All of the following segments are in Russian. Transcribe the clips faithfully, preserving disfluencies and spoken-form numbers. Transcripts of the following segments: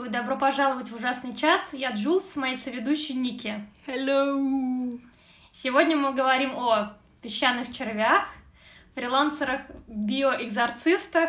Приветствую, добро пожаловать в ужасный чат. Я Джулс с моей соведущей Ники. Hello! Сегодня мы говорим о песчаных червях, фрилансерах, биоэкзорцистах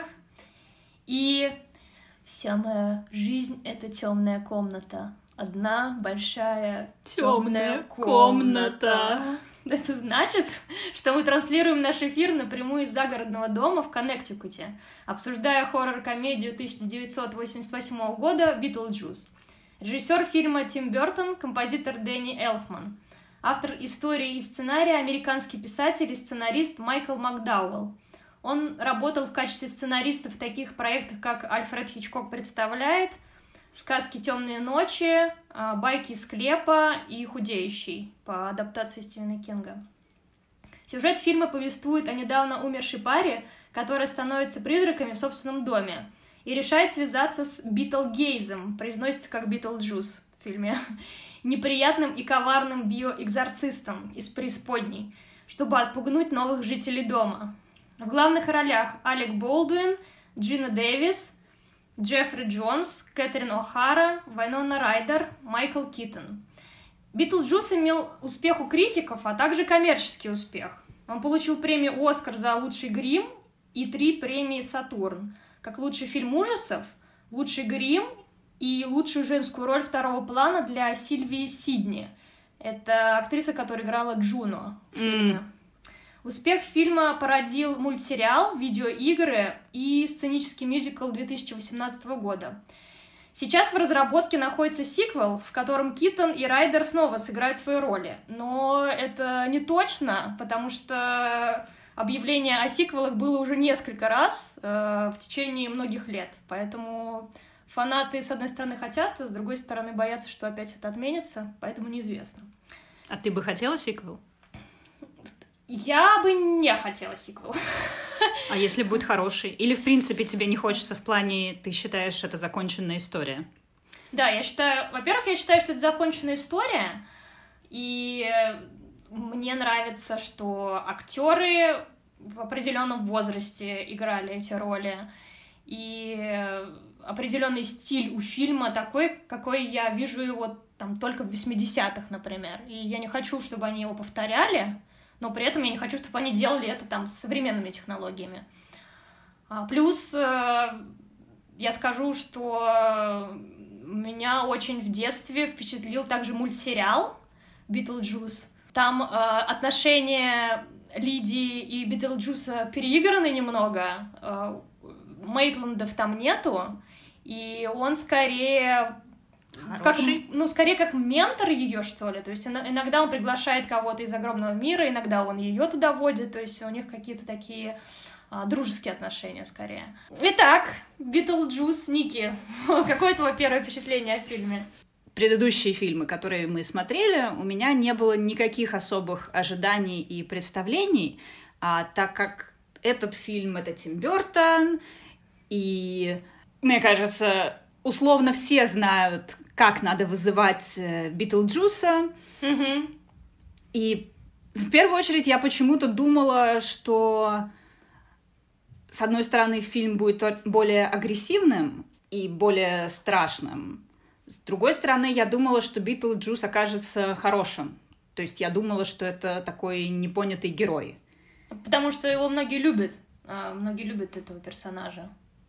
и вся моя жизнь — это темная комната. Одна большая темная комната. Это значит, что мы транслируем наш эфир напрямую из загородного дома в Коннектикуте, обсуждая хоррор-комедию тысяча девятьсот восемьдесят восьмого года «Битлджус». Режиссер фильма Тим Бёртон, композитор Дэнни Элфман. Автор истории и сценария — американский писатель и сценарист Майкл Макдауэлл. Он работал в качестве сценариста в таких проектах, как «Альфред Хичкок представляет», «Сказки темные ночи», «Байки из склепа» и «Худеющий» по адаптации Стивена Кинга. Сюжет фильма повествует о недавно умершей паре, которая становится призраками в собственном доме и решает связаться с Битлгейзом, произносится как Битлджус в фильме, неприятным и коварным биоэкзорцистом из преисподней, чтобы отпугнуть новых жителей дома. В главных ролях Алек Болдуин, Джина Дэвис, Джеффри Джонс, Кэтрин О'Хара, Вайнона Райдер, Майкл Китон. «Битлджус» имел успех у критиков, а также коммерческий успех. Он получил премию «Оскар» за лучший грим и три премии «Сатурн», как лучший фильм ужасов, лучший грим и лучшую женскую роль второго плана для Сильвии Сидни. Это актриса, которая играла Джуно в фильме. Mm. Успех фильма породил мультсериал, видеоигры и сценический мюзикл две тысячи восемнадцатого года. Сейчас в разработке находится сиквел, в котором Китон и Райдер снова сыграют свои роли. Но это не точно, потому что объявление о сиквелах было уже несколько раз э, в течение многих лет. Поэтому фанаты, с одной стороны, хотят, а с другой стороны, боятся, что опять это отменится, поэтому неизвестно. А ты бы хотела сиквел? Я бы не хотела сиквел. А если будет хороший? Или, в принципе, тебе не хочется в плане, ты считаешь, это законченная история? Да, я считаю... Во-первых, я считаю, что это законченная история, и мне нравится, что актеры в определенном возрасте играли эти роли, и определенный стиль у фильма такой, какой я вижу его там только в восьмидесятых, например. И я не хочу, чтобы они его повторяли, но при этом я не хочу, чтобы они делали это там с современными технологиями. Плюс я скажу, что меня очень в детстве впечатлил также мультсериал «Битлджус». Там отношения Лидии и Битлджуса переиграны немного, Мейтландов там нету, и он скорее... Как, ну, скорее как ментор ее, что ли. То есть иногда он приглашает кого-то из огромного мира, иногда он ее туда водит. То есть у них какие-то такие а, дружеские отношения, скорее. Итак, Битлджус, Ники, какое твое первое впечатление о фильме? Предыдущие фильмы, которые мы смотрели, у меня не было никаких особых ожиданий и представлений, а так как этот фильм — это Тим Бёртон, и, мне кажется, условно все знают, как надо вызывать Битлджуса. Mm-hmm. И в первую очередь я почему-то думала, что, с одной стороны, фильм будет более агрессивным и более страшным. С другой стороны, я думала, что Битлджус окажется хорошим. То есть я думала, что это такой непонятый герой. Потому что его многие любят. Многие любят этого персонажа.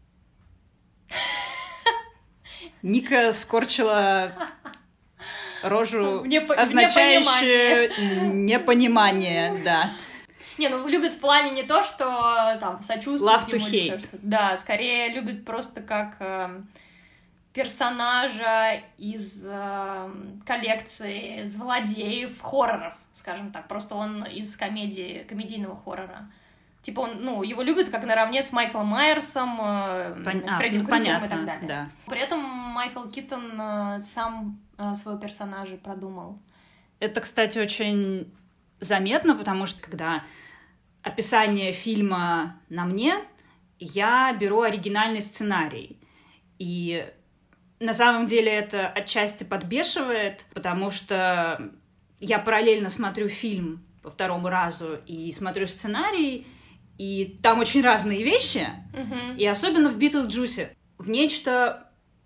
Ника скорчила рожу, Мне, означающую непонимание. непонимание, да. Не, ну любят в плане не то, что там сочувствуют Love to ему или hate. что-то. Да, скорее любят просто как э, персонажа из э, коллекции злодеев хорроров, скажем так. Просто он из комедии, комедийного хоррора. Типа он, ну, его любят как наравне с Майклом Майерсом, Пон... Фредди а, Крюгером понятно, и так далее. Да. При этом Майкл Китон э, сам э, своего персонажа продумал. Это, кстати, очень заметно, потому что когда описание фильма на мне, я беру оригинальный сценарий. И на самом деле это отчасти подбешивает, потому что я параллельно смотрю фильм по второму разу и смотрю сценарий, и там очень разные вещи, Mm-hmm. и особенно в «Битлджусе». В нечто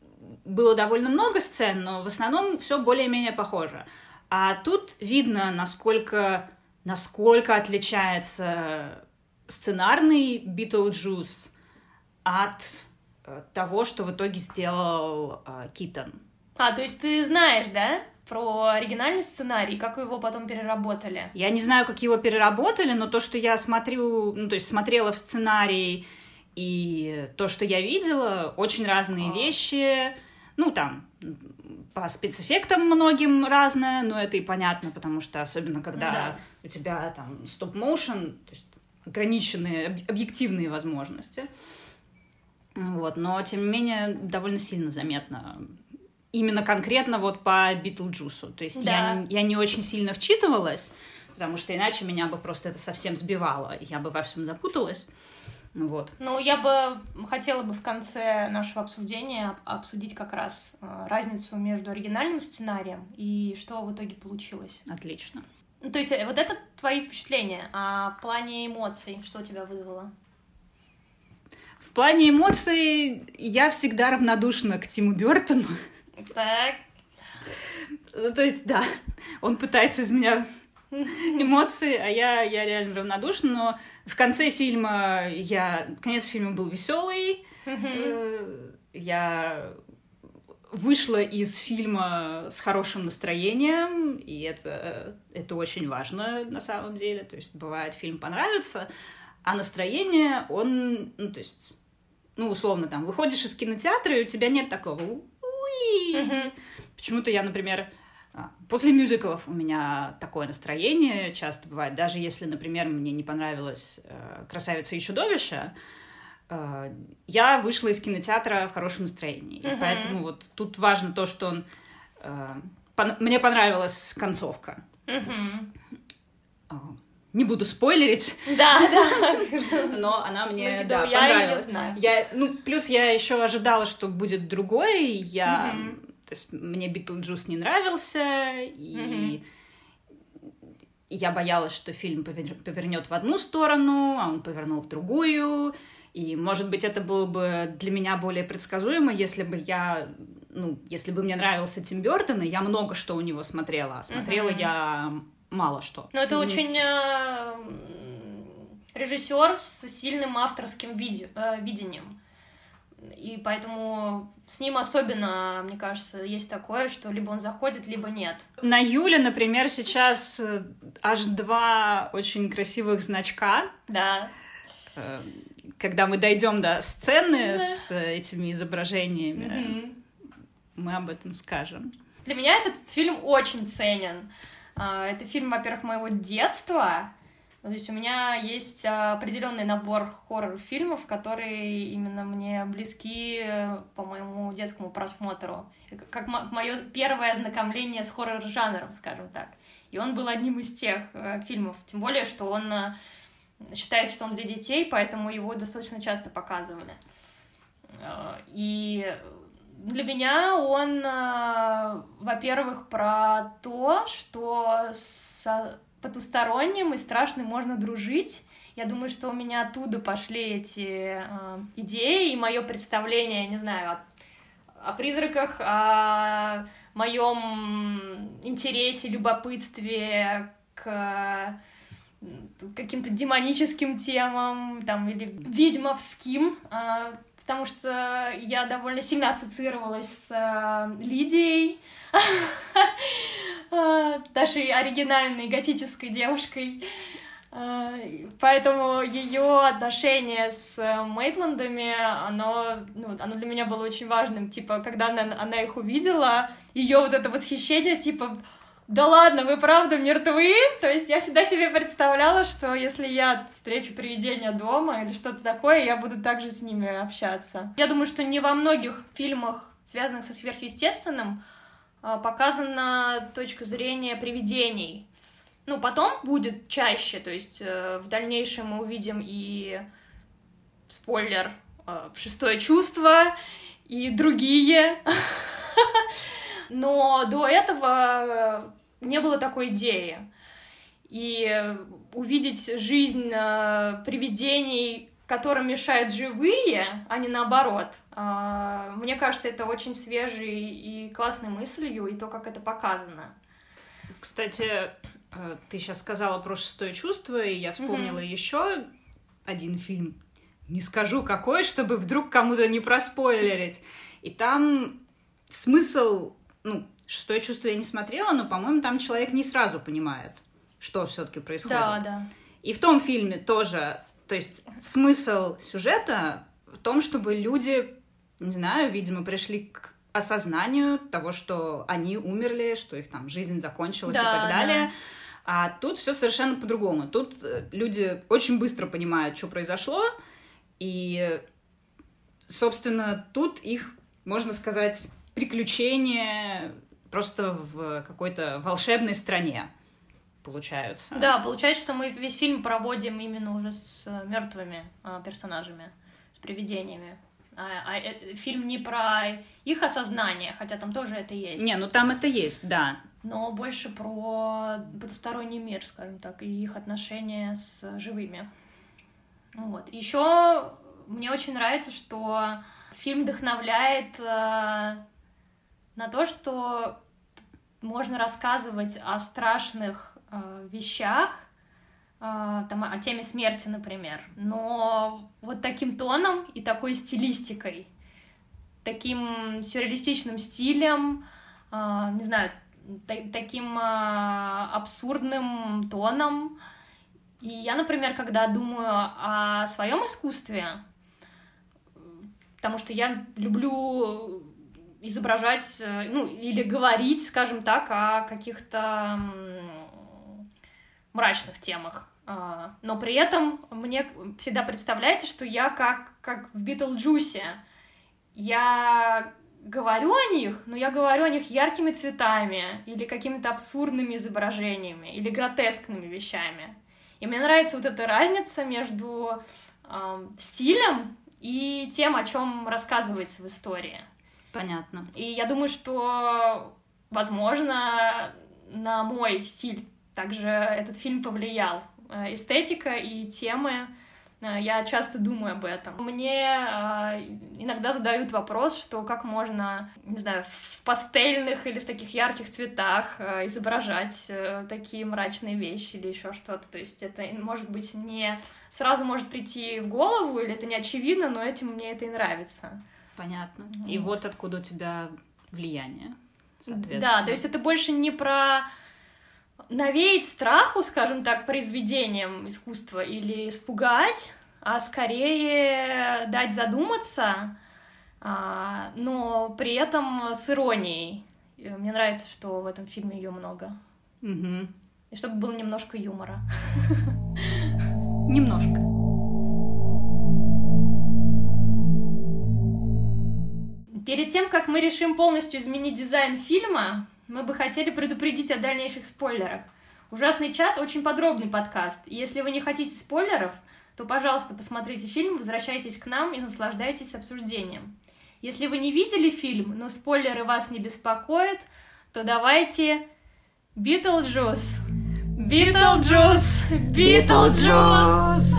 было довольно много сцен, но в основном все более-менее похоже. А тут видно, насколько, насколько отличается сценарный Битлджус от того, что в итоге сделал э, Китон. А, то есть ты знаешь, да, про оригинальный сценарий, как его потом переработали? Я не знаю, как его переработали, но то, что я смотрю, ну, то есть смотрела в сценарий, и то, что я видела, очень разные а. вещи. Ну, там, по спецэффектам многим разное, но это и понятно, потому что особенно, когда да. у тебя там стоп-моушен, то есть ограниченные объективные возможности. Вот, но, тем не менее, довольно сильно заметно. Именно конкретно вот по Битлджусу. То есть да. я, я не очень сильно вчитывалась, потому что иначе меня бы просто это совсем сбивало, я бы во всем запуталась. Вот. Ну, я бы хотела бы в конце нашего обсуждения обсудить как раз разницу между оригинальным сценарием и что в итоге получилось. Отлично. То есть вот это твои впечатления, а в плане эмоций что тебя вызвало? В плане эмоций я всегда равнодушна к Тиму Бёртону. Так. Ну, то есть, да, он пытается из меня эмоции, а я, я реально равнодушна, но в конце фильма я... Конец фильма был веселый. Я вышла из фильма с хорошим настроением, и это, это очень важно на самом деле. То есть, бывает, фильм понравится, а настроение, он, ну, то есть, ну, условно, там, выходишь из кинотеатра, и у тебя нет такого «уи». Mm-hmm. Почему-то я, например, после мюзиклов у меня такое настроение часто бывает, даже если, например, мне не понравилась «Красавица и чудовище», я вышла из кинотеатра в хорошем настроении. Mm-hmm. И поэтому вот тут важно то, что он... Пон... Мне понравилась концовка. Mm-hmm. Не буду спойлерить. Да, да. Но она мне, ну, да, я понравилась. Ее знаю. Я, ну, плюс я еще ожидала, что будет другой. Я, mm-hmm. то есть мне Битлджус не нравился, и mm-hmm. я боялась, что фильм повернет в одну сторону, а он повернул в другую. И, может быть, это было бы для меня более предсказуемо, если бы я, ну, если бы мне нравился Тим Бёртон, и я много что у него смотрела. А смотрела mm-hmm. я мало что. Но это mm-hmm. очень э, режиссер с сильным авторским виде, э, видением. И поэтому с ним особенно, мне кажется, есть такое, что либо он заходит, либо нет. На Юле, например, сейчас аж два очень красивых значка. Да. Когда мы дойдем до сцены да. с этими изображениями, mm-hmm. мы об этом скажем. Для меня этот фильм очень ценен. Это фильм, во-первых, моего детства. То есть у меня есть определенный набор хоррор-фильмов, которые именно мне близки по моему детскому просмотру. Как мое первое ознакомление с хоррор-жанром, скажем так. И он был одним из тех фильмов. Тем более, что он считается, что он для детей, поэтому его достаточно часто показывали. И для меня он, во-первых, про то, что с потусторонним и страшным можно дружить. Я думаю, что у меня оттуда пошли эти идеи, и мое представление, не знаю, о, о призраках, о моем интересе, любопытстве к каким-то демоническим темам, там, или ведьмовским, потому что я довольно сильно ассоциировалась с Лидией, нашей оригинальной готической девушкой, поэтому ее отношение с Мейтландами, оно, ну, оно для меня было очень важным, типа, когда она, она их увидела, ее вот это восхищение, типа, да ладно, вы правда мертвы? То есть я всегда себе представляла, что если я встречу привидения дома или что-то такое, я буду также с ними общаться. Я думаю, что не во многих фильмах, связанных со сверхъестественным, показана точка зрения привидений. Ну, потом будет чаще, то есть в дальнейшем мы увидим и, спойлер, «Шестое чувство» и другие. Но до этого не было такой идеи. И увидеть жизнь привидений которым мешают живые, а не наоборот. Мне кажется, это очень свежей и классной мыслью, и то, как это показано. Кстати, ты сейчас сказала про «Шестое чувство», и я вспомнила mm-hmm. еще один фильм. Не скажу какой, чтобы вдруг кому-то не проспойлерить. И там смысл... Ну, «Шестое чувство» я не смотрела, но, по-моему, там человек не сразу понимает, что все-таки происходит. Да, да. И в том фильме тоже... То есть смысл сюжета в том, чтобы люди, не знаю, видимо, пришли к осознанию того, что они умерли, что их там жизнь закончилась да, и так далее. Да. А тут все совершенно по-другому. Тут люди очень быстро понимают, что произошло, и, собственно, тут их, можно сказать, приключения просто в какой-то волшебной стране получаются. Да, получается, что мы весь фильм проводим именно уже с мертвыми а, персонажами, с привидениями. А, а э, фильм не про их осознание, хотя там тоже это есть. Не, ну там это есть, да. Но больше про потусторонний мир, скажем так, и их отношения с живыми. Вот. Еще мне очень нравится, что фильм вдохновляет э, на то, что можно рассказывать о страшных вещах, там, о теме смерти, например, но вот таким тоном и такой стилистикой, таким сюрреалистичным стилем, не знаю, таким абсурдным тоном. И я, например, когда думаю о своем искусстве, потому что я люблю изображать, ну, или говорить, скажем так, о каких-то мрачных темах. Но при этом мне всегда представляется, что я как, как в Битлджусе. Я говорю о них, но я говорю о них яркими цветами или какими-то абсурдными изображениями или гротескными вещами. И мне нравится вот эта разница между э, стилем и тем, о чем рассказывается в истории. Понятно. И я думаю, что, возможно, на мой стиль также этот фильм повлиял. Эстетика и темы, я часто думаю об этом. Мне иногда задают вопрос, что как можно, не знаю, в пастельных или в таких ярких цветах изображать такие мрачные вещи или еще что-то. То есть это, может быть, не сразу может прийти в голову, или это не очевидно, но этим мне это и нравится. Понятно. И вот, вот откуда у тебя влияние, соответственно. Да, то есть это больше не про навеять страху, скажем так, произведением искусства или испугать, а скорее дать задуматься, но при этом с иронией. Мне нравится, что в этом фильме ее много. Угу. И чтобы было немножко юмора. Немножко. Перед тем, как мы решим полностью изменить дизайн фильма, мы бы хотели предупредить о дальнейших спойлерах. «Ужасный чат» — очень подробный подкаст, и если вы не хотите спойлеров, то, пожалуйста, посмотрите фильм, возвращайтесь к нам и наслаждайтесь обсуждением. Если вы не видели фильм, но спойлеры вас не беспокоят, то давайте... Битлджус! Битлджус! Битлджус!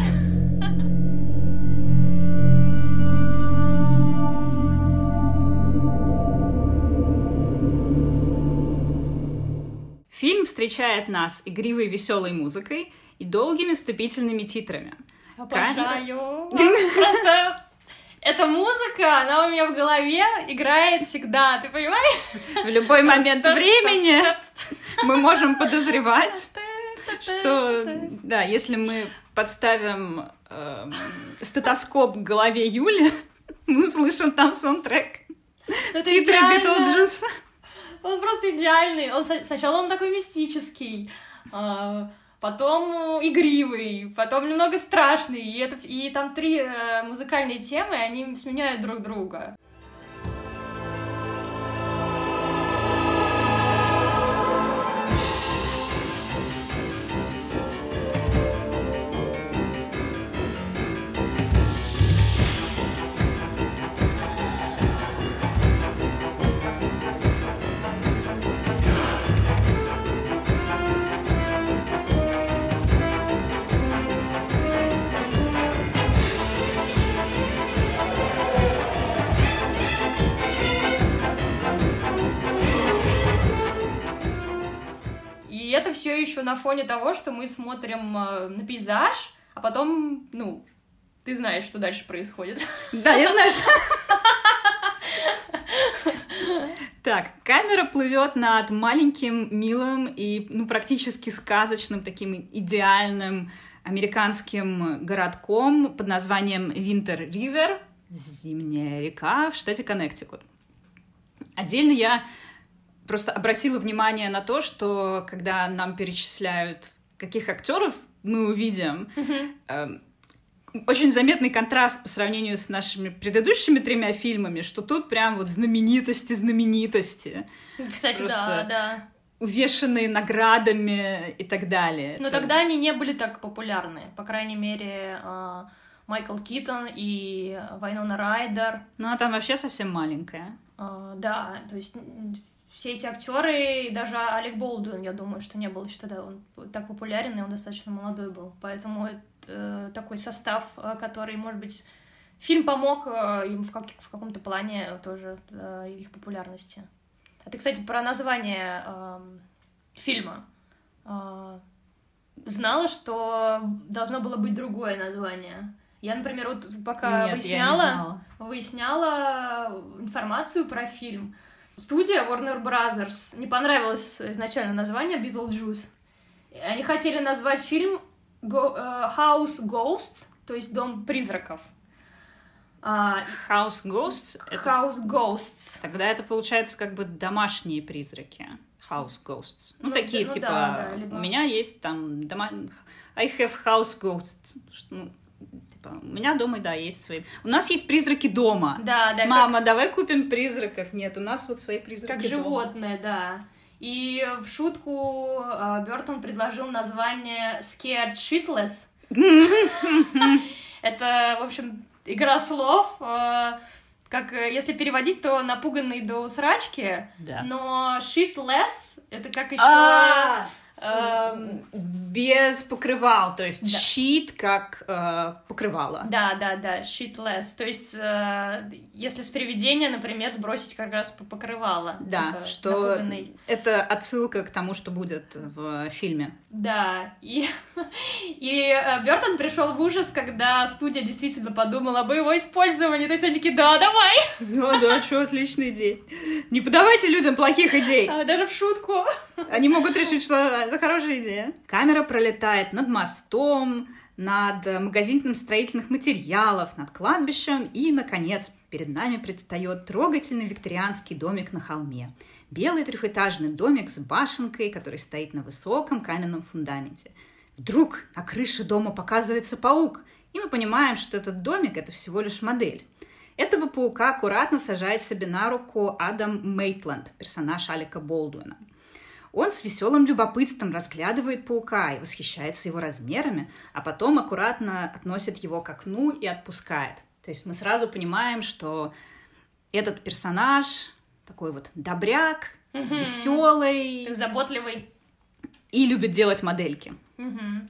Фильм встречает нас игривой веселой музыкой и долгими вступительными титрами. Обожаю! Просто эта музыка, она у меня в голове играет всегда, ты понимаешь? В любой момент времени мы можем подозревать, что, да, если мы подставим э, стетоскоп к голове Юли, мы услышим там саундтрек. Титры Битлджус. Он просто идеальный. Он, сначала он такой мистический, потом игривый, потом немного страшный. И, это, и там три музыкальные темы, они сменяют друг друга. это все еще на фоне того, что мы смотрим на пейзаж, а потом, ну, ты знаешь, что дальше происходит. Да, я знаю, что... Так, камера плывет над маленьким, милым и, ну, практически сказочным, таким идеальным американским городком под названием Винтер-Ривер, зимняя река в штате Коннектикут. Отдельно я просто обратила внимание на то, что когда нам перечисляют, каких актеров мы увидим, mm-hmm. э, очень заметный контраст по сравнению с нашими предыдущими тремя фильмами, что тут прям вот знаменитости, знаменитости. Кстати, просто да, да. увешанные наградами и так далее. Но Это... тогда они не были так популярны. По крайней мере, Майкл Китон и Вайнона Райдер. Ну, а там вообще совсем маленькая. Uh, да, то есть все эти актеры, и даже Алек Болдуин, я думаю, что не был еще тогда он так популярен, и он достаточно молодой был. Поэтому это э, такой состав, который, может быть, фильм помог э, им в, как, в каком-то плане тоже э, их популярности. А ты, кстати, про название э, фильма э, знала, что должно было быть другое название? Я, например, вот пока Нет, выясняла, выясняла информацию про фильм, студия Warner Brothers не понравилось изначально название Beetlejuice. Они хотели назвать фильм Go, uh, House Ghosts, то есть Дом призраков. Uh, House Ghosts? House это... Ghosts. Тогда это получается как бы домашние призраки. House Ghosts. Ну, ну такие, ну, типа, да, да, либо... у меня есть там дома... I have house ghosts. Ну, типа, у меня дома, да, есть свои. У нас есть призраки дома. Да, да. Мама, как... давай купим призраков. Нет, у нас вот свои призраки как дома. животные, да. И в шутку Бёртон предложил название Scared Shitless. Это, в общем, игра слов. Как если переводить, то напуганный до усрачки. Но shitless — это как еще... Эм... Без покрывал, то есть да. щит как э, покрывало. Да, да, да, shitless. То есть, э, если с привидения, например, сбросить как раз по покрывало. Да, типа, что напуганный. Это отсылка к тому, что будет в фильме. Да, и, и Бёртон пришел в ужас, когда студия действительно подумала об его использовании. То есть они такие: да, давай! Ну да, что, отличная идея. Не подавайте людям плохих идей. Даже в шутку. Они могут решить, что это хорошая идея. Камера пролетает над мостом, над магазином строительных материалов, над кладбищем, и, наконец, перед нами предстает трогательный викторианский домик на холме. Белый трехэтажный домик с башенкой, который стоит на высоком каменном фундаменте. Вдруг на крыше дома показывается паук, и мы понимаем, что этот домик — это всего лишь модель. Этого паука аккуратно сажает себе на руку Адам Мейтланд, персонаж Алека Болдуина. Он с веселым любопытством разглядывает паука и восхищается его размерами, а потом аккуратно относит его к окну и отпускает. То есть мы сразу понимаем, что этот персонаж такой вот добряк, mm-hmm. веселый, заботливый и любит делать модельки. Mm-hmm.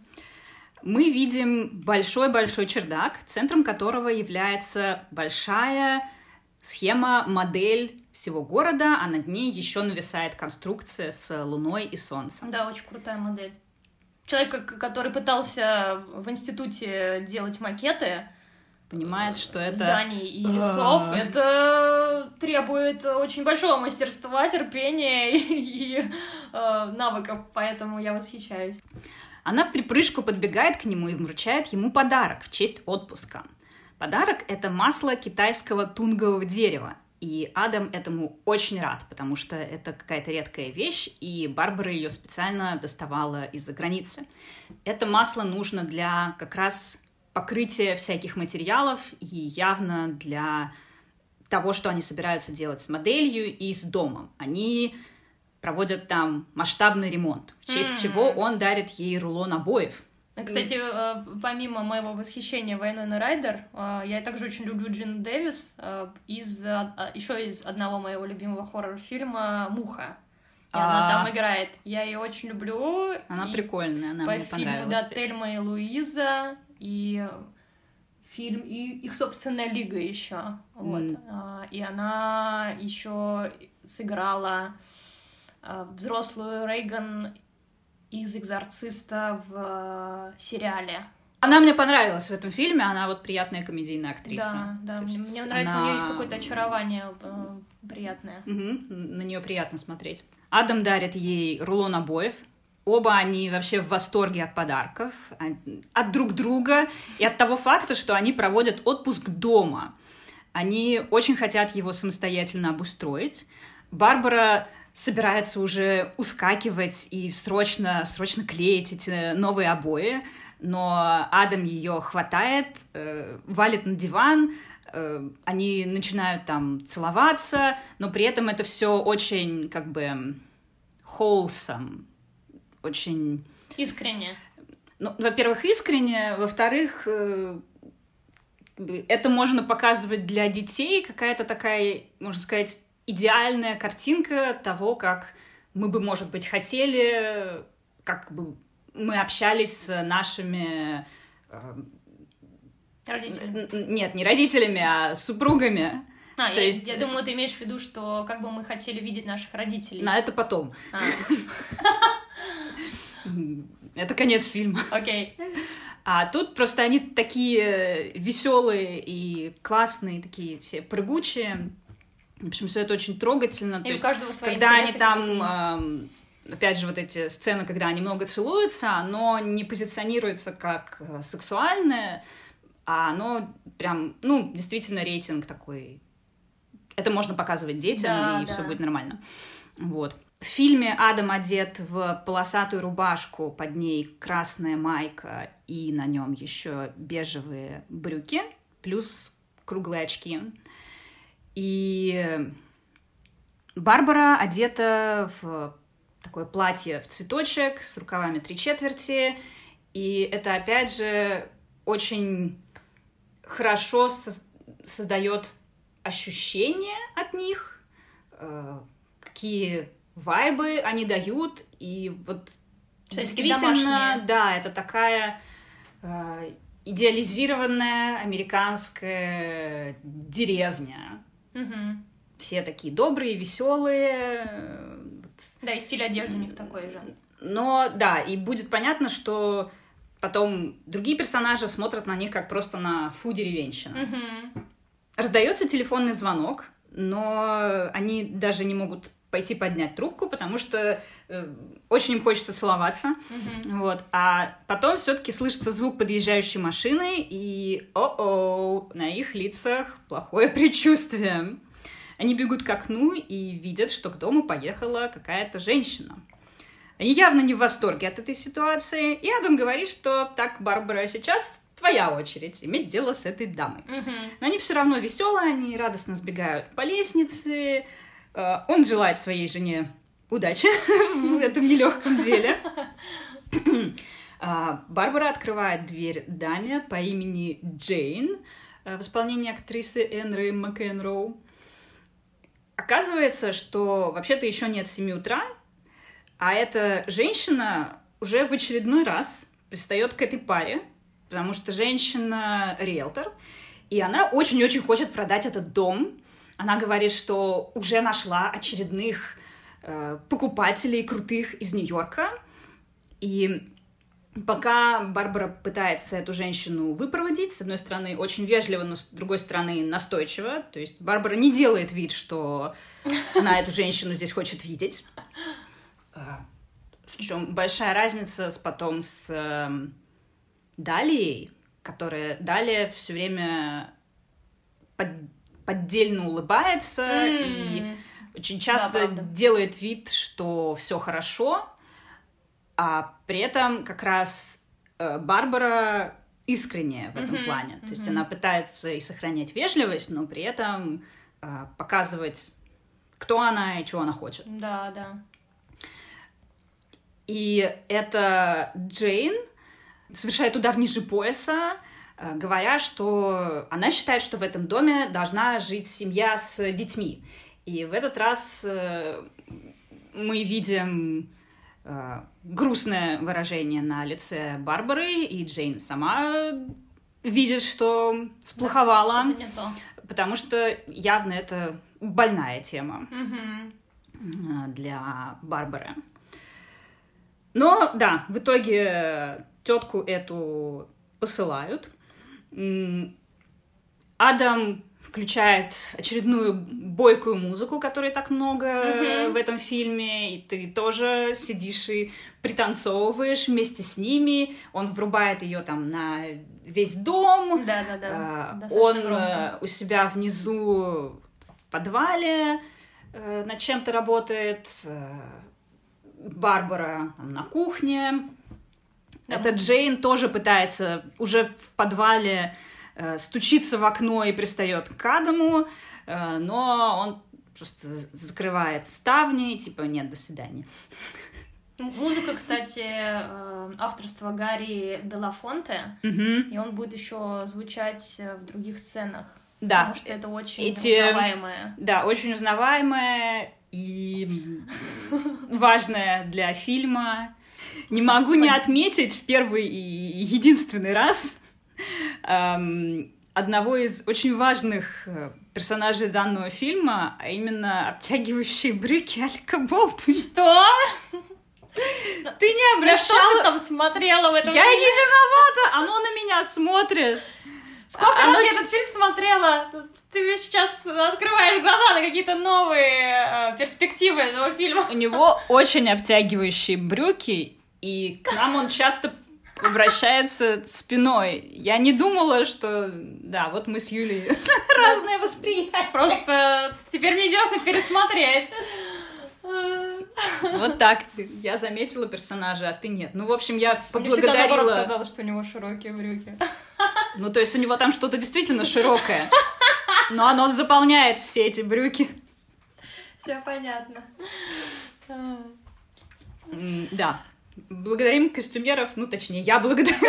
Мы видим большой-большой чердак, центром которого является большая схема, модель всего города, а над ней еще нависает конструкция с луной и солнцем. Да, очень крутая модель. Человек, который пытался в институте делать макеты, понимает, что это... зданий и лесов, это требует очень большого мастерства, терпения и навыков, поэтому я восхищаюсь. Она в припрыжку подбегает к нему и вручает ему подарок в честь отпуска. Подарок — это масло китайского тунгового дерева. И Адам этому очень рад, потому что это какая-то редкая вещь, и Барбара ее специально доставала из-за границы. Это масло нужно для как раз покрытия всяких материалов и явно для того, что они собираются делать с моделью и с домом. Они проводят там масштабный ремонт, в честь mm-hmm. чего он дарит ей рулон обоев. Кстати, помимо моего восхищения Вайноной Райдер, я также очень люблю Джину Дэвис из еще из одного моего любимого хоррор-фильма «Муха». И она там играет. Я ее очень люблю. Она прикольная, она по мне понравилась. По фильму, да, «Тельма и Луиза», и фильм, и их собственная лига еще. Вот. Mm. И она еще сыграла взрослую Рейган из «Экзорциста» в сериале. Она мне понравилась в этом фильме, она вот приятная комедийная актриса. Да, да, мне, мне нравится, она... у нее есть какое-то очарование э, приятное. Угу, на нее приятно смотреть. Адам дарит ей рулон обоев. Оба они вообще в восторге от подарков, от друг друга и от того факта, что они проводят отпуск дома. Они очень хотят его самостоятельно обустроить. Барбара собирается уже ускакивать и срочно, срочно клеить эти новые обои, но Адам ее хватает, э, валит на диван, э, они начинают там целоваться, но при этом это все очень как бы wholesome, очень... Искренне. Ну, во-первых, искренне, во-вторых, э, это можно показывать для детей, какая-то такая, можно сказать, идеальная картинка того, как мы бы, может быть, хотели, как бы мы общались с нашими... Э, родителями? Нет, не родителями, а супругами. А, То я, есть... я думала, ты имеешь в виду, что как бы мы хотели видеть наших родителей. На это потом. А. Это конец фильма. Окей. А тут просто они такие веселые и классные, такие все прыгучие. В общем, все это очень трогательно. И То у есть, каждого свои когда они интересы там, э, опять же, вот эти сцены, когда они много целуются, оно не позиционируется как сексуальное, а оно прям, ну, действительно рейтинг такой. Это можно показывать детям, да, и да. все будет нормально. Вот. В фильме Адам одет в полосатую рубашку, под ней красная майка, и на нем еще бежевые брюки, плюс круглые очки. И Барбара одета в такое платье в цветочек с рукавами три четверти, и это, опять же, очень хорошо со- создает ощущение от них, э, какие вайбы они дают, и вот все-таки действительно, домашние. да, это такая э, идеализированная американская деревня. Угу. Все такие добрые, веселые. Да, и стиль одежды у них такой же. Но, да, и будет понятно, что потом другие персонажи смотрят на них как просто на фу деревенщина. Угу. Раздается телефонный звонок, но они даже не могут пойти поднять трубку, потому что э, очень им хочется целоваться. Угу. Вот. А потом все-таки слышится звук подъезжающей машины, и о-о, на их лицах плохое предчувствие. Они бегут к окну и видят, что к дому поехала какая-то женщина. Они явно не в восторге от этой ситуации, и Адам говорит, что так, Барбара, сейчас твоя очередь иметь дело с этой дамой. Угу. Но они все равно веселые, они радостно сбегают по лестнице. Он желает своей жене удачи в этом нелегком деле. Барбара открывает дверь даме по имени Джейн в исполнении актрисы Энри Маккенроу. Оказывается, что вообще-то еще нет семи утра, а эта женщина уже в очередной раз пристает к этой паре, потому что женщина риэлтор, и она очень-очень хочет продать этот дом. Она говорит, что уже нашла очередных э, покупателей крутых из Нью-Йорка. И пока Барбара пытается эту женщину выпроводить, с одной стороны, очень вежливо, но с другой стороны, настойчиво. То есть Барбара не делает вид, что она эту женщину здесь хочет видеть. В чем большая разница с, потом с э, Далией, которая Далия все время под, поддельно улыбается mm. и очень часто да, делает вид, что все хорошо, а при этом как раз э, Барбара искренняя в этом mm-hmm. плане. То mm-hmm. есть она пытается и сохранять вежливость, но при этом э, показывать, кто она и чего она хочет. Да, да. И эта Джейн совершает удар ниже пояса, говоря, что она считает, что в этом доме должна жить семья с детьми. И в этот раз мы видим грустное выражение на лице Барбары, и Джейн сама видит, что сплоховала, да, что-то не то. Потому что явно это больная тема угу. для Барбары. Но, да, в итоге тетку эту посылают. Адам включает очередную бойкую музыку, которой так много mm-hmm. в этом фильме, и ты тоже сидишь и пританцовываешь вместе с ними. Он врубает ее там на весь дом. Да-да-да. Uh, он uh, у себя внизу в подвале uh, над чем-то работает. Uh, Барбара там, на кухне. Да. Это Джейн тоже пытается уже в подвале э, стучиться в окно и пристает к Адаму, э, но он просто закрывает ставни, типа, нет, до свидания. Музыка, кстати, авторства Гарри Белафонте, угу. и он будет еще звучать в других сценах. Да. Потому что это очень Эти... узнаваемое. Да, очень узнаваемое и важное для фильма. Не могу не отметить в первый и единственный раз эм, одного из очень важных персонажей данного фильма, а именно обтягивающие брюки Алика Болдуина. Что? Ты не обращала... Что ты там смотрела в этом я фильме? Я не виновата, оно на меня смотрит. Сколько а, раз оно... я этот фильм смотрела? Ты мне сейчас открываешь глаза на какие-то новые э, перспективы этого фильма. У него очень обтягивающие брюки, и к нам он часто обращается спиной. Я не думала, что... Да, вот мы с Юлей разное восприятие. Просто теперь мне интересно пересмотреть. Вот так. Я заметила персонажа, а ты нет. Ну, в общем, я поблагодарила... Мне всегда наоборот казалось, что у него широкие брюки. Ну, то есть у него там что-то действительно широкое, но оно заполняет все эти брюки. Все понятно. Да. Благодарим костюмеров, ну, точнее, я благодарю.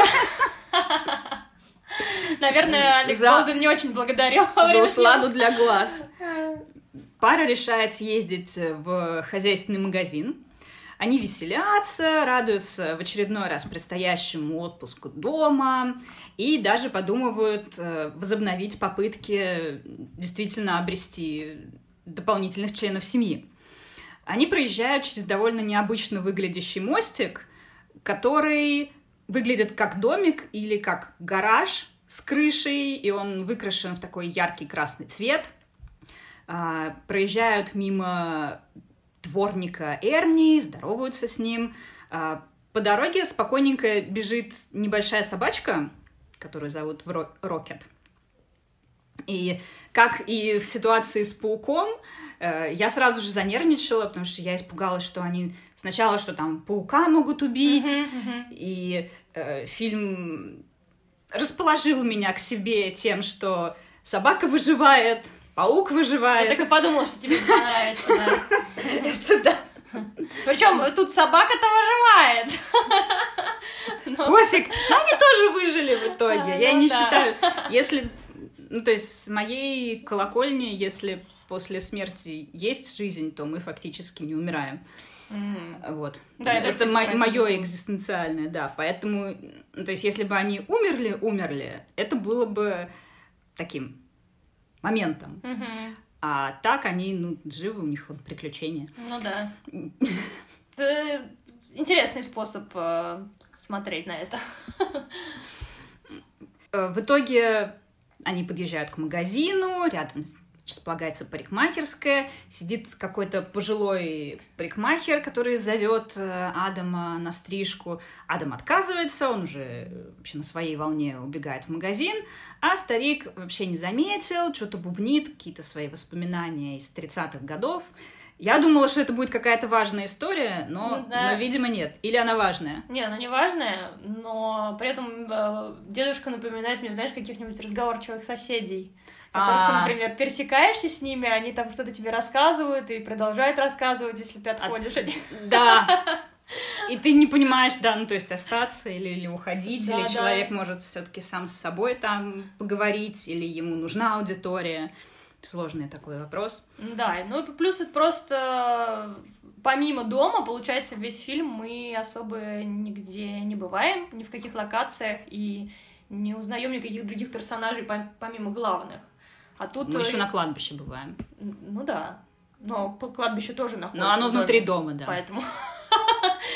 Наверное, Алек за... Болдуин не очень благодарил. За усладу для глаз. Пара решает съездить в хозяйственный магазин. Они веселятся, радуются в очередной раз предстоящему отпуску дома и даже подумывают возобновить попытки действительно обрести дополнительных членов семьи. Они проезжают через довольно необычно выглядящий мостик, который выглядит как домик или как гараж с крышей, и он выкрашен в такой яркий красный цвет. Проезжают мимо дворника Эрни, здороваются с ним. По дороге спокойненько бежит небольшая собачка, которую зовут Рокет. И как и в ситуации с пауком, я сразу же занервничала, потому что я испугалась, что они сначала, что там паука могут убить, uh-huh, uh-huh. и э, фильм расположил меня к себе тем, что собака выживает, паук выживает. Я так и подумала, что тебе понравится, да. Это да. Причем тут собака-то выживает. Пофиг, они тоже выжили в итоге. Я не считаю, если... Ну, то есть с моей колокольни, если после смерти есть жизнь, то мы фактически не умираем. Mm. Вот. Да, это это мо- мое экзистенциальное, да. Поэтому, ну, то есть если бы они умерли, умерли, это было бы таким моментом. Mm-hmm. А так они, ну, живы, у них вот приключения. Ну да. Это интересный способ э, смотреть на это. В итоге они подъезжают к магазину, рядом располагается парикмахерская, сидит какой-то пожилой парикмахер, который зовет Адама на стрижку. Адам отказывается, он уже вообще на своей волне убегает в магазин, а старик вообще не заметил, что-то бубнит, какие-то свои воспоминания из тридцатых годов. Я думала, что это будет какая-то важная история, но, да. но видимо, нет. Или она важная? Не, она не важная, но при этом э, дедушка напоминает мне, знаешь, каких-нибудь разговорчивых соседей, которых А-а-а. ты, например, пересекаешься с ними, они там что-то тебе рассказывают и продолжают рассказывать, если ты отходишь от них. Да. И ты не понимаешь, да, ну то есть остаться или, или уходить, да, или да. человек может все-таки сам с собой там поговорить, или ему нужна аудитория. Сложный такой вопрос. Да, ну и плюс это просто помимо дома, получается, весь фильм мы особо нигде не бываем, ни в каких локациях, и не узнаем никаких других персонажей помимо главных. А тут... Мы еще на кладбище бываем. Ну да, но кладбище тоже находится. Но оно внутри дома, да. Поэтому...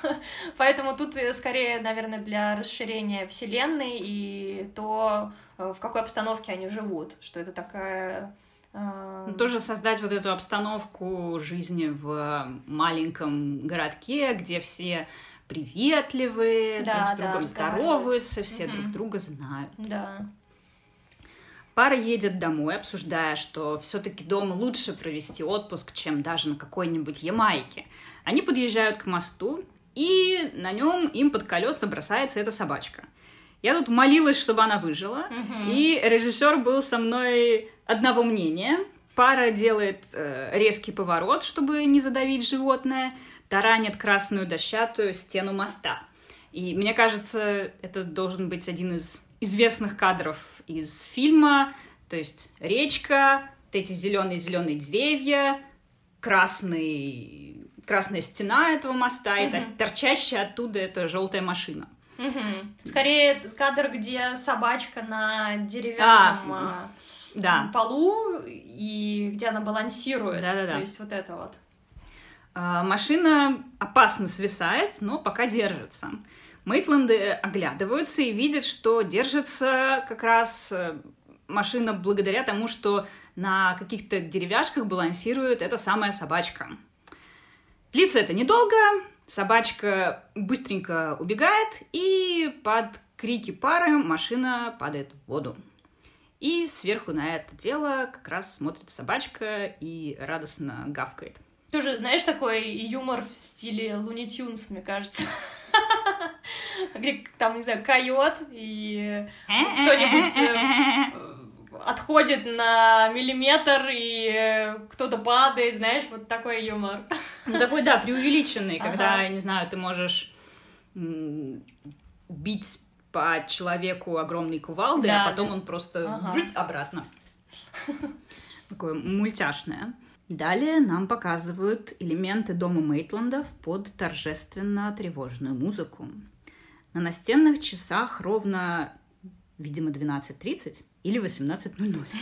Поэтому тут скорее, наверное, для расширения вселенной и то, в какой обстановке они живут, что это такая... Ну, тоже создать вот эту обстановку жизни в маленьком городке, где все приветливые, да, друг с другом да, здороваются, все угу. друг друга знают. Да. Пара едет домой, обсуждая, что все-таки дома лучше провести отпуск, чем даже на какой-нибудь Ямайке. Они подъезжают к мосту, и на нем им под колеса бросается эта собачка. Я тут молилась, чтобы она выжила, угу. и режиссер был со мной одного мнения. Пара делает э, резкий поворот, чтобы не задавить животное, таранит красную дощатую стену моста. И мне кажется, это должен быть один из известных кадров из фильма, то есть речка, вот эти зеленые-зеленые деревья, красный, красная стена этого моста, mm-hmm. и так, торчащая оттуда эта желтая машина. Mm-hmm. Скорее кадр, где собачка на деревянном а, да. полу, и где она балансирует. Да-да-да. То есть вот это вот. А, машина опасно свисает, но пока держится. Мейтланды оглядываются и видят, что держится как раз машина благодаря тому, что на каких-то деревяшках балансирует эта самая собачка. Длится это недолго, собачка быстренько убегает, и под крики пары машина падает в воду. И сверху на это дело как раз смотрит собачка и радостно гавкает. Тоже, знаешь, такой юмор в стиле Луни Тюнс, мне кажется. Где там, не знаю, койот, и кто-нибудь отходит на миллиметр, и кто-то падает, знаешь, вот такой юмор. Ну, такой, да, преувеличенный, ага. когда, не знаю, ты можешь м- бить по человеку огромной кувалдой, да, а потом да. он просто ага. жить обратно. Такое мультяшное. Далее нам показывают элементы дома Мейтландов под торжественно-тревожную музыку. На настенных часах ровно, видимо, двенадцать тридцать или восемнадцать ноль ноль.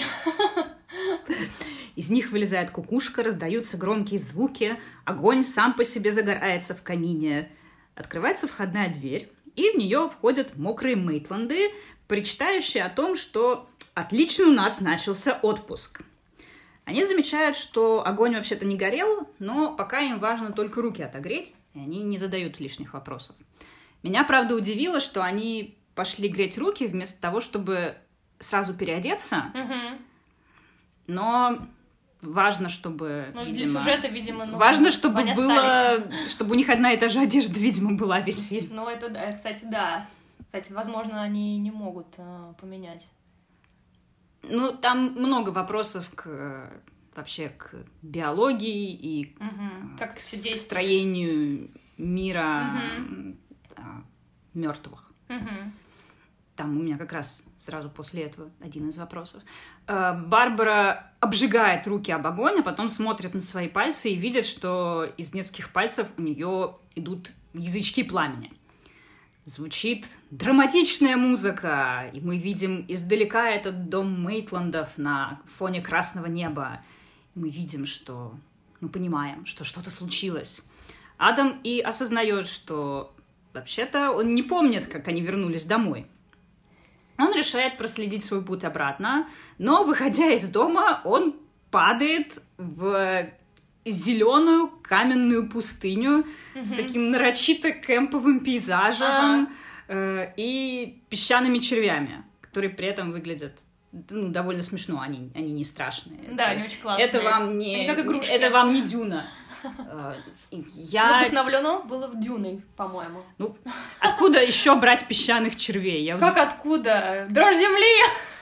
Из них вылезает кукушка, раздаются громкие звуки, огонь сам по себе загорается в камине. Открывается входная дверь, и в нее входят мокрые Мейтланды, причитающие о том, что отлично у нас начался отпуск. Они замечают, что огонь вообще-то не горел, но пока им важно только руки отогреть, и они не задают лишних вопросов. Меня, правда, удивило, что они пошли греть руки вместо того, чтобы сразу переодеться. Угу. Но важно, чтобы, ну, видимо... Для сюжета, видимо, ну, важно, чтобы было... Чтобы у них одна и та же одежда, видимо, была весь фильм. Ну, это, кстати, да. Кстати, возможно, они не могут а, поменять. Ну, там много вопросов к, вообще к биологии и угу. как к, к строению мира угу. а, мертвых. Угу. Там у меня как раз сразу после этого один из вопросов. А, Барбара обжигает руки об огонь, а потом смотрит на свои пальцы и видит, что из нескольких пальцев у нее идут язычки пламени. Звучит драматичная музыка, и мы видим издалека этот дом Мейтландов на фоне красного неба. И мы видим, что... Мы понимаем, что что-то случилось. Адам и осознает, что вообще-то он не помнит, как они вернулись домой. Он решает проследить свой путь обратно, но, выходя из дома, он падает в... зеленую каменную пустыню mm-hmm. с таким нарочито кемповым пейзажем uh-huh. э, и песчаными червями, которые при этом выглядят ну, довольно смешно, они, они не страшные. Да, это, они очень классные. Это вам не, они как игрушки. Это вам не Дюна. Я... Но вдохновлено было в Дюной, по-моему. Ну, откуда еще брать песчаных червей? Я как вот... откуда? Дрожь земли!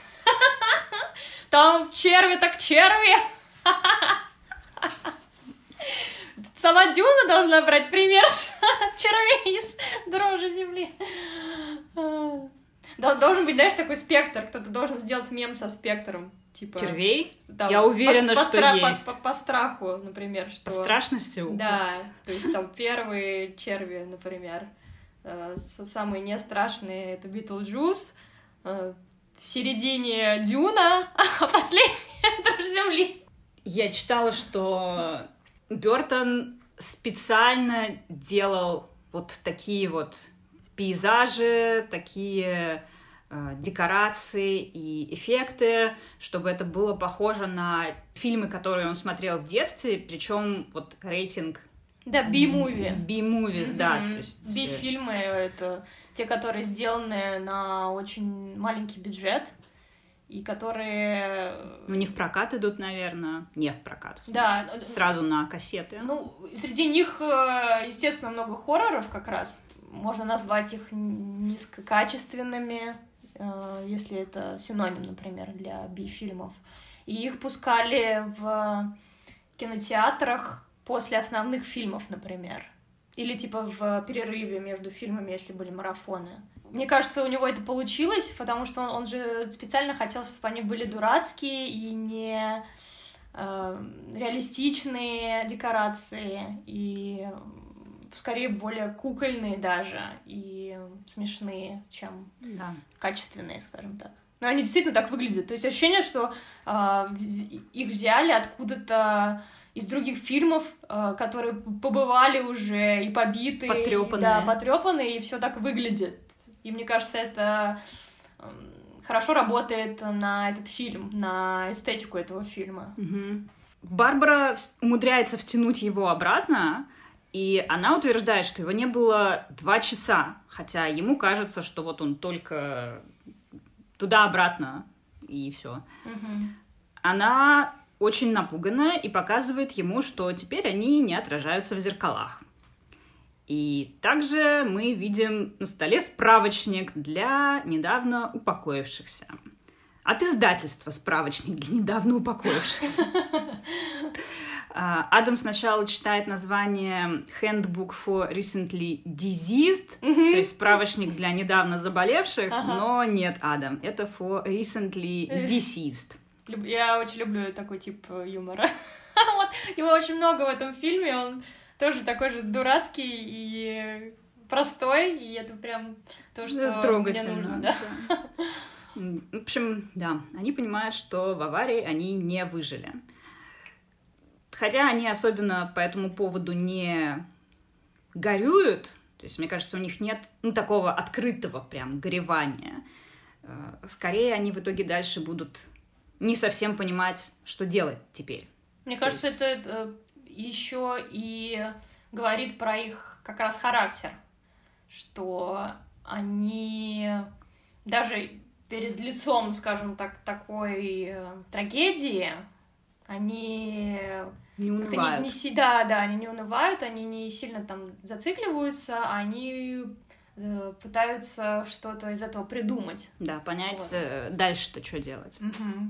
Там черви так черви! Сама Дюна должна брать пример с червей из дрожи земли. Должен быть, знаешь, такой спектр. Кто-то должен сделать мем со спектром. Типа, червей? Там, Я уверена, по, что по, есть. По, по, по страху, например. Что... По страшности? Да. То есть там первые черви, например. Самые не страшные — это Битлджус. В середине Дюна, а последняя — дрожь земли. Я читала, что Бёртон специально делал вот такие вот пейзажи, такие э, декорации и эффекты, чтобы это было похоже на фильмы, которые он смотрел в детстве, причем вот рейтинг... Да, би-муви. Би-мувис, mm-hmm. да. То есть... Би-фильмы — это те, которые сделаны на очень маленький бюджет, и которые... Ну, не в прокат идут, наверное. Не в прокат. Да. Сразу на кассеты. Ну, среди них, естественно, много хорроров как раз. Можно назвать их низкокачественными, если это синоним, например, для би-фильмов. И их пускали в кинотеатрах после основных фильмов, например. Или типа в перерыве между фильмами, если были марафоны. Мне кажется, у него это получилось, потому что он, он же специально хотел, чтобы они были дурацкие и не э, реалистичные декорации, и скорее более кукольные даже, и смешные, чем да. качественные, скажем так. Но они действительно так выглядят. То есть ощущение, что э, их взяли откуда-то из других фильмов, э, которые побывали уже и побиты, потрёпанные. Да, потрёпанные, и все так выглядит. И мне кажется, это э, хорошо работает на этот фильм, на эстетику этого фильма. Угу. Барбара умудряется втянуть его обратно, и она утверждает, что его не было два часа, хотя ему кажется, что вот он только туда-обратно, и все. Угу. Она очень напуганная и показывает ему, что теперь они не отражаются в зеркалах. И также мы видим на столе справочник для недавно упокоившихся. От издательства справочник для недавно упокоившихся. Адам сначала читает название Handbook for Recently Deceased, то есть справочник для недавно заболевших, но нет, Адам, это for Recently Deceased. Я очень люблю такой тип юмора. Вот, его очень много в этом фильме, он тоже такой же дурацкий и простой, и это прям то, что трогательно, мне нужно, да. да. В общем, да, они понимают, что в аварии они не выжили. Хотя они особенно по этому поводу не горюют, то есть, мне кажется, у них нет ну, такого открытого прям горевания. Скорее, они в итоге дальше будут не совсем понимать, что делать теперь. Мне кажется, есть... это еще и говорит про их как раз характер, что они даже перед лицом, скажем так, такой трагедии, они не унывают. Не, не, да, да, они не унывают, они не сильно там зацикливаются, они э, пытаются что-то из этого придумать. Да, понять вот. Дальше-то что делать. Угу.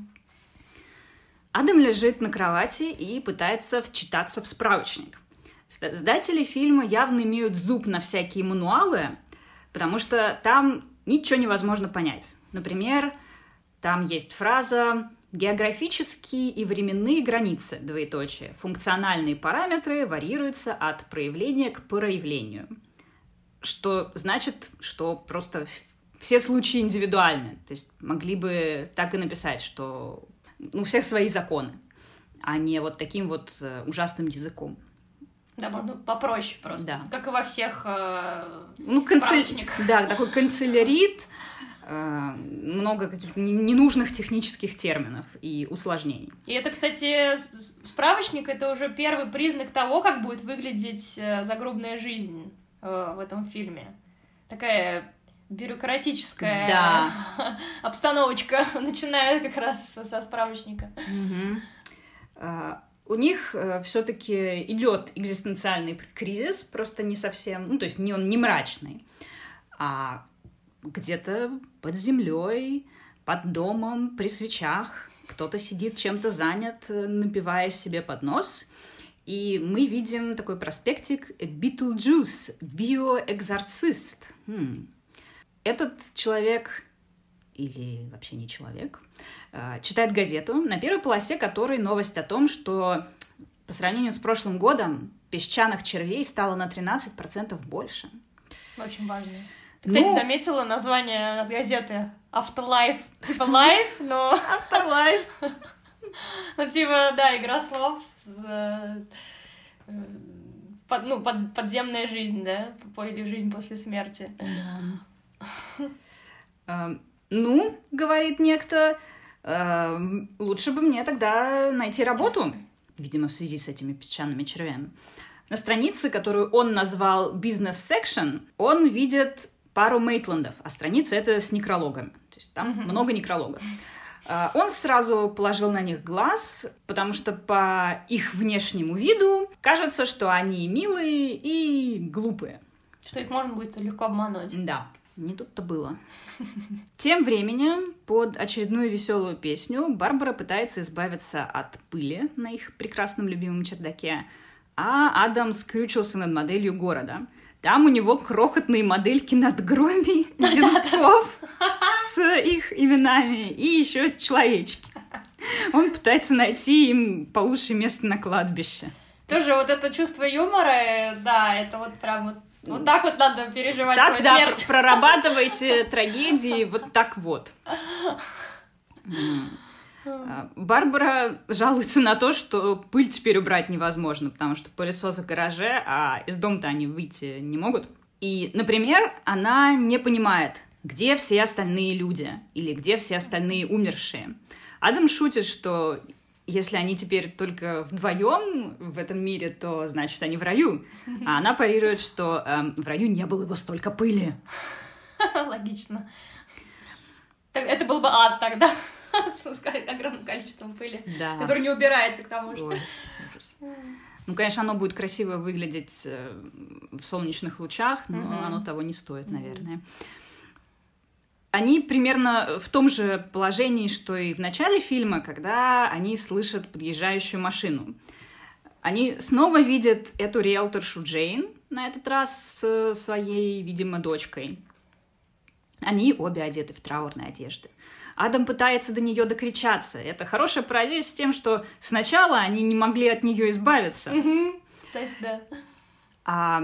Адам лежит на кровати и пытается вчитаться в справочник. Создатели фильма явно имеют зуб на всякие мануалы, потому что там ничего невозможно понять. Например, там есть фраза «географические и временные границы, двоеточие, функциональные параметры варьируются от проявления к проявлению». Что значит, что просто все случаи индивидуальны. То есть могли бы так и написать, что ну, у всех свои законы, а не вот таким вот ужасным языком. Да, можно попроще просто. Да. Как и во всех э, ну, справочниках. Канцель... Да, такой канцелярит, э, много каких-то ненужных технических терминов и усложнений. И это, кстати, справочник — это уже первый признак того, как будет выглядеть загробная жизнь э, в этом фильме. Такая бюрократическая да. обстановочка, начиная как раз со справочника. Угу. Uh, у них uh, все-таки идет экзистенциальный кризис, просто не совсем, ну, то есть не он не мрачный, а где-то под землей, под домом, при свечах кто-то сидит чем-то занят, напивая себе под нос. И мы видим такой проспектик «Beetlejuice», биоэкзорцист. Хм. Этот человек, или вообще не человек, читает газету, на первой полосе которой новость о том, что по сравнению с прошлым годом песчаных червей стало на тринадцать процентов больше. Очень важно. Ты, кстати, ну... заметила название газеты «Afterlife». Типа «Life», но... «Afterlife». Ну, типа, да, игра слов с под, ну, под, подземная жизнь, да? Или жизнь после смерти. Ну, говорит некто, лучше бы мне тогда найти работу, видимо, в связи с этими песчаными червями. На странице, которую он назвал Business Section, он видит пару Мейтландов, а страница это с некрологами. То есть там mm-hmm. много некрологов. Он сразу положил на них глаз, потому что по их внешнему виду кажется, что они милые и глупые. Что их можно будет легко обмануть. Да, не тут-то было. Тем временем, под очередную веселую песню, Барбара пытается избавиться от пыли на их прекрасном любимом чердаке, а Адам скрючился над моделью города. Там у него крохотные модельки надгробий, венков с их именами и еще человечки. Он пытается найти им получше место на кладбище. Тоже вот это чувство юмора, да, это вот прям вот, вот так вот надо переживать так, свою да, смерть. Так, да, прорабатывайте трагедии вот так вот. Барбара жалуется на то, что пыль теперь убрать невозможно, потому что пылесос в гараже, а из дома-то они выйти не могут. И, например, она не понимает, где все остальные люди или где все остальные умершие. Адам шутит, что если они теперь только вдвоем в этом мире, то значит они в раю. А она парирует, что эм, в раю не было бы столько пыли. Логично. Это был бы ад тогда. С огромным количеством пыли, да. который не убирается к тому же. Ой, ужас. Ну, конечно, оно будет красиво выглядеть в солнечных лучах, но mm-hmm. оно того не стоит, наверное. Mm-hmm. Они примерно в том же положении, что и в начале фильма, когда они слышат подъезжающую машину. Они снова видят эту риэлторшу Джейн, на этот раз с своей, видимо, дочкой. Они обе одеты в траурные одежды. Адам пытается до нее докричаться. Это хорошая параллель с тем, что сначала они не могли от нее избавиться. Mm-hmm. То есть, да. А,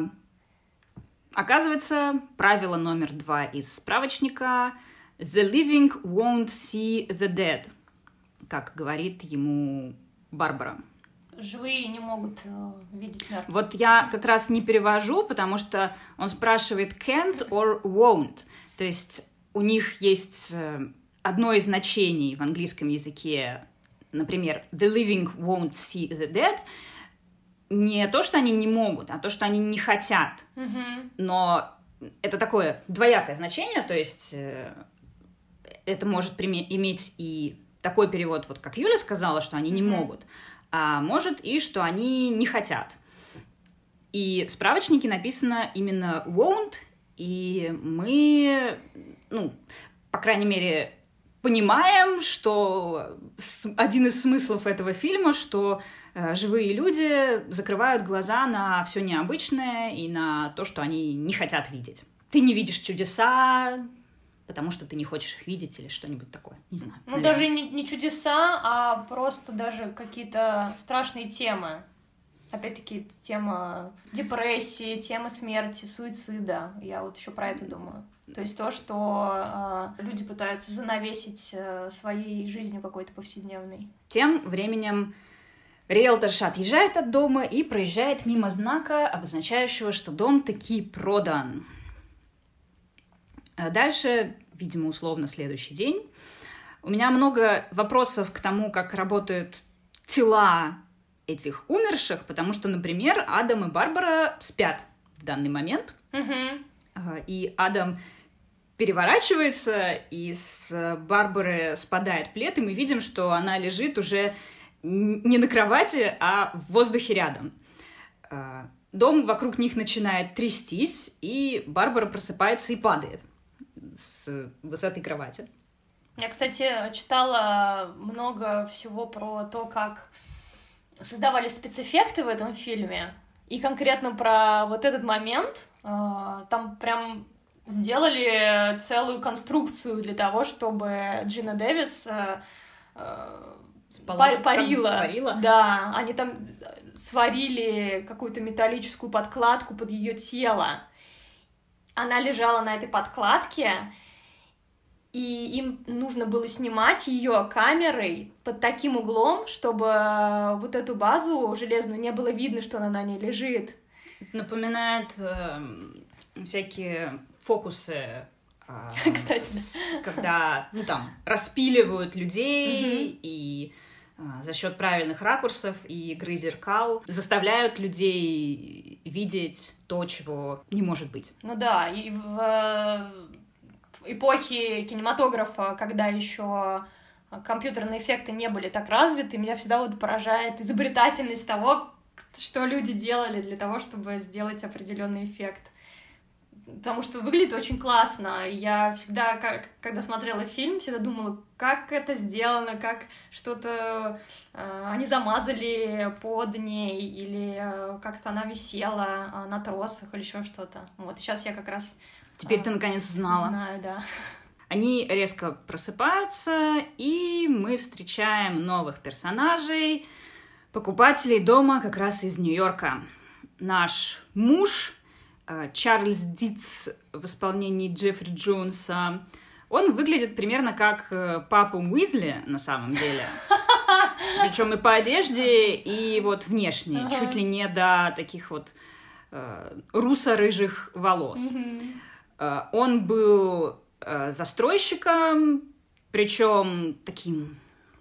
оказывается, правило номер два из справочника «The living won't see the dead», как говорит ему Барбара. Живые не могут э, видеть мертвых. Вот я как раз не перевожу, потому что он спрашивает «can't» or «won't». То есть у них есть... Одно из значений в английском языке, например, the living won't see the dead, не то, что они не могут, а то, что они не хотят. Mm-hmm. Но это такое двоякое значение, то есть это может иметь и такой перевод, вот как Юля сказала, что они не mm-hmm. могут, а может и что они не хотят. И в справочнике написано именно won't, и мы, ну, по крайней мере, понимаем, что один из смыслов этого фильма, что э, живые люди закрывают глаза на все необычное и на то, что они не хотят видеть. Ты не видишь чудеса, потому что ты не хочешь их видеть или что-нибудь такое. Не знаю. Ну, наверное. Даже не, не чудеса, а просто даже какие-то страшные темы. Опять-таки, тема депрессии, тема смерти, суицида. Я вот еще про это думаю. То есть то, что э, люди пытаются занавесить э, своей жизнью какой-то повседневной. Тем временем риэлторша отъезжает от дома и проезжает мимо знака, обозначающего, что дом таки продан. А дальше, видимо, условно следующий день. У меня много вопросов к тому, как работают тела этих умерших, потому что, например, Адам и Барбара спят в данный момент. Mm-hmm. И Адам переворачивается, и с Барбары спадает плед, и мы видим, что она лежит уже не на кровати, а в воздухе рядом. Дом вокруг них начинает трястись, и Барбара просыпается и падает с высоты кровати. Я, кстати, читала много всего про то, как создавались спецэффекты в этом фильме, и конкретно про вот этот момент. Там прям сделали целую конструкцию для того, чтобы Джина Дэвис э, э, Спала, парила. парила. Да, они там сварили какую-то металлическую подкладку под ее тело. Она лежала на этой подкладке, и им нужно было снимать ее камерой под таким углом, чтобы вот эту базу железную не было видно, что она на ней лежит. Напоминает э, всякие фокусы, э, Кстати, с, когда, ну там, распиливают людей и э, за счет правильных ракурсов и игры зеркал заставляют людей видеть то, чего не может быть. Ну да, и в, в эпохе кинематографа, когда еще компьютерные эффекты не были так развиты, меня всегда вот поражает изобретательность того, что люди делали для того, чтобы сделать определенный эффект. Потому что выглядит очень классно. Я всегда, как, когда смотрела фильм, всегда думала, как это сделано, как что-то э, они замазали под ней, или э, как-то она висела э, на тросах, или еще что-то. Вот, и сейчас я как раз... Теперь э, ты наконец узнала. Знаю, да. Они резко просыпаются, и мы встречаем новых персонажей, покупателей дома как раз из Нью-Йорка. Наш муж, Чарльз Дитс в исполнении Джеффри Джонса, он выглядит примерно как папа Уизли на самом деле. Причем и по одежде, и вот внешне, uh-huh. чуть ли не до таких вот э, русо-рыжих волос. Uh-huh. Э, он был э, застройщиком, причем таким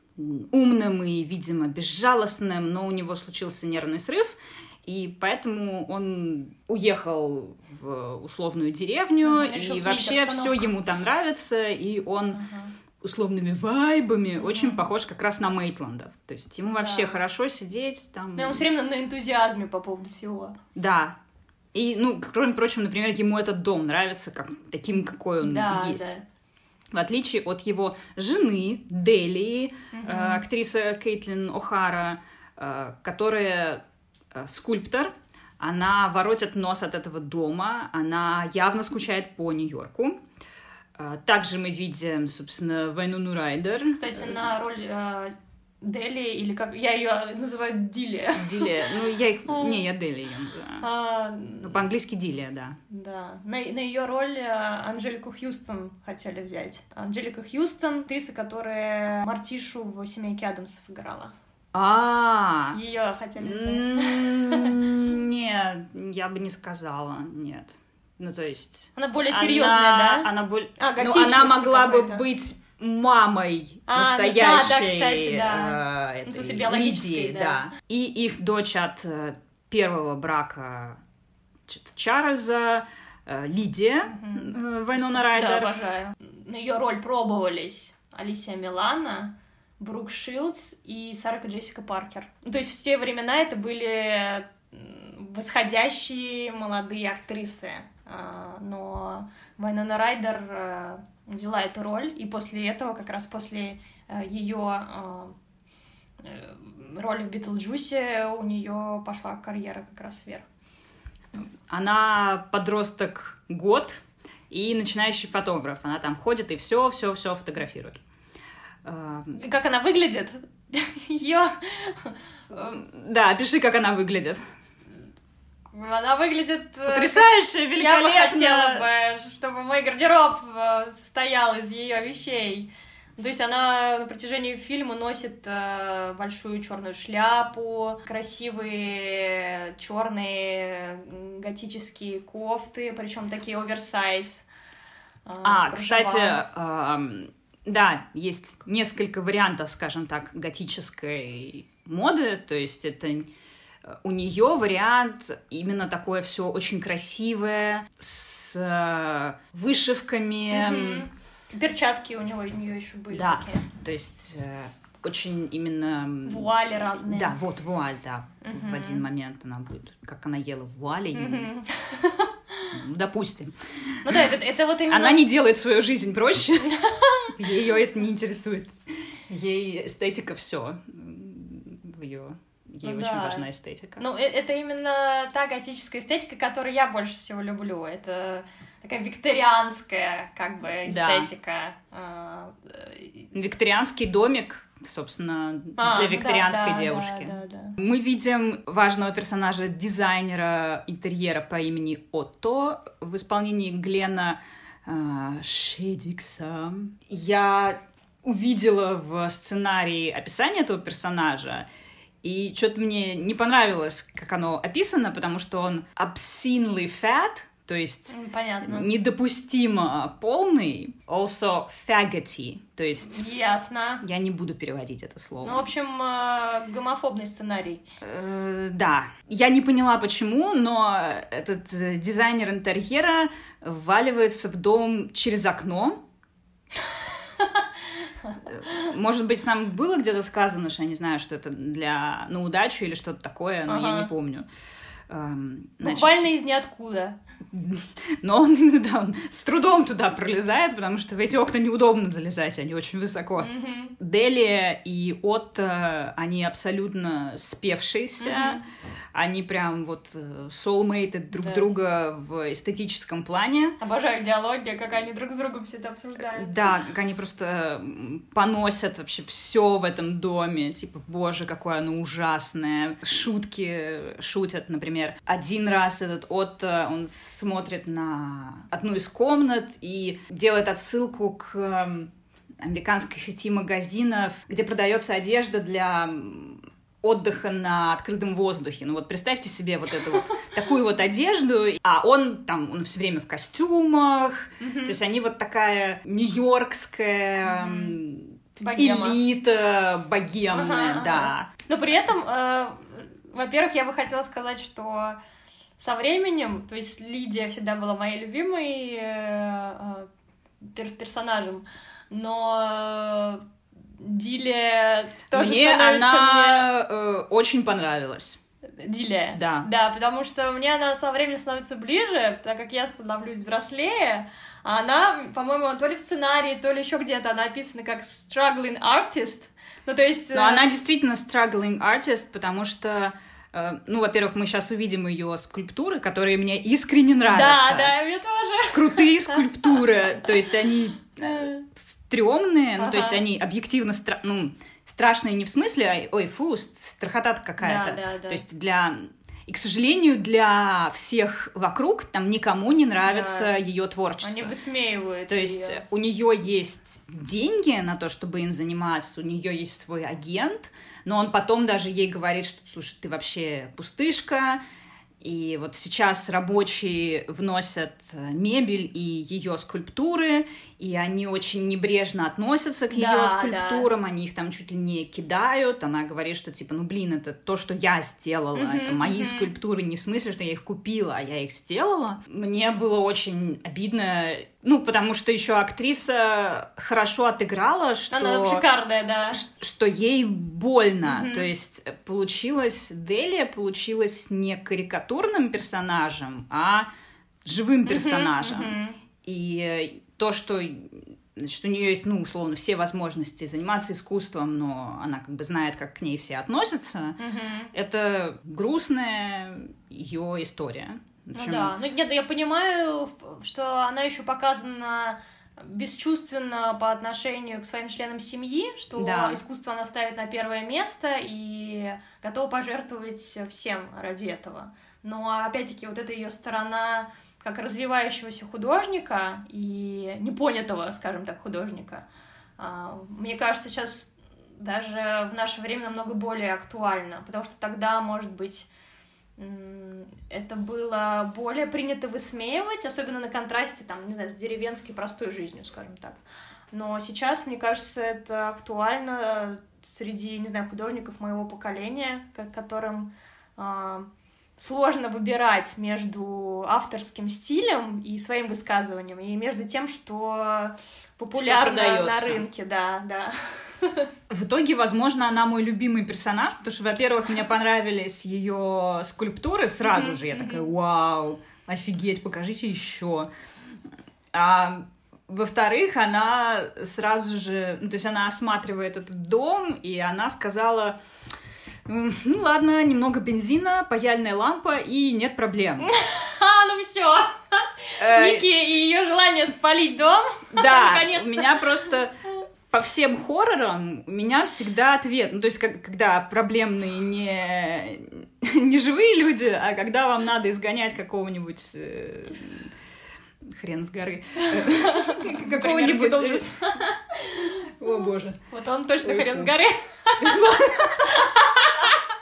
умным и, видимо, безжалостным, но у него случился нервный срыв, и поэтому он уехал в условную деревню, uh-huh. и вообще все ему там нравится, и он uh-huh. условными вайбами uh-huh. очень похож как раз на Мейтландов. То есть ему да. вообще хорошо сидеть там. Да, он все время на энтузиазме по поводу Фила. Да. И, ну, кроме прочего, например, ему этот дом нравится как, таким, какой он да, есть. Да. В отличие от его жены, Делии, uh-huh. э, актриса Кейтлин О'Хара, э, которая э, скульптор, она воротит нос от этого дома, она явно скучает по Нью-Йорку. Э, также мы видим, собственно, Вайнону Райдер. Кстати, на роль э, Дели, или как... Я ее называю Дилия. Дилия. Ну, я их... Не, я Дели ее называю. А... Ну, по-английски Дилия, да. Да. На, на ее роль Анжелику Хьюстон хотели взять. Анжелика Хьюстон, актриса, которая Мартишу в «Семейке Адамсов» играла. А, ее хотели взять. Нет, я бы не сказала, нет. Ну, то есть... Она более серьезная, да? Она более... А, ну, она могла бы быть мамой а, настоящей да, да, кстати, да. э, этой, в смысле, биологической, Лидии, да. да. И их дочь от э, первого брака Чарльза, э, Лидия, угу. э, Вайнона Райдер. Да, обожаю. На ее роль пробовались Алисия Милано, Брук Шилдс и Сара Джессика Паркер. То есть в те времена это были восходящие молодые актрисы, но Вайнона Райдер взяла эту роль, и после этого, как раз после ее роли в Битлджусе, у нее пошла карьера как раз вверх. Она подросток год и начинающий фотограф. Она там ходит и все, все, все фотографирует. И как она выглядит? Ее... Да, опиши, как она выглядит. Она выглядит... Потрясающе, великолепно. Я бы хотела бы, чтобы мой гардероб состоял из ее вещей. То есть она на протяжении фильма носит большую черную шляпу, красивые черные готические кофты, причем такие оверсайз. А, кстати... Да, есть несколько вариантов, скажем так, готической моды, то есть это у нее вариант именно такое все очень красивое, с вышивками. Угу. Перчатки у него у нее еще были да, такие. То есть очень именно... Вуали разные. Да, вот вуаль, да. Угу. В один момент она будет, как она ела в вуале. Угу. Ну, допустим. Ну да, это, это вот именно... Она не делает свою жизнь проще. Ее это не интересует. Ей эстетика все. В ее... Ей ну, очень да. важна эстетика. Ну, это именно та готическая эстетика, которую я больше всего люблю. Это такая викторианская, как бы, эстетика. Да. Викторианский домик, собственно, а, для викторианской да, девушки. Да, да, да. Мы видим важного персонажа, дизайнера интерьера по имени Отто в исполнении Глена э, Шедикса. Я увидела в сценарии описание этого персонажа, И что-то мне не понравилось, как оно описано, потому что он obscenely fat, то есть Понятно. недопустимо полный, also faggoty, то есть... Ясно. Я не буду переводить это слово. Ну, в общем, э, гомофобный сценарий. Э, да. Я не поняла, почему, но этот дизайнер интерьера вваливается в дом через окно. Может быть, нам было где-то сказано, что я не знаю, что это для на удачу или что-то такое, но ага. я не помню. Эм, значит... Буквально из ниоткуда. Но он именно, да, он с трудом туда пролезает, потому что в эти окна неудобно залезать, они очень высоко. Mm-hmm. Делия и Отто, они абсолютно спевшиеся, mm-hmm. они прям вот soulmated друг да. друга в эстетическом плане. Обожаю диалоги, как они друг с другом все это обсуждают. Да, как они просто поносят вообще все в этом доме, типа, боже, какое оно ужасное. Шутки шутят, например. Один раз этот Отто, он смотрит на одну из комнат и делает отсылку к американской сети магазинов, где продается одежда для отдыха на открытом воздухе. Ну вот представьте себе вот эту вот такую вот одежду, а он там, он все время в костюмах, mm-hmm. то есть они вот такая нью-йоркская mm-hmm. элита, богемная, ага, да. Ага. Но при этом, э, во-первых, я бы хотела сказать, что со временем, то есть Лидия всегда была моей любимой э, э, персонажем, но Дилия тоже мне становится она мне... э, очень понравилась. Дилия? Да. Да, потому что мне она со временем становится ближе, так как я становлюсь взрослее, а она, по-моему, то ли в сценарии, то ли еще где-то она описана как struggling artist, ну то есть... Но она действительно struggling artist, потому что ну, во-первых, мы сейчас увидим ее скульптуры, которые мне искренне нравятся. Да, да, мне тоже. Крутые скульптуры, то есть они стрёмные, ага. ну, то есть они объективно стра- ну, страшные не в смысле, ой, фу, страхота какая-то. Да, да, да. То есть для... И, к сожалению, для всех вокруг там никому не нравится да. ее творчество. Они высмеивают То её. есть у нее есть деньги на то, чтобы им заниматься, у нее есть свой агент, но он потом даже ей говорит, что, слушай, ты вообще пустышка, и вот сейчас рабочие вносят мебель и ее скульптуры, и они очень небрежно относятся к да, ее скульптурам, да. они их там чуть ли не кидают. Она говорит, что типа, ну блин, это то, что я сделала, mm-hmm, это мои mm-hmm. скульптуры, не в смысле, что я их купила, а я их сделала. Мне было очень обидно, ну, потому что еще актриса хорошо отыграла, что... Она шикарная, да. Что ей больно. Mm-hmm. То есть получилась Делия, получилась не карикатурным персонажем, а живым персонажем. Mm-hmm, mm-hmm. И то, что, значит, у нее есть, ну, условно, все возможности заниматься искусством, но она как бы знает, как к ней все относятся, mm-hmm. это грустная ее история. Ну да, ну нет, я понимаю, что она еще показана бесчувственно по отношению к своим членам семьи, что да. искусство она ставит на первое место и готова пожертвовать всем ради этого. Но опять-таки вот эта ее сторона как развивающегося художника и непонятого, скажем так, художника, мне кажется, сейчас даже в наше время намного более актуально, потому что тогда, может быть, это было более принято высмеивать, особенно на контрасте, там, не знаю, с деревенской простой жизнью, скажем так. Но сейчас, мне кажется, это актуально среди, не знаю, художников моего поколения, которым э, сложно выбирать между авторским стилем и своим высказыванием, и между тем, что популярно что на рынке, да, да. В итоге, возможно, она мой любимый персонаж, потому что, во-первых, мне понравились ее скульптуры сразу mm-hmm, же. Я mm-hmm. такая, вау, офигеть, покажите еще. А во-вторых, она сразу же, ну, то есть она осматривает этот дом, и она сказала, ну ладно, немного бензина, паяльная лампа, и нет проблем. А, ну все. Ники и ее желание спалить дом. Да, у меня просто... По всем хоррорам у меня всегда ответ. Ну, то есть, как, когда проблемные не, не живые люди, а когда вам надо изгонять какого-нибудь э, хрен с горы. Какого-нибудь... О, боже. Вот он точно хрен с горы.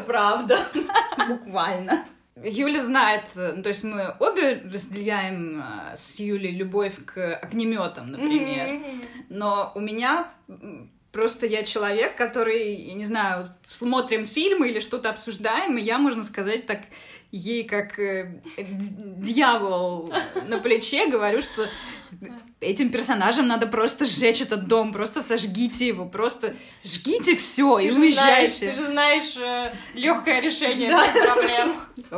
правда. Буквально. Юля знает, ну, то есть мы обе разделяем с Юлей любовь к огнеметам, например. Mm-hmm. Но у меня просто я человек, который, я не знаю, смотрим фильмы или что-то обсуждаем, и я, можно сказать, так ей как э, дьявол на плече говорю, что этим персонажам надо просто сжечь этот дом, просто сожгите его, просто жгите все и уезжайте. Ты же знаешь э, легкое решение да. всех проблем.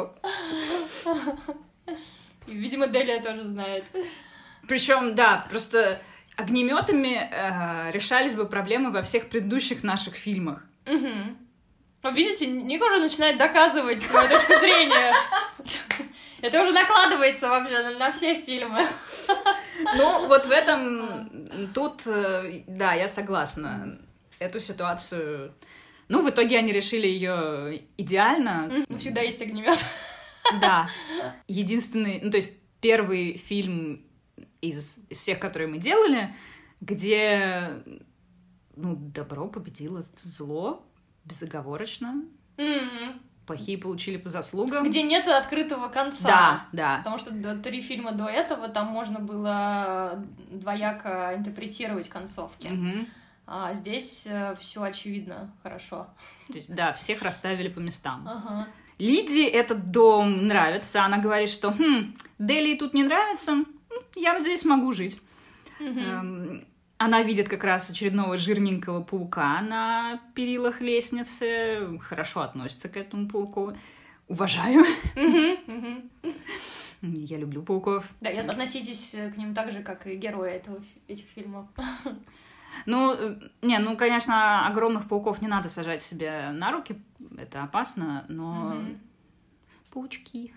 И, видимо, Делия тоже знает. Причем, да, просто огнеметами э, решались бы проблемы во всех предыдущих наших фильмах. Угу. Ну, видите, Ника уже начинает доказывать свою точку зрения. Это уже накладывается вообще на все фильмы. Ну, вот в этом... Тут, да, я согласна. Эту ситуацию... Ну, в итоге они решили ее идеально. Всегда есть огнемет. Да. Единственный... Ну, то есть первый фильм из, из всех, которые мы делали, где, ну, добро победило зло безоговорочно. Mm-hmm. Плохие получили по заслугам. Где нет открытого конца. Да, да. Потому что три фильма до этого там можно было двояко интерпретировать концовки. Mm-hmm. А здесь э, все очевидно хорошо. То есть, да, всех расставили по местам. Ага. Лидии этот дом нравится. Она говорит, что хм, Делии тут не нравится, я здесь могу жить. Mm-hmm. Эм, она видит как раз очередного жирненького паука на перилах лестницы, хорошо относится к этому пауку. Уважаю. Mm-hmm. Mm-hmm. Я люблю пауков. Да, и относитесь к ним так же, как и герои этого, этих фильмов. Ну, не, ну, конечно, огромных пауков не надо сажать себе на руки, это опасно, но mm-hmm. паучки.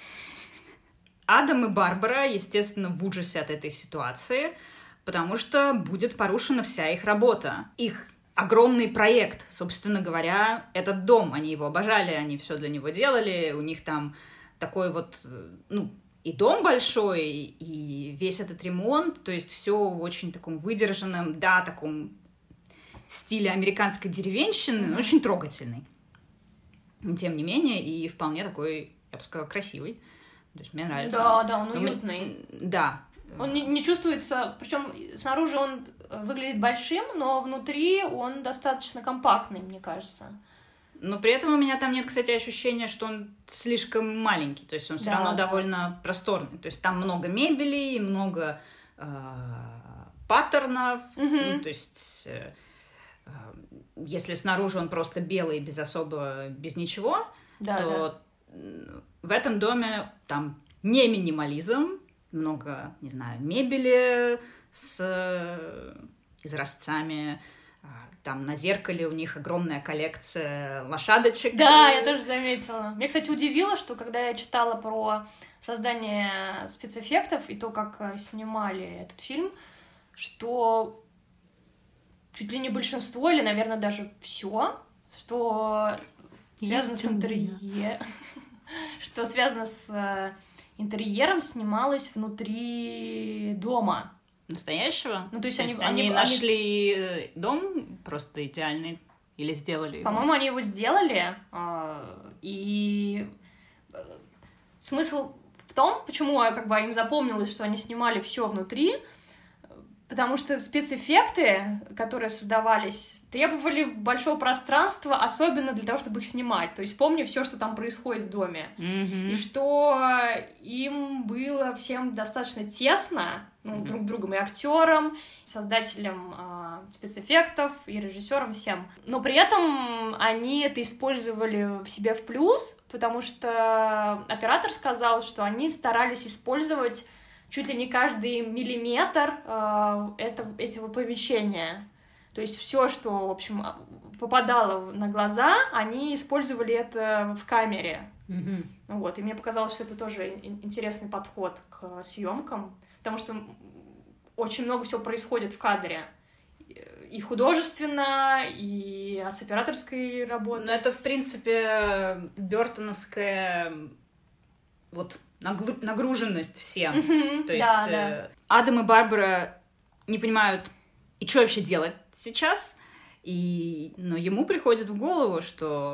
Адам и Барбара, естественно, в ужасе от этой ситуации, потому что будет порушена вся их работа. Их огромный проект, собственно говоря, этот дом. Они его обожали, они все для него делали, у них там такой вот, ну, и дом большой, и весь этот ремонт, то есть все в очень таком выдержанном, да, таком стиле американской деревенщины, mm-hmm. очень трогательный. Тем не менее, и вполне такой, я бы сказала, красивый. То есть мне нравится. Да, да, он уютный. Но, да. Он не, не чувствуется, причем снаружи он выглядит большим, но внутри он достаточно компактный, мне кажется. Но при этом у меня там нет, кстати, ощущения, что он слишком маленький, то есть он все да, равно да. довольно просторный. То есть там много мебели, много э, паттернов, mm-hmm. ну, то есть э, э, если снаружи он просто белый, без особо, без ничего, да, то да. в этом доме там не минимализм, много, не знаю, мебели с э, изразцами. Там на зеркале у них огромная коллекция лошадочек. Да, я тоже заметила. Меня, кстати, удивило, что когда я читала про создание спецэффектов и то, как снимали этот фильм, что чуть ли не большинство, или, наверное, даже все, что связано с интерьером, что связано с интерьером, снималось внутри дома. Настоящего? Ну, то есть, то они, есть они, они они нашли дом просто идеальный или сделали его? По-моему, они его сделали, и смысл в том, почему как бы им запомнилось, что они снимали все внутри, потому что спецэффекты, которые создавались, требовали большого пространства, особенно для того, чтобы их снимать. То есть помни все, что там происходит в доме. Mm-hmm. И что им было всем достаточно тесно, ну, mm-hmm. друг другом, и актерам, и создателям э, спецэффектов, и режиссерам, всем. Но при этом они это использовали в себе в плюс, потому что оператор сказал, что они старались использовать чуть ли не каждый миллиметр э, это, этого помещения. То есть все, что, в общем, попадало на глаза, они использовали это в камере. Mm-hmm. Вот. И мне показалось, что это тоже интересный подход к съемкам, потому что очень много всего происходит в кадре. И художественно, и с операторской работой. Но это, в принципе, бёртоновская вот нагруженность всем. Mm-hmm. То есть да, э, да. Адам и Барбара не понимают, и что вообще делать сейчас, и... но ему приходит в голову, что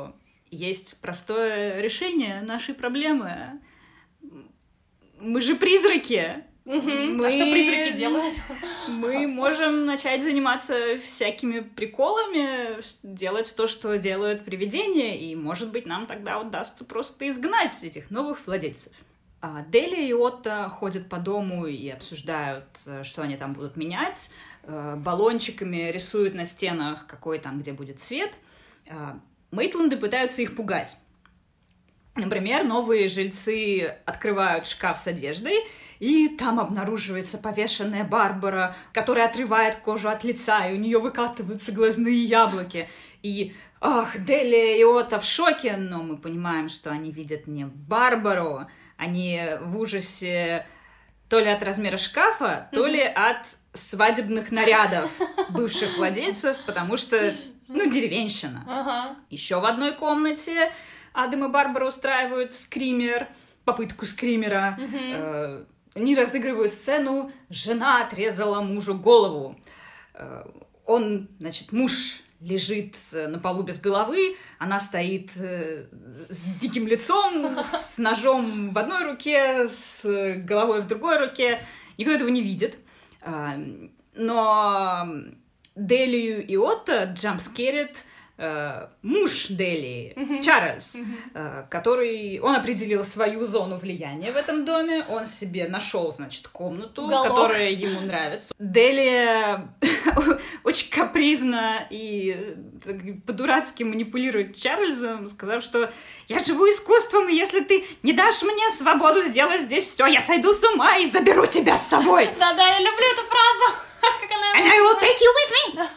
есть простое решение нашей проблемы. Мы же призраки. Угу. Мы... А что призраки делают? Мы можем начать заниматься всякими приколами, делать то, что делают привидения, и, может быть, нам тогда удастся просто изгнать этих новых владельцев. А Делия и Отто ходят по дому и обсуждают, что они там будут менять, баллончиками рисуют на стенах, какой там, где будет свет. Мейтленды пытаются их пугать. Например, новые жильцы открывают шкаф с одеждой, и там обнаруживается повешенная Барбара, которая отрывает кожу от лица, и у нее выкатываются глазные яблоки. И, ах, Делия и Отто в шоке, но мы понимаем, что они видят не Барбару, они в ужасе то ли от размера шкафа, то ли от свадебных нарядов бывших владельцев, потому что, ну, деревенщина. Ага. Еще в одной комнате Адам и Барбара устраивают скример, попытку скримера. Mm-hmm. Э, они разыгрывают сцену «Жена отрезала мужу голову». Э, он, значит, муж лежит на полу без головы, она стоит э, с диким лицом, с ножом в одной руке, с головой в другой руке. Никто этого не видит. Э, но Делию и Отто джампскерит Uh, муж Делии, mm-hmm. Чарльз, mm-hmm. uh, который... Он определил свою зону влияния в этом доме, он себе нашел, значит, комнату, Уголок. Которая ему нравится. Делия очень капризно и по-дурацки манипулирует Чарльзом, сказав, что я живу искусством, и если ты не дашь мне свободу сделать здесь все, я сойду с ума и заберу тебя с собой. Да-да, я люблю эту фразу. Как она... And I will take you with me.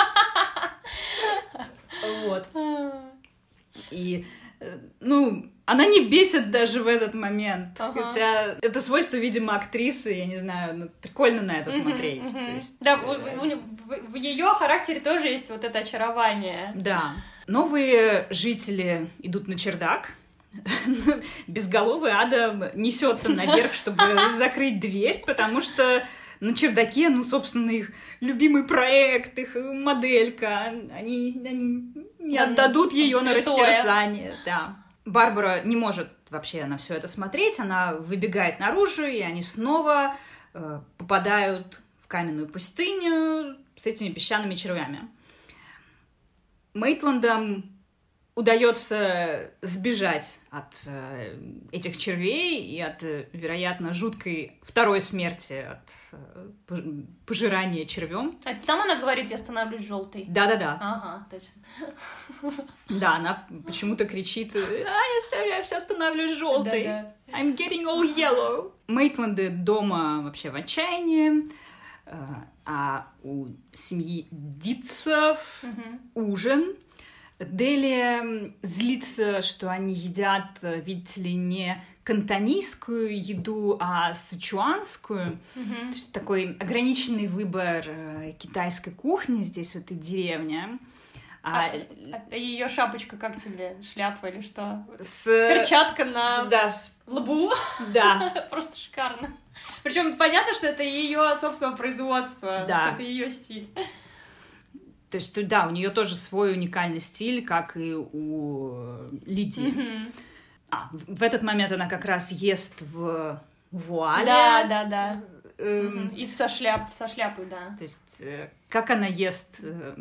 Вот. И, ну, она не бесит даже в этот момент. Ага. Хотя это свойство, видимо, актрисы, я не знаю, ну, прикольно на это смотреть. Mm-hmm, mm-hmm. То есть, да, в, в, в, в ее характере тоже есть вот это очарование. Да. Новые жители идут на чердак. Безголовый Адам несется наверх, чтобы закрыть дверь, потому что на чердаке, ну, собственно, их любимый проект, их моделька, они, они не отдадут ее на растерзание. Да. Барбара не может вообще на все это смотреть, она выбегает наружу, и они снова э, попадают в каменную пустыню с этими песчаными червями. Мейтландам удается сбежать от э, этих червей и от, э, вероятно, жуткой второй смерти от э, пожирания червем. А там она говорит, я становлюсь желтой. Да-да-да. Ага, точно. Да, она почему-то кричит, а, я вся, я вся становлюсь желтой. Да-да. I'm getting all yellow. Мейтланды дома вообще в отчаянии, а у семьи Дитцев угу. ужин. Делия злится, что они едят, видите ли, не кантонийскую еду, а сычуанскую. Mm-hmm. То есть такой ограниченный выбор китайской кухни здесь, в этой деревне. А, а ее шапочка как тебе? Шляпа или что? С... Перчатка на с... Да, с... лбу? Да. Просто шикарно. Причем понятно, что это ее собственное производство, да. что это ее стиль. То есть, да, у нее тоже свой уникальный стиль, как и у Лидии. Mm-hmm. А, в этот момент она как раз ест в вуале. Да, да, да. Эм... Mm-hmm. И со, шляп, со шляпой, да. То есть, как она ест...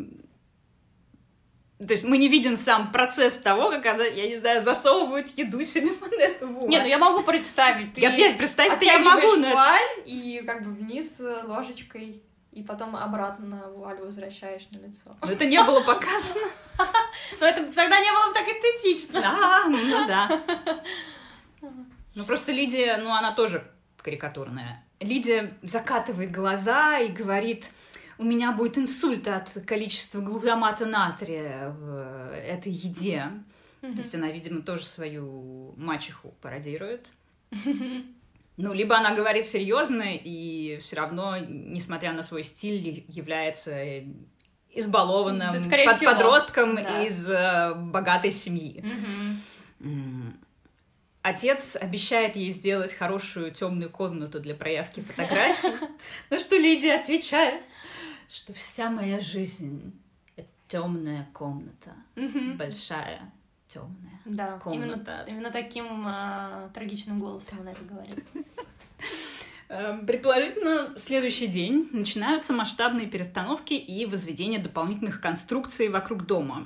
То есть мы не видим сам процесс того, как она, я не знаю, засовывает еду себе в вуаль. Не, ну я могу представить. Ты я, я представить-то я могу, но... вуаль и как бы вниз ложечкой... И потом обратно на вуаль возвращаешь на лицо. Но это не было показано. Но это тогда не было так эстетично. Да, ну да. Ну просто Лидия, ну она тоже карикатурная. Лидия закатывает глаза и говорит, у меня будет инсульт от количества глутамата натрия в этой еде. То есть она, видимо, тоже свою мачеху пародирует. Ну, либо она говорит серьезно и все равно, несмотря на свой стиль, является избалованным под всего. подростком да. из э, богатой семьи. Mm-hmm. Отец обещает ей сделать хорошую темную комнату для проявки фотографий, на что Лидия отвечает, что вся моя жизнь — это темная комната, большая темная Да, комната. Именно, именно таким э, трагичным голосом она это говорит. Предположительно, в следующий день начинаются масштабные перестановки и возведение дополнительных конструкций вокруг дома.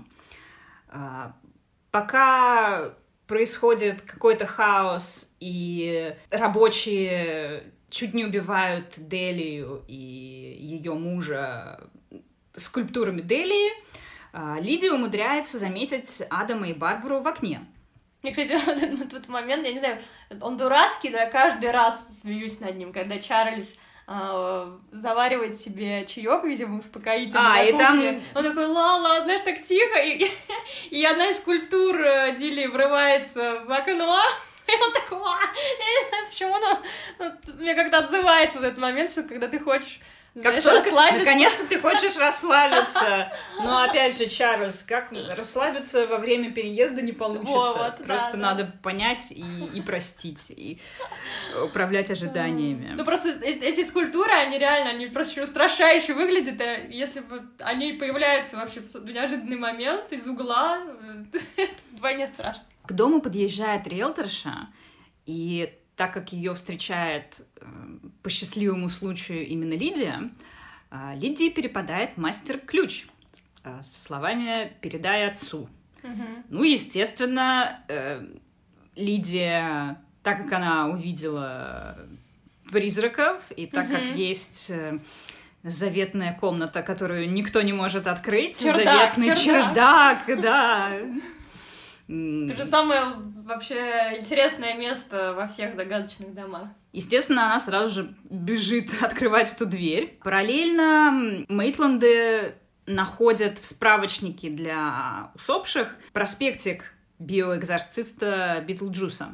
Пока происходит какой-то хаос, и рабочие чуть не убивают Делию и ее мужа скульптурами Делии, Лидия умудряется заметить Адама и Барбару в окне. Мне, кстати, вот этот момент, я не знаю, он дурацкий, но я каждый раз смеюсь над ним, когда Чарльз э, заваривает себе чаек, видимо, успокоительный. А, и там... Он такой, ла-ла, знаешь, так тихо, и, и одна из скульптур Дили врывается в окно, и он такой, а, я не знаю, почему, но, но мне как-то отзывается в этот момент, что когда ты хочешь... Как Знаешь, только, наконец-то ты хочешь расслабиться. Но опять же, Чарльз, как расслабиться во время переезда не получится. Вот, просто да, надо да. понять и, и простить, и управлять ожиданиями. Ну, просто эти скульптуры, они реально, они просто устрашающе выглядят, а если бы они появляются вообще в неожиданный момент из угла, это вдвойне страшно. К дому подъезжает риэлторша, и так как ее встречает э, по счастливому случаю именно Лидия, э, Лидии перепадает мастер-ключ э, со словами «передай отцу». Mm-hmm. Ну, естественно, э, Лидия, так как она увидела призраков, и так mm-hmm. как есть... Э, заветная комната, которую никто не может открыть, чердак, заветный чердак, чердак да. Это же самое вообще интересное место во всех загадочных домах. Естественно, она сразу же бежит открывать эту дверь. Параллельно Мейтланды находят в справочнике для усопших проспектик биоэкзорциста Битлджуса.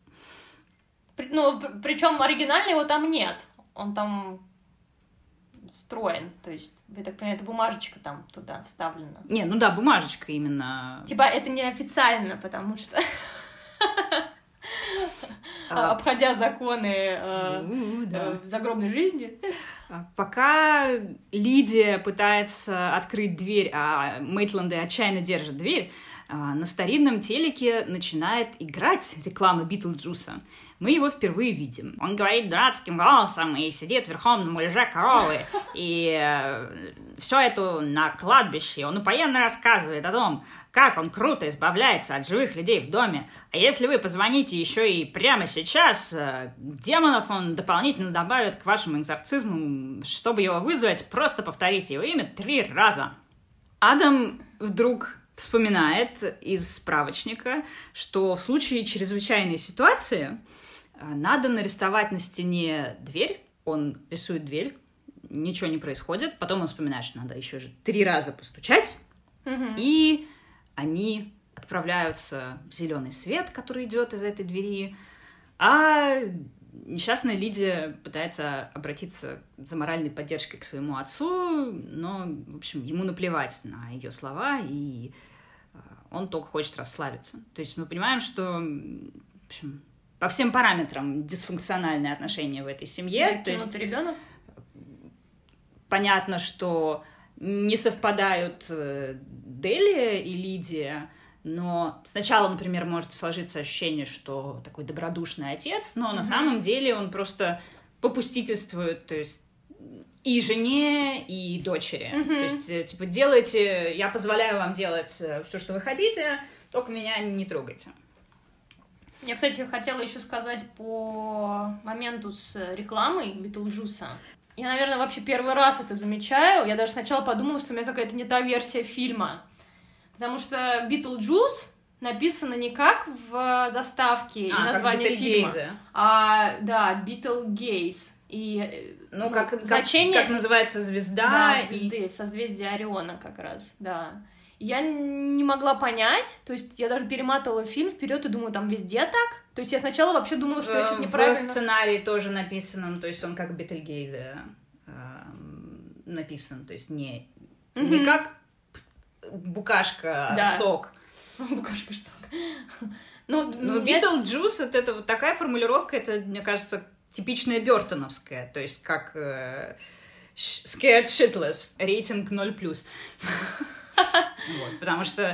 Ну, причем оригинально его там нет. Он там встроен, то есть, я так понимаю, это бумажечка там туда вставлена. Не, ну да, бумажечка именно. Типа это не официально, потому что обходя законы загробной жизни. Пока Лидия пытается открыть дверь, а Мейтланды отчаянно держат дверь, на старинном телеке начинает играть реклама Битлджуса. Мы его впервые видим. Он говорит дурацким голосом и сидит верхом на муляже коровы. И э, все это на кладбище. Он упоенно рассказывает о том, как он круто избавляется от живых людей в доме. А если вы позвоните еще и прямо сейчас, э, демонов он дополнительно добавит к вашему экзорцизму. Чтобы его вызвать, просто повторите его имя три раза. Адам вдруг вспоминает из справочника, что в случае чрезвычайной ситуации надо нарисовать на стене дверь. Он рисует дверь, ничего не происходит. Потом он вспоминает, что надо еще же три раза постучать. Mm-hmm. И они отправляются в зеленый свет, который идет из этой двери. А несчастная Лидия пытается обратиться за моральной поддержкой к своему отцу, но, в общем, ему наплевать на ее слова, и он только хочет расслабиться. То есть мы понимаем, что, в общем, по всем параметрам дисфункциональные отношения в этой семье. Да, то есть ребенок? Понятно, что не совпадают Делия и Лидия, но сначала, например, может сложиться ощущение, что такой добродушный отец, но mm-hmm. на самом деле он просто попустительствует, то есть и жене, и дочери. Mm-hmm. То есть, типа, делайте, я позволяю вам делать все, что вы хотите, только меня не трогайте. Я, кстати, хотела еще сказать по моменту с рекламой Битлджуса. Я, наверное, вообще первый раз это замечаю. Я даже сначала подумала, что у меня какая-то не та версия фильма. Потому что Битлджус написано не как в заставке а, и название фильма, а, да, Битлгейз. И, ну, ну, как, значение... как, как называется звезда. Да, звезды, и... в созвездии Ориона как раз, да. Я не могла понять, то есть я даже перематывала фильм вперед и думаю, там везде так? То есть я сначала вообще думала, что я что-то неправильно... В сценарии тоже написано, ну, то есть он как Битлгейзе э, написан, то есть не, mm-hmm. не как букашка, да. Сок. Букашка, сок. Ну, ну Битлджус, это, это вот такая формулировка, это, мне кажется, типичная бёртоновская, то есть как э, scared shitless, рейтинг ноль плюс. Вот, потому что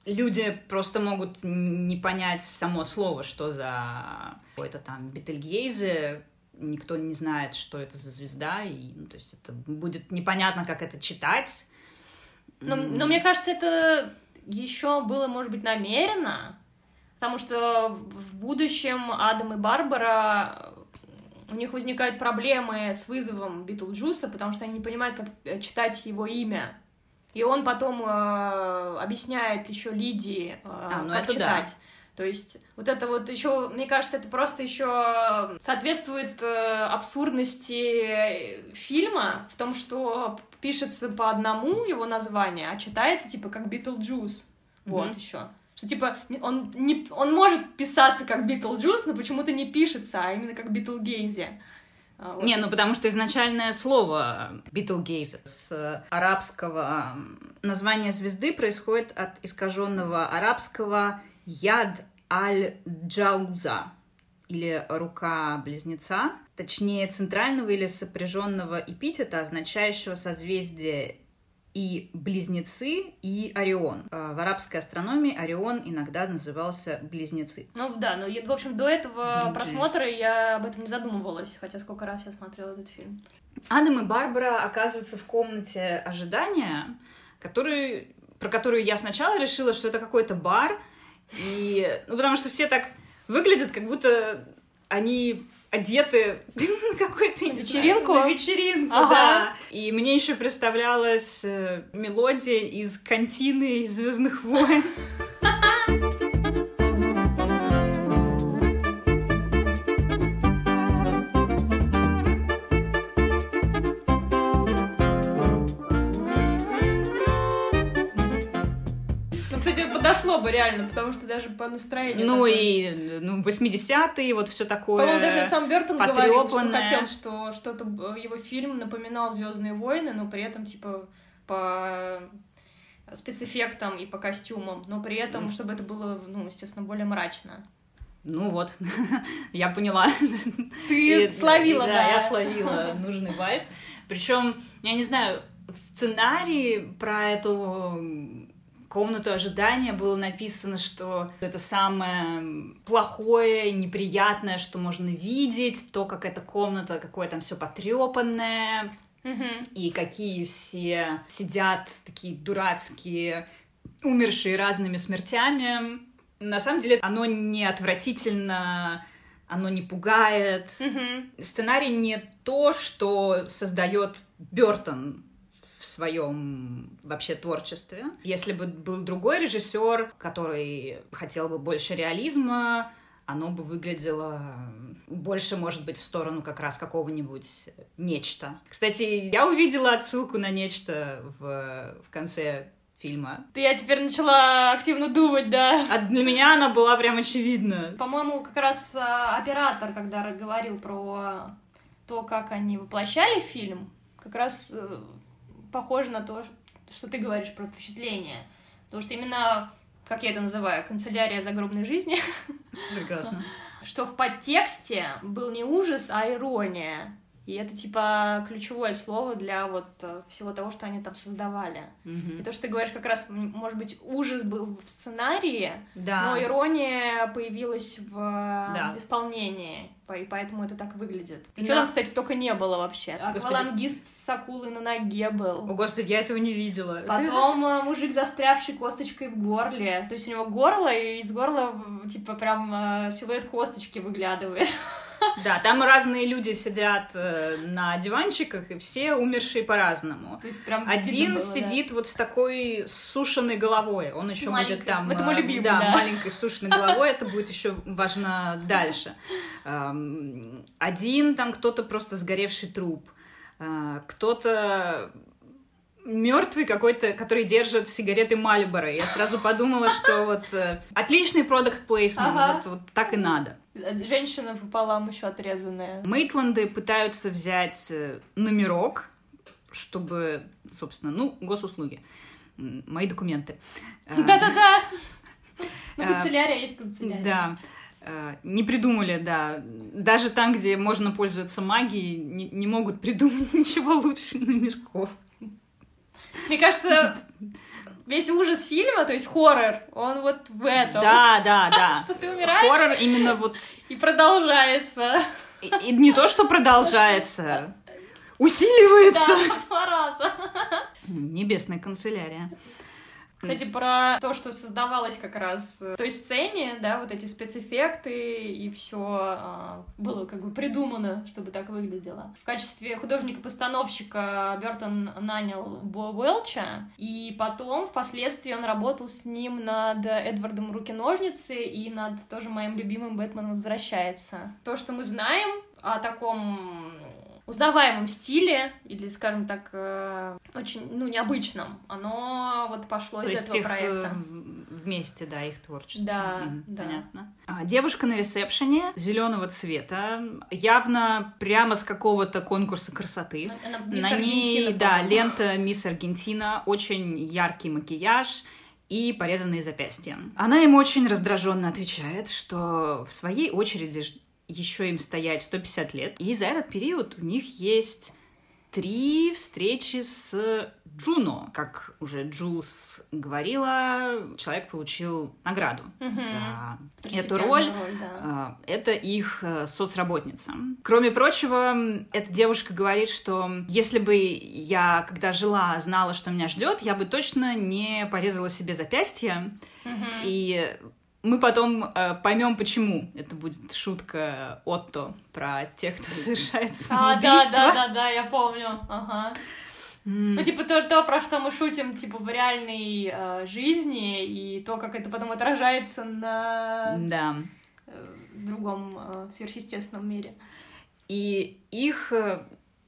люди просто могут не понять само слово, что за какой-то там Бетельгейзе, никто не знает, что это за звезда, и, ну, то есть это будет непонятно, как это читать. Но, но мне кажется, это еще было, может быть, намеренно, потому что в будущем Адам и Барбара, у них возникают проблемы с вызовом Битлджуса, потому что они не понимают, как читать его имя. И он потом э, объясняет еще Лидии, э, а, ну как это читать. Да. То есть вот это вот еще, мне кажется, это просто еще соответствует э, абсурдности фильма в том, что пишется по одному его название, а читается типа как Битлджус. Mm-hmm. Вот еще. Что типа он, не, он может писаться как Битлджус, но почему-то не пишется, а именно как Битлгейзе. Вот. Не, ну потому что изначальное слово Битлгейзе с арабского название звезды происходит от искаженного арабского Яд аль-Джауза, или рука близнеца, точнее центрального или сопряженного эпитета, означающего созвездие и близнецы, и Орион. В арабской астрономии Орион иногда назывался близнецы. Ну да, ну в общем до этого Блин, просмотра я об этом не задумывалась, хотя сколько раз я смотрела этот фильм. Адам и Барбара оказываются в комнате ожидания, который, про которую я сначала решила, что это какой-то бар, и, ну потому что все так выглядят, как будто они одеты на какую-то вечеринку. На вечеринку, ага. Да. И мне еще представлялась мелодия из кантины из «Звездных войн». Подошло бы реально, потому что даже по настроению. Ну такое. И ну, восьмидесятые, вот все такое. По-моему, даже сам Бёртон говорил, что потрёпанное. хотел, что что-то его фильм напоминал «Звездные войны», но при этом типа по спецэффектам и по костюмам, но при этом, mm. чтобы это было, ну, естественно, более мрачно. Ну вот, я поняла. Ты словила, да. Да, я словила нужный вайб. Причем, я не знаю, в сценарии про эту комнату ожидания было написано, что это самое плохое, неприятное, что можно видеть, то, как эта комната, какое там все потрепанное, mm-hmm. и какие все сидят такие дурацкие, умершие разными смертями. На самом деле оно не отвратительно, оно не пугает. Mm-hmm. Сценарий не то, что создает Бёртон в своем вообще творчестве. Если бы был другой режиссер, который хотел бы больше реализма, оно бы выглядело больше, может быть, в сторону как раз какого-нибудь «Нечто». Кстати, я увидела отсылку на «Нечто» в, в конце фильма. Я теперь начала активно думать, да. А для меня она была прям очевидна. По-моему, как раз а, оператор, когда говорил про то, как они воплощали фильм, как раз а, похоже на то, что ты говоришь про впечатление. Потому что именно, как я это называю, канцелярия загробной жизни. Прекрасно. Что в подтексте был не ужас, а ирония. И это, типа, ключевое слово для вот всего того, что они там создавали. Mm-hmm. И то, что ты говоришь, как раз, может быть, ужас был в сценарии, да. но ирония появилась в да. исполнении. И поэтому это так выглядит. И да. что там, кстати, только не было вообще. Аквалангист с акулой на ноге был. О, господи, я этого не видела. Потом мужик, застрявший косточкой в горле. То есть у него горло, и из горла, типа, прям силуэт косточки выглядывает. Да, там разные люди сидят э, на диванчиках, и все умершие по-разному. То есть прям один было, сидит да. вот с такой сушеной головой, он еще маленькой. будет там... Это мой любимый, да, да. маленькой сушеной головой, это будет еще важно дальше. Один там кто-то просто сгоревший труп, кто-то мертвый какой-то, который держит сигареты Мальборо. Я сразу подумала, что вот отличный продакт плейсмент, ага. вот, вот так и надо. Женщина пополам еще отрезанная. Мейтланды пытаются взять номерок, чтобы, собственно, ну, госуслуги, мои документы. Да-да-да! Ну, канцелярия есть канцелярия. Да. Не придумали, да. Даже там, где можно пользоваться магией, не, не могут придумать ничего лучше номерков. Мне кажется, весь ужас фильма, то есть хоррор, он вот в этом. Да, да, да. Что ты умираешь. Хоррор именно вот... И продолжается. И, и не то, что продолжается, усиливается. Да, два раза. Небесная канцелярия. Кстати, про то, что создавалось как раз в той сцене, да, вот эти спецэффекты, и все а, было как бы придумано, чтобы так выглядело. В качестве художника-постановщика Бёртон нанял Бо Уэлча, и потом, впоследствии, он работал с ним над Эдвардом Руки-ножницы и над тоже моим любимым «Бэтмен возвращается». То, что мы знаем о таком узнаваемом стиле, или, скажем так, э, очень, ну, необычном, оно вот пошло То из есть этого их, проекта. э, вместе, да, их творчество. Да, М, да. Понятно. А, девушка на ресепшене зеленого цвета, явно прямо с какого-то конкурса красоты. Она мисс На ней, Аргентина, да, по-моему. лента «Мисс Аргентина», очень яркий макияж и порезанные запястья. Она ему очень раздраженно отвечает, что в своей очереди ж- еще им стоять сто пятьдесят лет, и за этот период у них есть три встречи с Джуно. Как уже Джулс говорила, человек получил награду Мгм. за эту Второстепенная роль. роль, да. А, Это их э, соцработница. Кроме прочего, эта девушка говорит, что если бы я, когда жила, знала, что меня ждет, я бы точно не порезала себе запястье. Мгм. И мы потом э, поймем, почему. Это будет шутка Отто про тех, кто совершает А, самоубийство. да, да, да, да, я помню. Ага. М, Ну, типа, то, то, про что мы шутим, типа, в реальной э, жизни, и то, как это потом отражается на Да. э, другом э, сверхъестественном мире. И их э,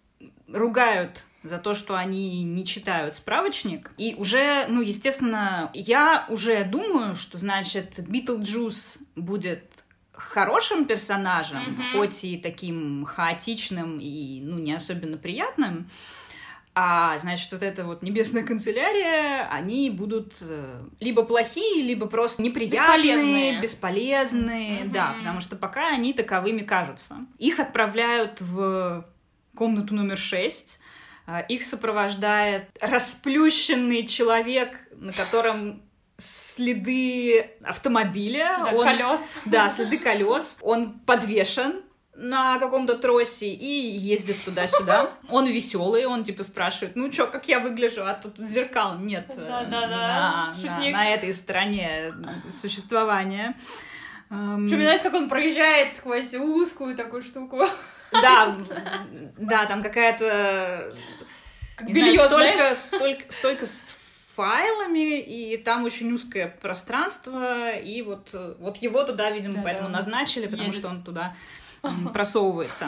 ругают за то, что они не читают справочник. И уже, ну, естественно, я уже думаю, что, значит, Битлджус будет хорошим персонажем, Мгм. хоть и таким хаотичным и, ну, не особенно приятным. А, значит, вот эта вот небесная канцелярия, они будут э, либо плохие, либо просто неприятные, Бесполезные. бесполезные. Мгм. Да, потому что пока они таковыми кажутся. Их отправляют в комнату номер шесть. А, Их сопровождает расплющенный человек, на котором следы автомобиля. Да, Он- колес. Да, следы колес. Он подвешен на каком-то тросе и ездит туда-сюда. Он веселый, он типа спрашивает, ну чё, как я выгляжу, а тут зеркал нет э, Да-да-да, на, на- шутник. на этой стороне существования. Эм, Причем, знаешь, как он проезжает сквозь узкую такую штуку. Да, да, там какая-то Как не знаю, белье, столько, знаешь. столько, столько с файлами, и там очень узкое пространство, и вот, э, вот его туда, видимо, Да-да. поэтому назначили, потому Едет. что он туда м, просовывается.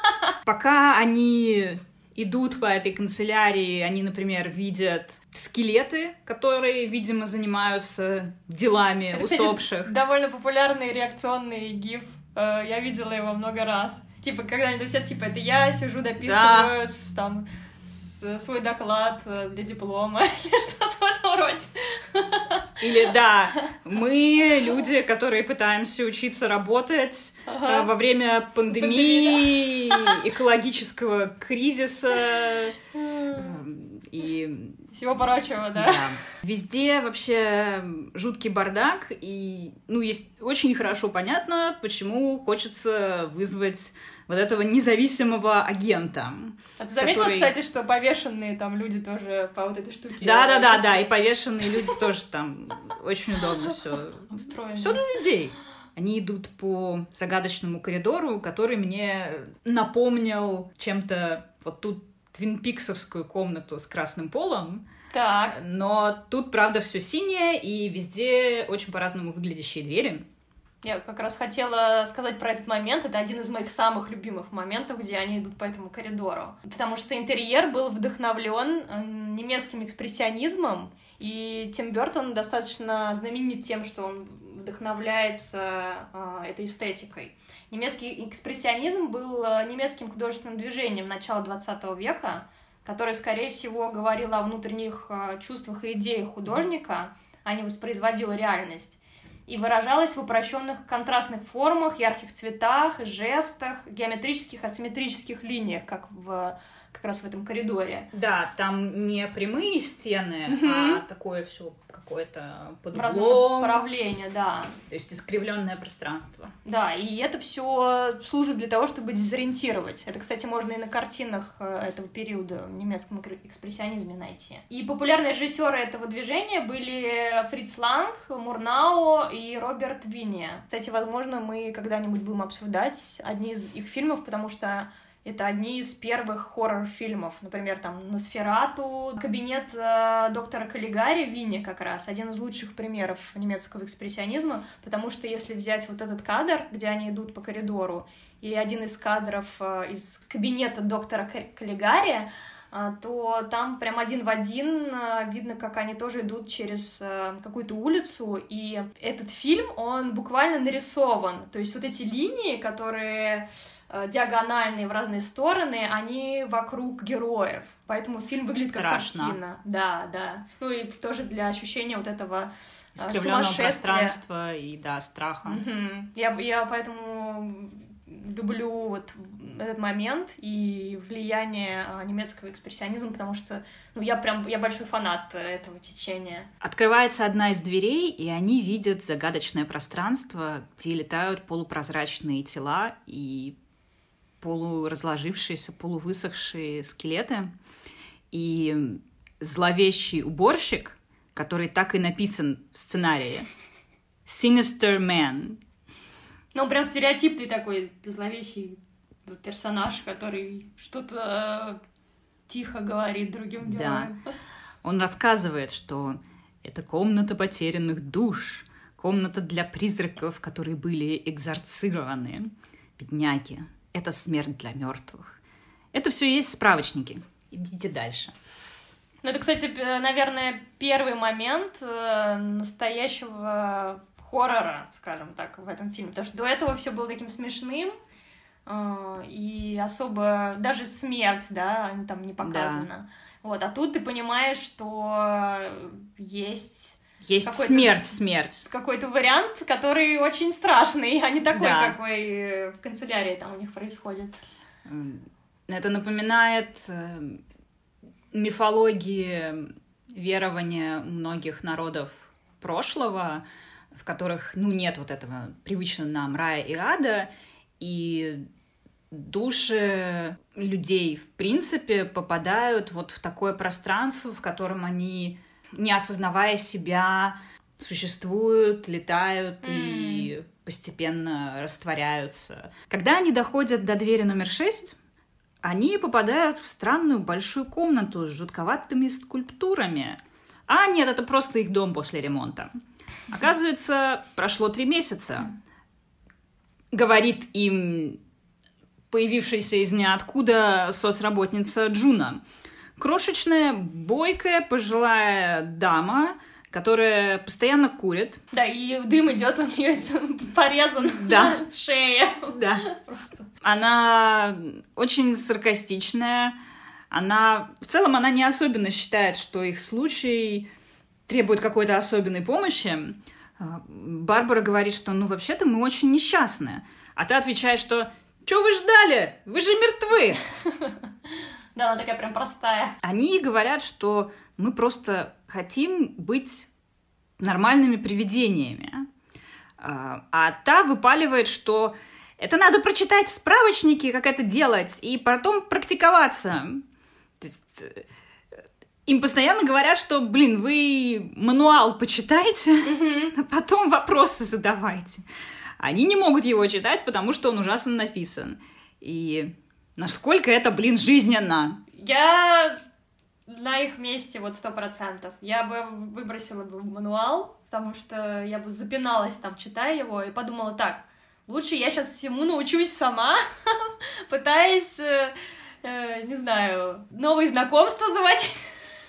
Пока они идут по этой канцелярии, они, например, видят скелеты, которые, видимо, занимаются делами Это, кстати, усопших. довольно популярный реакционный гиф. Э, Я видела его много раз. Типа, когда они там все, типа, это я сижу, дописываю с, там, с- свой доклад э, для диплома или что-то в этом роде. Или, да, мы люди, которые пытаемся учиться работать Ага. э, во время пандемии, экологического кризиса э, и... Всего прочего, да. Да. Везде вообще жуткий бардак, и, ну, есть очень хорошо понятно, почему хочется вызвать вот этого независимого агента. А ты заметила, который- кстати, что повешенные там люди тоже по вот этой штуке Да-да-да, э, да, и повешенные люди тоже там очень удобно все. устроены? Все для людей. Они идут по загадочному коридору, который мне напомнил чем-то вот тут твинпиксовскую комнату с красным полом, Так, но тут, правда, все синее, и везде очень по-разному выглядящие двери. я как раз хотела сказать про этот момент. Это один из моих самых любимых моментов, где они идут по этому коридору. Потому что интерьер был вдохновлен немецким экспрессионизмом, и Тим Бёртон достаточно знаменит тем, что он вдохновляется э, этой эстетикой. Немецкий экспрессионизм был э, немецким художественным движением начала двадцатого века, которое, скорее всего, говорило о внутренних э, чувствах и идеях художника, а не воспроизводило реальность. и выражалась в упрощенных контрастных формах, ярких цветах, жестах, геометрических, асимметрических линиях, как в как раз в этом коридоре. Да, там не прямые стены, mm-hmm. а такое все какое-то под углом. Разное направление, да. То есть искривленное пространство. Да, и это все служит для того, чтобы дезориентировать. Это, кстати, можно и на картинах этого периода в немецком экспрессионизме найти. И популярные режиссеры этого движения были Фриц Ланг, Мурнау и Роберт Винни. Кстати, возможно, мы когда-нибудь будем обсуждать одни из их фильмов, потому что это одни из первых хоррор-фильмов. Например, там «Носферату», «Кабинет э, доктора Каллигари» Винни как раз. Один из лучших примеров немецкого экспрессионизма, потому что если взять вот этот кадр, где они идут по коридору, и один из кадров э, из «Кабинета доктора Каллигари», э, то там прям один в один э, видно, как они тоже идут через э, какую-то улицу, и этот фильм, он буквально нарисован. То есть вот эти линии, которые диагональные в разные стороны, они вокруг героев. Поэтому фильм выглядит Страшно. Как картина. Да, да. Ну и тоже для ощущения вот этого искривленного сумасшествия. Пространства и, да, страха. Угу. Я, я поэтому люблю вот этот момент и влияние немецкого экспрессионизма, потому что ну, я прям я большой фанат этого течения. Открывается одна из дверей, и они видят загадочное пространство, где летают полупрозрачные тела и полуразложившиеся, полувысохшие скелеты. И зловещий уборщик, который так и написан в сценарии, Sinister Man. Ну, прям стереотипный такой зловещий персонаж, который что-то тихо говорит другим героям. Да. Он рассказывает, что это комната потерянных душ, комната для призраков, которые были экзорцированы. Бедняги. Это смерть для мертвых. Это все есть в справочнике. Идите дальше. Ну, это, кстати, наверное, первый момент настоящего хоррора, скажем так, в этом фильме. Потому что до этого все было таким смешным, и особо даже смерть, да, там не показана. Да. Вот, а тут ты понимаешь, что есть... Есть смерть, смерть. Какой-то вариант, который очень страшный, а не такой, да. какой в канцелярии там у них происходит. Это напоминает мифологии, верования многих народов прошлого, в которых, ну, нет вот этого привычного нам рая и ада, и души людей, в принципе, попадают вот в такое пространство, в котором они... не осознавая себя, существуют, летают mm. и постепенно растворяются. Когда они доходят до двери номер шесть, они попадают в странную большую комнату с жутковатыми скульптурами. А нет, это просто их дом после ремонта. Оказывается, прошло три месяца. Говорит им появившаяся из ниоткуда соцработница Джуна. Крошечная, бойкая, пожилая дама, которая постоянно курит. Да, и дым идет у нее порезан да. на шее. Да. Просто. Она очень саркастичная. Она, в целом, она не особенно считает, что их случай требует какой-то особенной помощи. Барбара говорит, что, ну, вообще-то мы очень несчастны. А та отвечает, что «Чё вы ждали? Вы же мертвы!» Да, она такая прям простая. Они говорят, что мы просто хотим быть нормальными привидениями. А та выпаливает, что это надо прочитать в справочнике, как это делать, и потом практиковаться. То есть им постоянно говорят, что, блин, вы мануал почитайте, mm-hmm. а потом вопросы задавайте. Они не могут его читать, потому что он ужасно написан. И... насколько это, блин, жизненно? Я на их месте вот сто процентов. Я бы выбросила бы мануал, потому что я бы запиналась там, читая его, и подумала, так, лучше я сейчас всему научусь сама, пытаясь, э, э, не знаю, новые знакомства заводить,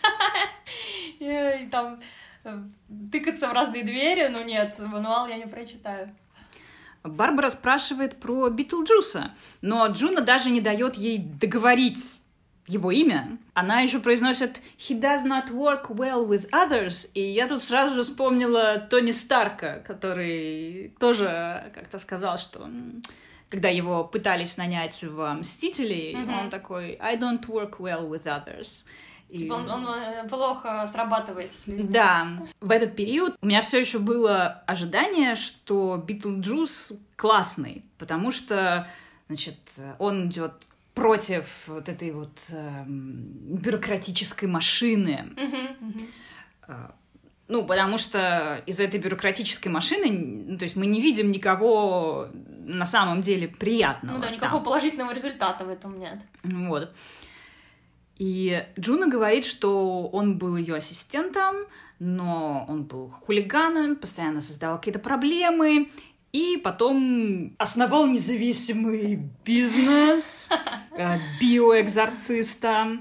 и там тыкаться в разные двери, но нет, мануал я не прочитаю. Барбара спрашивает про Битлджуса, но Джуна даже не дает ей договорить его имя, она еще произносит «He does not work well with others», и я тут сразу же вспомнила Тони Старка, который тоже как-то сказал, что когда его пытались нанять в «Мстителей», mm-hmm. он такой «I don't work well with others». И... Он, он плохо срабатывает с людьми. Да. В этот период у меня все еще было ожидание, что Битлджус классный, потому что, значит, он идет против вот этой вот э, бюрократической машины. Uh-huh, uh-huh. Э, ну, потому что из этой бюрократической машины, ну, то есть мы не видим никого на самом деле приятного. Ну да, никакого там. Положительного результата в этом нет. Вот. И Джуна говорит, что он был ее ассистентом, но он был хулиганом, постоянно создавал какие-то проблемы, и потом основал независимый бизнес биоэкзорциста.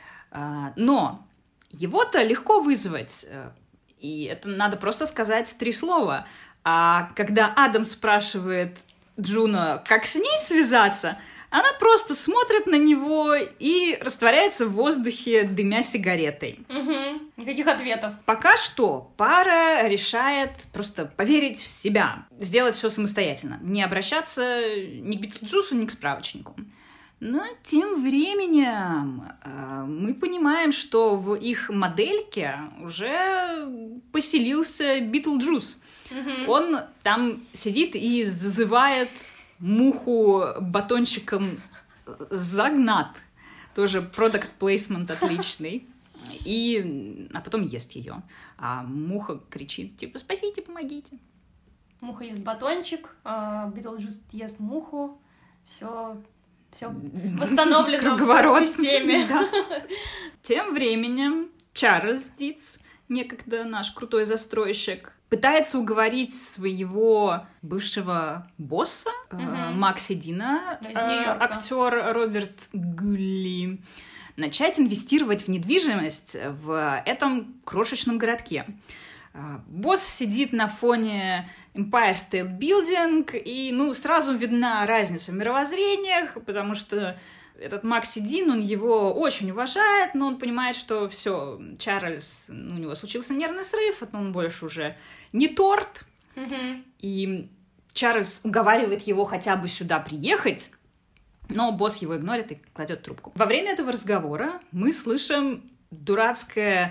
Но его-то легко вызвать, и это надо просто сказать три слова. А когда Адам спрашивает Джуну, как с ней связаться, она просто смотрит на него и растворяется в воздухе, дымя сигаретой. Угу. Никаких ответов. Пока что пара решает просто поверить в себя, сделать все самостоятельно, не обращаться ни к Битлджусу, ни к справочнику. Но тем временем э, мы понимаем, что в их модельке уже поселился Битлджус. Угу. Он там сидит и зазывает муху батончиком Загнат. Тоже product placement отличный. И... А потом ест ее. А муха кричит, типа, спасите, помогите. Муха ест батончик, а Битлджус ест муху. Все, все восстановлено в системе. Да. Тем временем Чарльз Диц, некогда наш крутой застройщик, пытается уговорить своего бывшего босса, угу. э, Макси Дина, да, э, актер Роберт Гулли, начать инвестировать в недвижимость в этом крошечном городке. Э, босс сидит на фоне Empire State Building, и ну, сразу видна разница в мировоззрениях, потому что этот Макси Дин, он его очень уважает, но он понимает, что все, Чарльз, ну, у него случился нервный срыв, он больше уже не торт. Mm-hmm. И Чарльз уговаривает его хотя бы сюда приехать, но босс его игнорит и кладет трубку. Во время этого разговора мы слышим дурацкое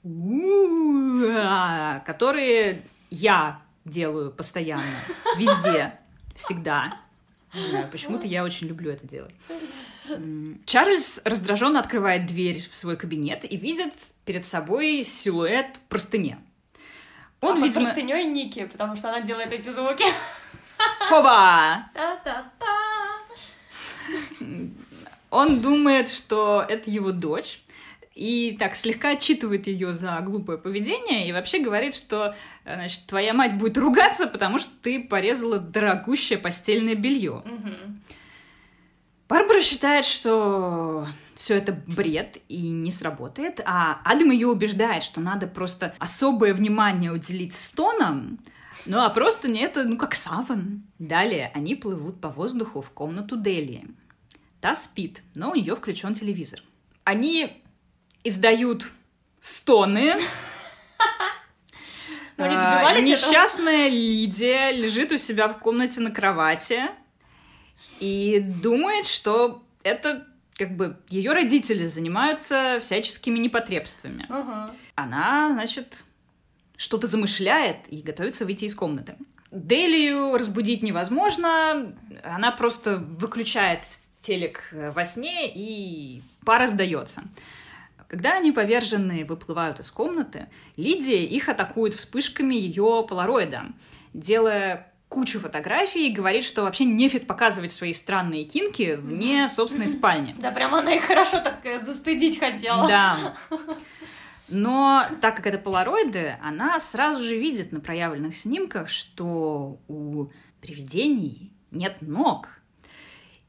«у-а», которое я делаю постоянно, везде, всегда. Не знаю, почему-то я очень люблю это делать. Чарльз раздраженно открывает дверь в свой кабинет и видит перед собой силуэт в простыне. Он, а видимо... под простынёй Ники, потому что она делает эти звуки. Хоба! Та-та-та! Он думает, что это его дочь, и так слегка отчитывает ее за глупое поведение, и вообще говорит, что, значит, твоя мать будет ругаться, потому что ты порезала дорогущее постельное белье. Угу. Барбара считает, что все это бред и не сработает, а Адам ее убеждает, что надо просто особое внимание уделить стонам, ну а просто не это, ну как саван. Далее они плывут по воздуху в комнату Дели. Та спит, но у нее включен телевизор. Они издают стоны. Несчастная Лидия лежит у себя в комнате на кровати и думает, что это как бы ее родители занимаются всяческими непотребствами. Uh-huh. Она, значит, что-то замышляет и готовится выйти из комнаты. Делию разбудить невозможно, она просто выключает телек во сне, и пара сдается. Когда они поверженные выплывают из комнаты, Лидия их атакует вспышками ее полароида, делая кучу фотографий и говорит, что вообще нефиг показывать свои странные кинки вне собственной спальни. Да, прям она их хорошо так застыдить хотела. Да. Но так как это полароиды, она сразу же видит на проявленных снимках, что у привидений нет ног.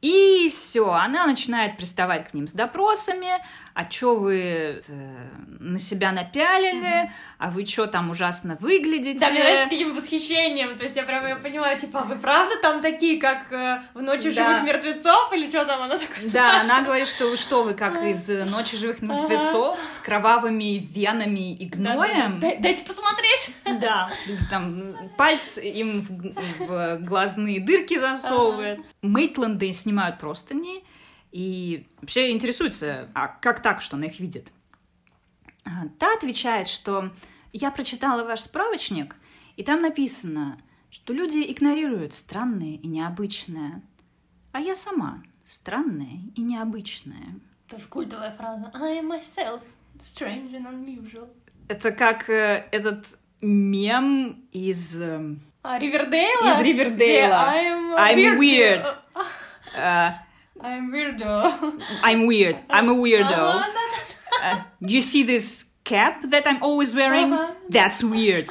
И все, она начинает приставать к ним с допросами, а чё вы э, на себя напялили, mm-hmm. а вы чё там ужасно выглядите. Да, мне нравится с таким восхищением, то есть я прямо я понимаю, типа, а вы правда там такие, как э, в «Ночи да. живых мертвецов» или что там она такое? Да, она говорит, что что вы как из «Ночи живых мертвецов» с кровавыми венами и гноем. Да, да, да. Дайте посмотреть. Да, там пальцы им в, в глазные дырки засовывает. Ага. Мейтланды снимают простыни и вообще интересуется, а как так, что она их видит? Та отвечает, что я прочитала ваш справочник, и там написано, что люди игнорируют странное и необычное, а я сама странная и необычная. Тоже культовая фраза. I am myself, strange and unusual. Это как э, этот мем из... А, Ривердейла? Из Ривердейла. I'm, I'm weird. Uh, I'm weirdo. I'm weird. I'm a weirdo. Uh, you see this cap that I'm always wearing? Uh-huh. That's weird.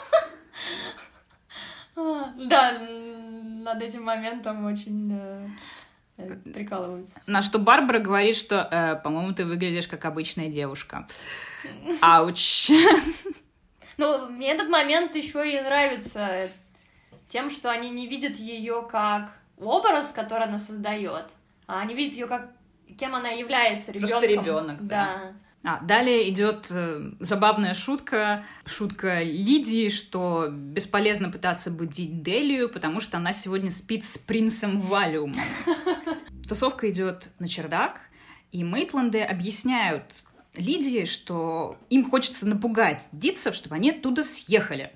Да, над этим моментом очень э, прикалываются. На что Барбара говорит, что, э, по-моему, ты выглядишь как обычная девушка. Ауч. Ну, мне этот момент еще и нравится тем, что они не видят ее как образ, который она создает, а они видят ее как кем она является, ребенком. Просто ребенок, да. да. А, далее идет э, забавная шутка, шутка Лидии, что бесполезно пытаться будить Делию, потому что она сегодня спит с принцем Валиумом. Тусовка идет на чердак, и Мейтланды объясняют Лидии, что им хочется напугать Дитсов, чтобы они оттуда съехали.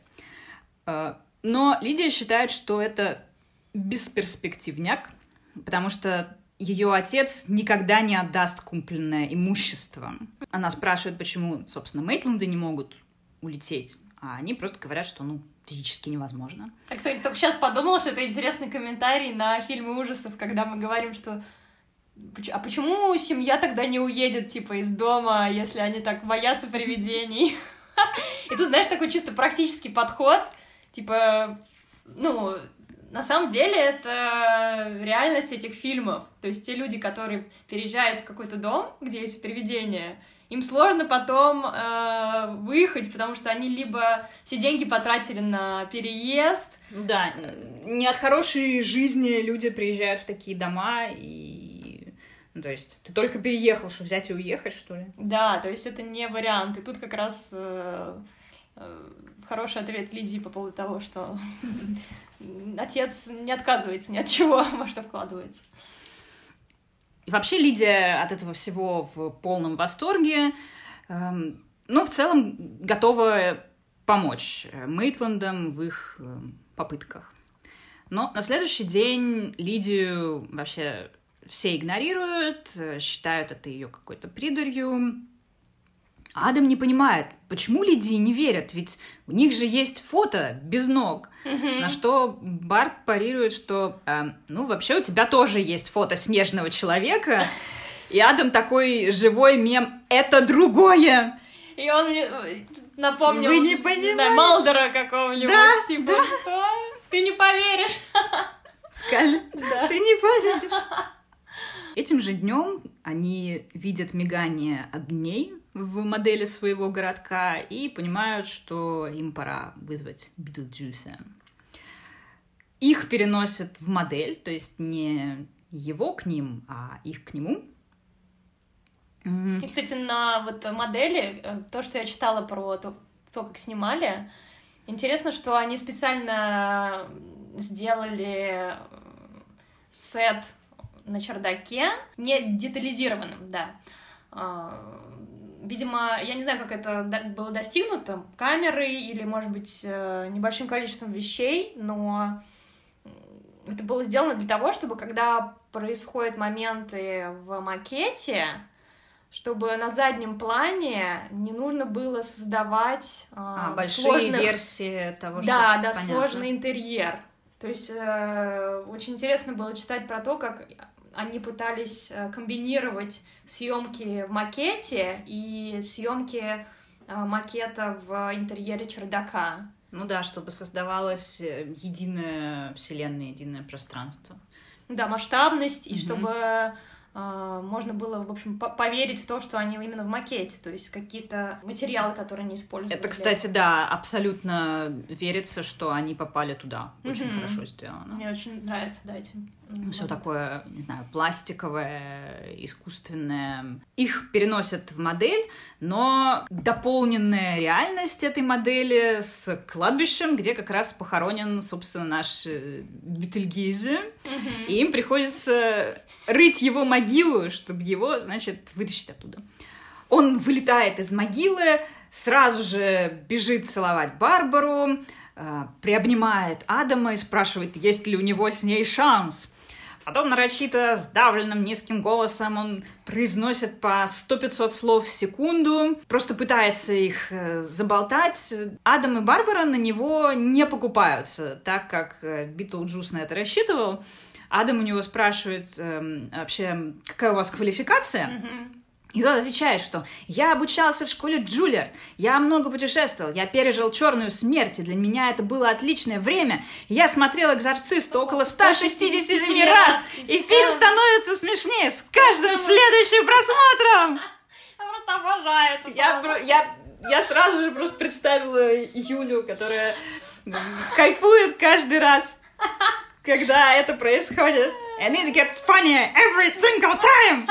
Но Лидия считает, что это бесперспективняк, потому что ее отец никогда не отдаст купленное имущество. Она спрашивает, почему, собственно, Мейтланды не могут улететь, а они просто говорят, что, ну, физически невозможно. Я, кстати, только сейчас подумала, что это интересный комментарий на фильмы ужасов, когда мы говорим, что а почему семья тогда не уедет, типа, из дома, если они так боятся привидений? И тут, знаешь, такой чисто практический подход, типа, ну, на самом деле это реальность этих фильмов. То есть те люди, которые переезжают в какой-то дом, где есть привидения, им сложно потом э, выехать, потому что они либо все деньги потратили на переезд. Да, не от хорошей жизни люди приезжают в такие дома, и... Ну, то есть ты только переехал, что взять и уехать, что ли? Да, то есть это не вариант. И тут как раз э, э, хороший ответ Лидии по поводу того, что отец не отказывается ни от чего, во что вкладывается. И вообще Лидия от этого всего в полном восторге, эм, но в целом готова помочь Мейтландам в их э, попытках. Но на следующий день Лидию вообще все игнорируют, считают это ее какой-то придурью. А Адам не понимает, почему Лидии не верят, ведь у них же есть фото без ног. Mm-hmm. На что Барб парирует, что, э, ну, вообще у тебя тоже есть фото снежного человека. И Адам такой живой мем «это другое». И он мне напомнил, Вы не понимаете? Да, Малдера какого-нибудь, да, типа, да. что? Ты не поверишь. Скажет, да. Ты не поверишь. Этим же днем они видят мигание огней в модели своего городка и понимают, что им пора вызвать Битлджуса. Их переносят в модель, то есть не его к ним, а их к нему. И, кстати, на вот модели, то, что я читала про то, то, как снимали, интересно, что они специально сделали сет на чердаке, не детализированным, да. Видимо, я не знаю, как это было достигнуто, камерой или, может быть, небольшим количеством вещей, но это было сделано для того, чтобы, когда происходят моменты в макете, чтобы на заднем плане не нужно было создавать а, большие сложных... версии того, что да, да, понятно. Сложный интерьер. То есть э, очень интересно было читать про то, как они пытались комбинировать съемки в макете и съемки э, макета в интерьере чердака. Ну да, чтобы создавалась единая вселенная, единое пространство. Да, масштабность, и Мгм. чтобы а, можно было, в общем, по- поверить в то, что они именно в макете, то есть какие-то материалы, которые они используют. Это, для- кстати, да, абсолютно верится, что они попали туда. Очень Мгм. хорошо сделано. Мне очень нравится, да, этим. Все такое, не знаю, пластиковое, искусственное. Их переносят в модель, но дополненная реальность этой модели с кладбищем, где как раз похоронен, собственно, наш э, Бетельгейзе. Мгм. И им приходится рыть его могилу, чтобы его, значит, вытащить оттуда. Он вылетает из могилы, сразу же бежит целовать Барбару, э, приобнимает Адама и спрашивает, есть ли у него с ней шанс. Потом нарочито сдавленным низким голосом он произносит по сто-пятьсот слов в секунду, просто пытается их э, заболтать. Адам и Барбара на него не покупаются, так как э, Битлджус на это рассчитывал. Адам у него спрашивает эм, вообще, какая у вас квалификация? Мгм. И тот отвечает, что «Я обучался в школе Джулиард, я много путешествовал, я пережил черную смерть, и для меня это было отличное время. Я смотрел «Экзорциста» около ста шестидесяти семи раз, и фильм становится смешнее с каждым следующим просмотром!» Я просто обожаю это. Я, про- я, я сразу же просто представила Юлю, которая м, кайфует каждый раз, когда это происходит. And it gets funnier every single time!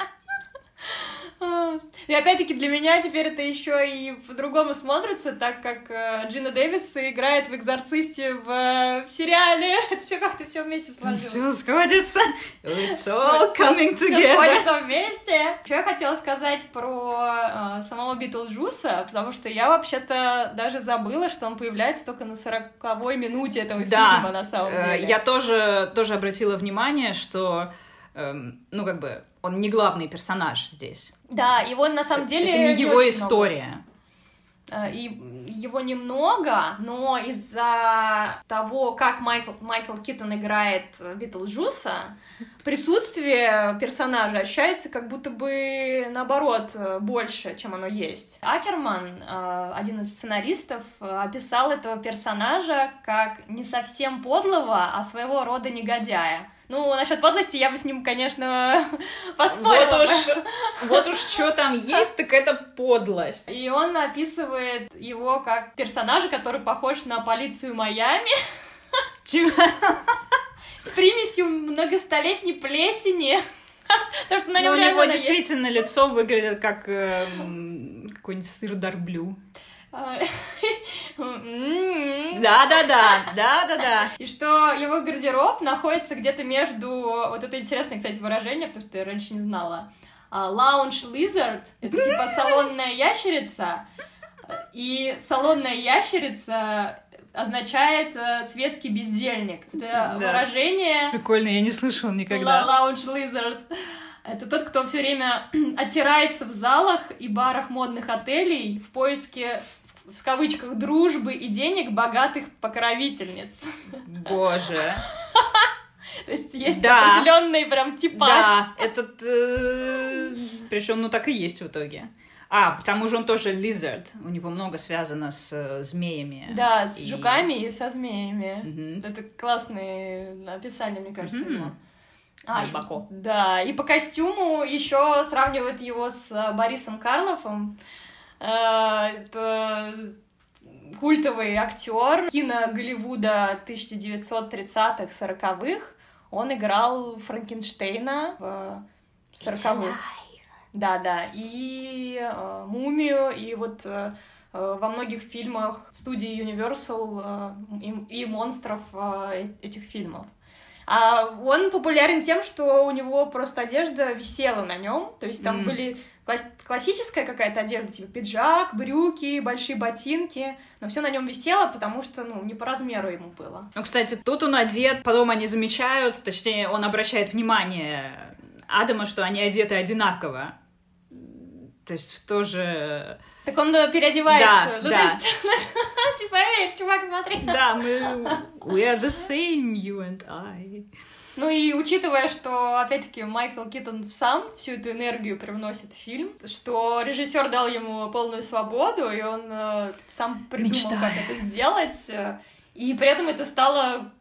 А, И опять-таки для меня теперь это еще и по-другому смотрится, так как э, Джина Дэвис играет в «Экзорцисте» в, э, в сериале. Это все как-то все вместе сложилось. Все сходится. It's all Всё- coming всё together. сходится вместе. Что я хотела сказать про э, самого Битлджуса, потому что я вообще-то даже забыла, что он появляется только на сороковой минуте этого Да, фильма, на самом э, деле. я тоже, тоже обратила внимание, что, эм, ну, как бы, он не главный персонаж здесь. Да, его на самом деле Это не его очень история. много. Э, И его немного, но из-за того, как Майкл, Майкл Китон играет Битлджуса, присутствие персонажа ощущается как будто бы наоборот больше, чем оно есть. Акерман, э, один из сценаристов, э, описал этого персонажа как не совсем подлого, а своего рода негодяя. Ну, насчет подлости я бы с ним, конечно, поспорила. Вот уж, вот уж что там есть, так это подлость. И он описывает его как персонажа, который похож на полицию Майами, С чего? с примесью многостолетней плесени. То, что на Ну, нем у него реально она есть. действительно лицо выглядит как эм, какой-нибудь сыр дарблю. А, м-м. Да-да-да, да-да-да. И что его гардероб находится где-то между... Вот это интересное, кстати, выражение, потому что я раньше не знала. Lounge lizard — это типа салонная ящерица, и салонная ящерица означает э, светский бездельник. Это Да. выражение Прикольно, я не слышала никогда. lounge lizard. Это тот, кто все время оттирается в залах и барах модных отелей в поиске, в кавычках, дружбы и денег богатых покровительниц. Боже. То есть есть Да. определенный прям типаж. Да, этот... Причем, ну, так и есть в итоге. А, потому что он тоже lizard. У него много связано с э, змеями. Да, с И- жуками и со змеями. Мгм. Это классные описания, мне кажется, Мгм. его. А, и- Глубоко. да, и по костюму еще сравнивают его с э, Борисом Карлофом. Э, Это культовый актер кино Голливуда тысяча девятьсот тридцатых, сороковых. Он играл Франкенштейна в сороковых. Да, да, и э, Мумию, и вот э, э, во многих фильмах студии Universal э, и, и монстров э, этих фильмов. А он популярен тем, что у него просто одежда висела на нем, то есть там М. были класс- классическая какая-то одежда, типа пиджак, брюки, большие ботинки, но все на нем висело, потому что, ну, не по размеру ему было. Ну, кстати, тут он одет, потом они замечают, точнее, он обращает внимание Адама, что они одеты одинаково. То есть тоже... Так он э, переодевается, Да, ну да. то есть, типа, эй, чувак, смотри. Да, мы... We are the same, you and I. Ну и учитывая, что, опять-таки, Майкл Китон сам всю эту энергию привносит в фильм, что режиссер дал ему полную свободу, и он э, сам придумал, Мечтаю. как это сделать, э, и при этом это стало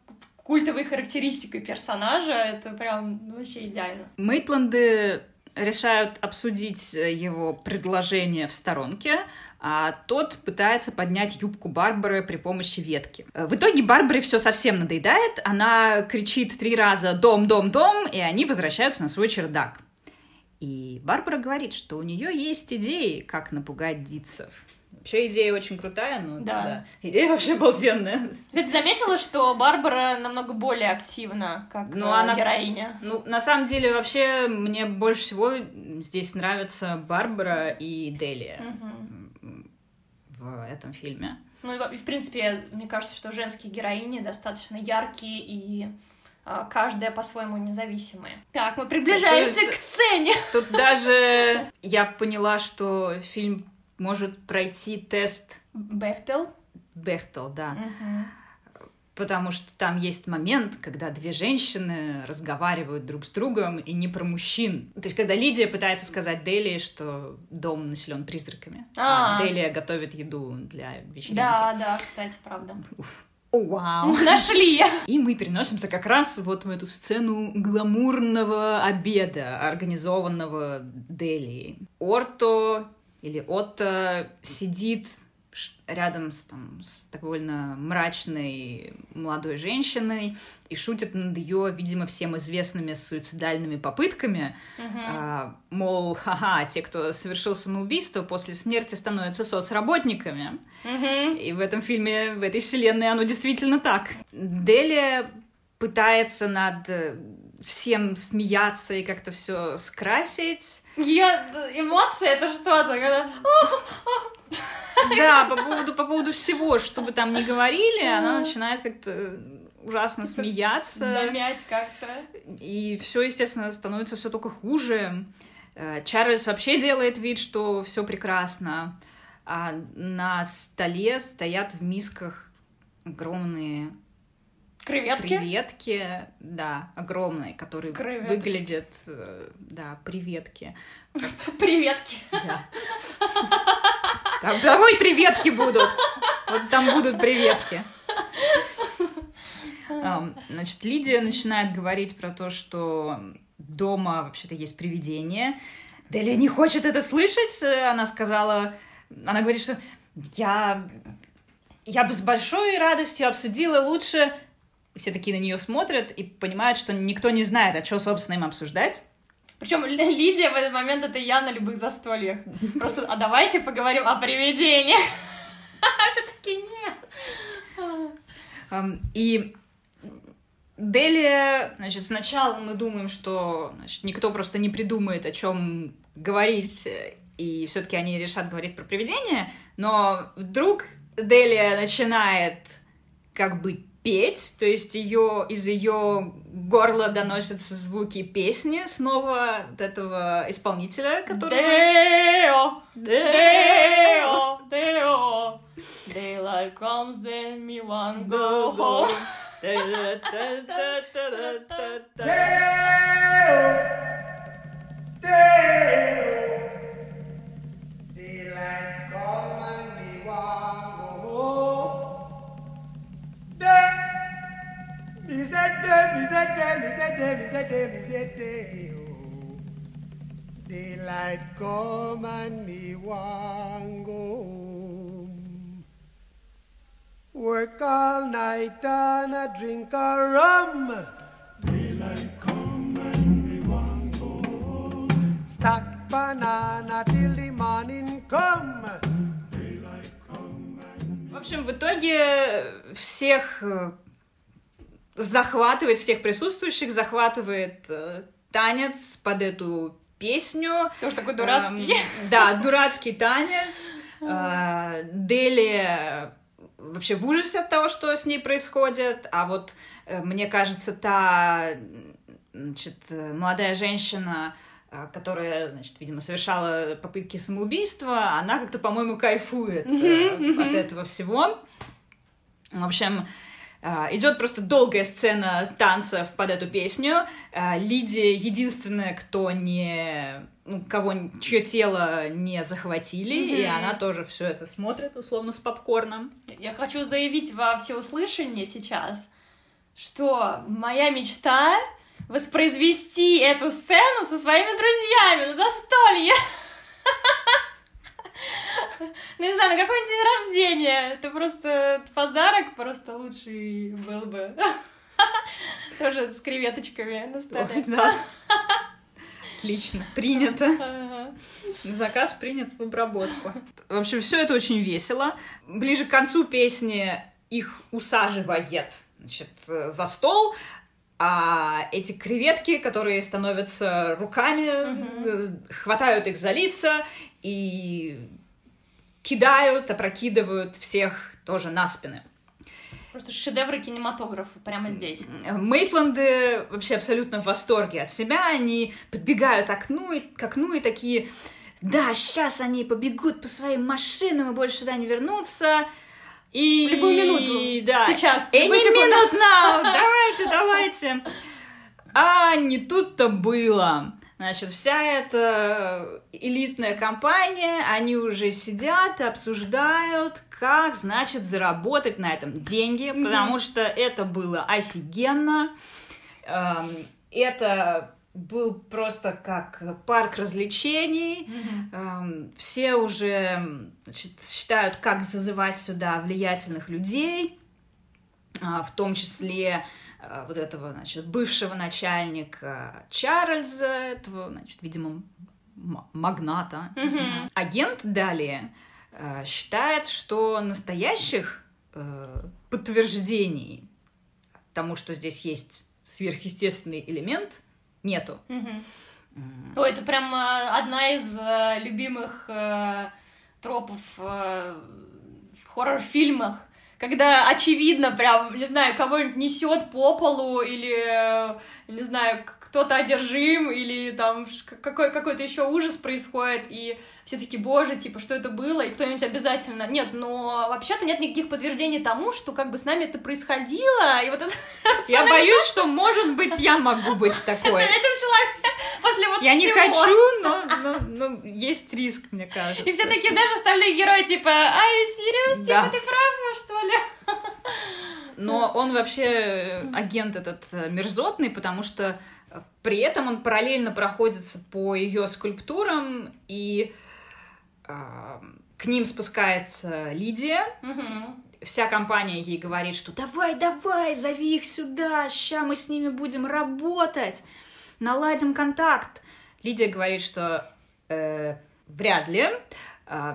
культовой характеристикой персонажа. Это прям вообще идеально. Мейтланды решают обсудить его предложение в сторонке, а тот пытается поднять юбку Барбары при помощи ветки. В итоге Барбаре все совсем надоедает, она кричит три раза «дом, дом, дом», и они возвращаются на свой чердак. И Барбара говорит, что у нее есть идеи, как напугать дитсов. Вообще идея очень крутая, но да. Да, идея вообще обалденная. Ты заметила, что Барбара намного более активна, как ну, она, героиня? Ну, на самом деле, вообще, мне больше всего здесь нравятся Барбара и Делия угу. в этом фильме. Ну, и, в принципе, мне кажется, что женские героини достаточно яркие и а, каждая по-своему независимая. Так, мы приближаемся тут, к сцене! Тут даже я поняла, что фильм может пройти тест... Бехтел? Бехтел, да. Угу. Потому что там есть момент, когда две женщины разговаривают друг с другом, и не про мужчин. То есть, когда Лидия пытается сказать Делии, что дом населен призраками, А-а-а. а Делия готовит еду для вечеринки. Да, да, кстати, правда. Вау! Нашли! И мы переносимся как раз вот в эту сцену гламурного обеда, организованного Делией. Орто... Или Отто сидит рядом с, там, с довольно мрачной молодой женщиной и шутит над ее, видимо, всем известными суицидальными попытками. Uh-huh. А, мол, ха-ха, те, кто совершил самоубийство, после смерти становятся соцработниками. Uh-huh. И в этом фильме, в этой вселенной оно действительно так. Делия пытается над всем смеяться и как-то все скрасить. Я... Эмоции — это что-то, когда... Да, по поводу, по поводу всего, что бы там ни говорили, она начинает как-то ужасно смеяться. Замять как-то. И все, естественно, становится все только хуже. Чарльз вообще делает вид, что все прекрасно. А на столе стоят в мисках огромные... Креветки? Креветки, да, огромные, которые Креветки. выглядят, да, приветки. Приветки. Да. Там домой приветки будут. Вот там будут приветки. Значит, Лидия начинает говорить про то, что дома вообще-то есть привидение. Делия не хочет это слышать. Она сказала... Она говорит, что я... Я бы с большой радостью обсудила лучше... Все такие на нее смотрят и понимают, что никто не знает, а что, собственно, им обсуждать. Причем Лидия в этот момент — это я на любых застольях. Просто, а давайте поговорим о привидениях. Все-таки нет. И Делия, значит, сначала мы думаем, что значит, никто просто не придумает, о чем говорить, и все-таки они решат говорить про привидения, но вдруг Делия начинает как бы петь, то есть ее, из ее горла доносятся звуки песни снова вот этого исполнителя, который... Део! Део! Део! Daylight comes and me one go home. Daylight come and me one go home. Me said day, me said day, me said day, me said day, me said day, oh. Daylight come and me want go home. Work all night and a drink a rum. Daylight come and me want go home. Stack banana till the morning come. Daylight come and... В общем, в итоге всех захватывает, всех присутствующих захватывает э, танец под эту песню. Тоже такой дурацкий. Эм, да, дурацкий танец. Э, Делия вообще в ужасе от того, что с ней происходит. А вот, э, мне кажется, та, значит, молодая женщина, э, которая, значит, видимо, совершала попытки самоубийства, она как-то, по-моему, кайфует э, mm-hmm, mm-hmm. от этого всего. В общем... Uh, идет просто долгая сцена танцев под эту песню. Uh, Лидия единственная, кто не... Ну, кого, чье тело не захватили, mm-hmm. и она тоже все это смотрит, условно, с попкорном. Я хочу заявить во всеуслышание сейчас, что моя мечта воспроизвести эту сцену со своими друзьями на застолье. Ну, не знаю, на какой-нибудь день рождения. Это просто подарок, просто лучший был бы. Тоже с креветочками на столе. Да. Отлично, принято. Ага. Заказ принят в обработку. В общем, все это очень весело. Ближе к концу песни их усаживает, значит, за стол, а эти креветки, которые становятся руками, угу. хватают их за лица и кидают, опрокидывают всех тоже на спины. Просто шедевры кинематографа прямо здесь. Мейтленды вообще абсолютно в восторге от себя. Они подбегают к окну, и, к окну и такие: да, сейчас они побегут по своим машинам и больше сюда не вернутся. И... В любую минуту. Да. Сейчас. Any minute now. Давайте, давайте. А не тут-то было. Значит, вся эта элитная компания, они уже сидят и обсуждают, как, значит, заработать на этом деньги, mm-hmm. потому что это было офигенно. Это был просто как парк развлечений. Mm-hmm. Все уже, значит, считают, как зазывать сюда влиятельных людей, в том числе вот этого, значит, бывшего начальника Чарльза, этого, значит, видимо, магната. Mm-hmm. Агент далее э, считает, что настоящих э, подтверждений тому, что здесь есть сверхъестественный элемент, нету. Mm-hmm. Mm. О, это прям э, одна из э, любимых э, тропов э, в хоррор-фильмах. Когда очевидно, прям, не знаю, кого-нибудь несет по полу, или, не знаю, кто-то одержим, или там какой- какой-то еще ужас происходит, и все такие: боже, типа, что это было, и кто-нибудь обязательно... Нет, но вообще-то нет никаких подтверждений тому, что как бы с нами это происходило, и вот это... Я боюсь, что, может быть, я могу быть такой. Этим человеком после вот Я всего. не хочу, но, но, но есть риск, мне кажется. И все такие, даже остальные герои, типа: are you serious? Да. Типа, ты прав, что ли? Но он вообще агент этот мерзотный, потому что при этом он параллельно проходится по ее скульптурам, и э, к ним спускается Лидия. Угу. Вся компания ей говорит, что давай, давай, зови их сюда, ща мы с ними будем работать, наладим контакт. Лидия говорит, что э, вряд ли. Э,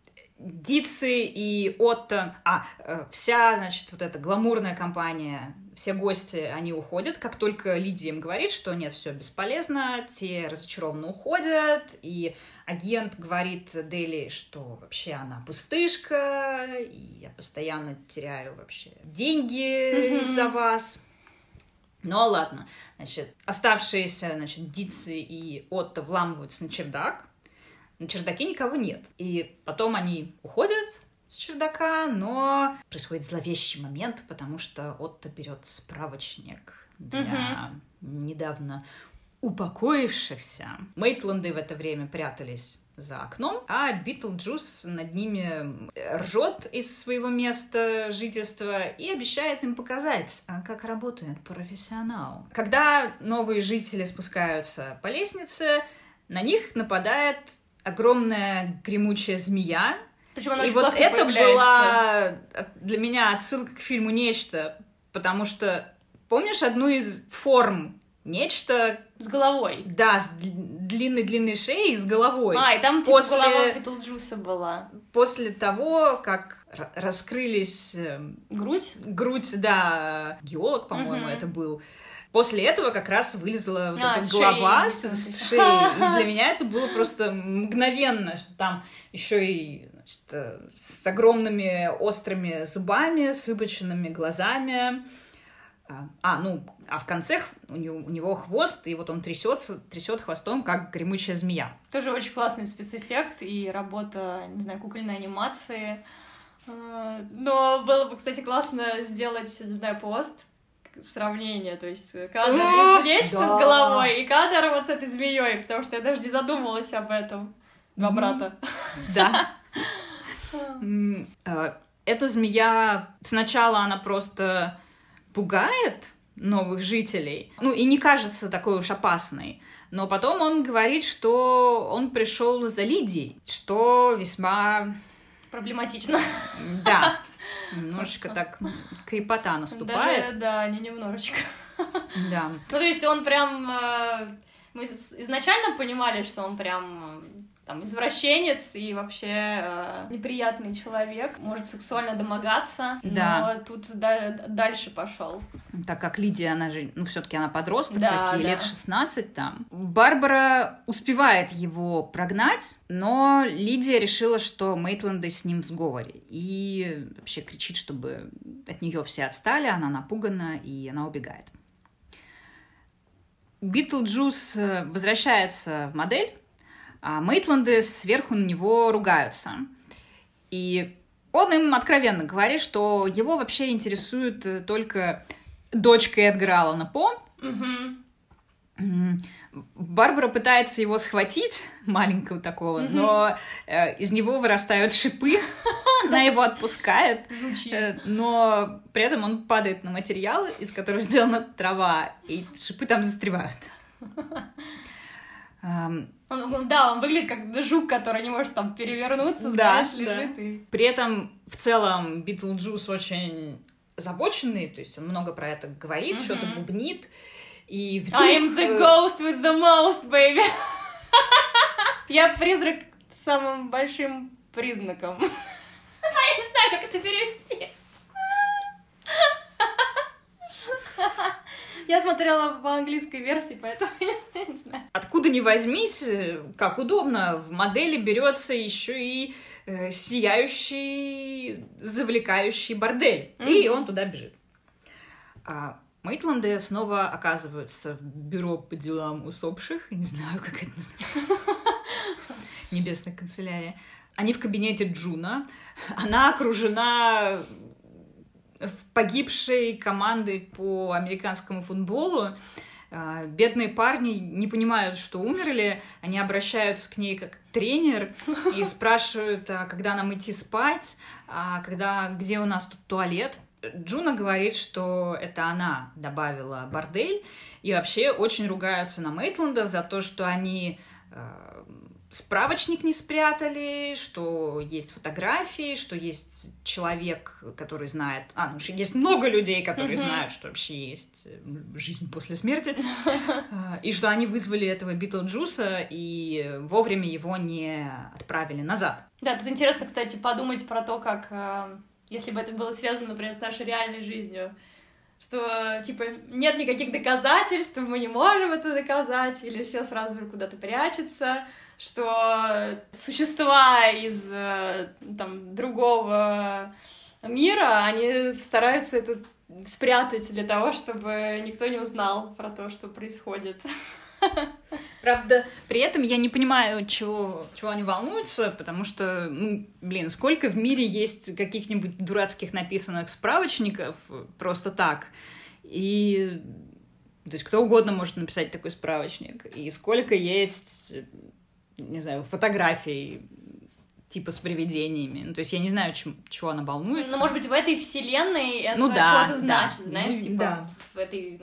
Дитси и Отто, а, вся, значит, вот эта гламурная компания, все гости, они уходят. Как только Лидия им говорит, что нет, все бесполезно, те разочарованно уходят, и агент говорит Дели, что вообще она пустышка, и я постоянно теряю вообще деньги mm-hmm. из-за вас. Ну, ладно. Значит, оставшиеся, значит, Дитси и Отто вламываются на чердак. На чердаке никого нет. И потом они уходят с чердака, но происходит зловещий момент, потому что Отто берет справочник для mm-hmm. недавно упокоившихся. Мейтленды в это время прятались за окном, а Битлджус над ними ржет из своего места жительства и обещает им показать, как работает профессионал. Когда новые жители спускаются по лестнице, на них нападает огромная гремучая змея. Причем она и очень вот классно это появляется. была для меня отсылка к фильму «Нечто», потому что помнишь одну из форм «Нечто»? С головой. Да, с длинной-длинной шеей и с головой. А, и там типа после... голова Битлджуса была. После того, как р- раскрылись... Грудь? Грудь, да, геолог, по-моему, uh-huh. это был. После этого как раз вылезла вот а, эта с голова шеей, с, с шеей. И для меня это было просто мгновенно, что там еще и, значит, с огромными острыми зубами, с выпученными глазами. А, ну, а в конце у него, у него хвост, и вот он трясется, трясет хвостом, как гремучая змея. Тоже очень классный спецэффект и работа, не знаю, кукольной анимации. Но было бы, кстати, классно сделать, не знаю, пост, сравнение, то есть кадр из «Нечто» да. с головой и кадр вот с этой змеей, потому что я даже не задумывалась об этом. Два брата. Да. Эта змея, сначала она просто пугает новых жителей, ну, и не кажется такой уж опасной. Но потом он говорит, что он пришел за Лидией, что весьма... Проблематично. Да. Немножечко так крепота наступает. Даже, да, не немножечко. Да. Ну, то есть он прям... Мы изначально понимали, что он прям... там, извращенец и вообще э, неприятный человек, может сексуально домогаться, да. но тут да- дальше пошел. Так как Лидия, она же, ну, все-таки она подросток, да, то есть ей да. лет шестнадцать там. Барбара успевает его прогнать, но Лидия решила, что Мейтленды с ним в сговоре. И вообще кричит, чтобы от нее все отстали, она напугана, и она убегает. Битлджус возвращается в модель, а Мейтленды сверху на него ругаются. И он им откровенно говорит, что его вообще интересует только дочка Эдгара Аллана По. Mm-hmm. Барбара пытается его схватить, маленького такого, mm-hmm. но э, из него вырастают шипы, она его отпускает, э, но при этом он падает на материал, из которого сделана трава, и шипы там застревают. Um, он, да, он выглядит как жук, который не может там перевернуться, да, знаешь, лежит да. и... При этом, в целом, Битлджус очень озабоченный, то есть он много про это говорит, mm-hmm. что-то бубнит, и вдруг... I'm the ghost with the most, baby! Я призрак с самым большим признаком. Я не знаю, как это перевести. Я смотрела в английской версии, поэтому я не знаю. Откуда ни возьмись, как удобно, в модели берется еще и э, сияющий, завлекающий бордель. Mm-hmm. И он туда бежит. А Мейтленды снова оказываются в бюро по делам усопших. Не знаю, как это называется. Небесная канцелярия. Они в кабинете Джуна. Она окружена... в погибшей команды по американскому футболу. Бедные парни не понимают, что умерли. Они обращаются к ней как тренер и спрашивают, а когда нам идти спать, а когда, где у нас тут туалет. Джуна говорит, что это она добавила бордель. И вообще очень ругаются на Мейтлендов за то, что они... справочник не спрятали, что есть фотографии, что есть человек, который знает... А, ну, есть много людей, которые mm-hmm. знают, что вообще есть жизнь после смерти, и что они вызвали этого Битлджуса и вовремя его не отправили назад. Да, тут интересно, кстати, подумать про то, как... Если бы это было связано, например, с нашей реальной жизнью, что, типа, нет никаких доказательств, мы не можем это доказать, или все сразу же куда-то прячется, что существа из, там, другого мира, они стараются это спрятать для того, чтобы никто не узнал про то, что происходит. Правда, при этом я не понимаю, чего, чего они волнуются, потому что, ну, блин, сколько в мире есть каких-нибудь дурацких написанных справочников просто так, и, то есть, кто угодно может написать такой справочник, и сколько есть, не знаю, фотографий типа с привидениями, ну, то есть я не знаю, чем, чего она волнуется. Ну, может быть, в этой вселенной это ну, да, чего-то значит, да. знаешь, ну, типа, да. в этой...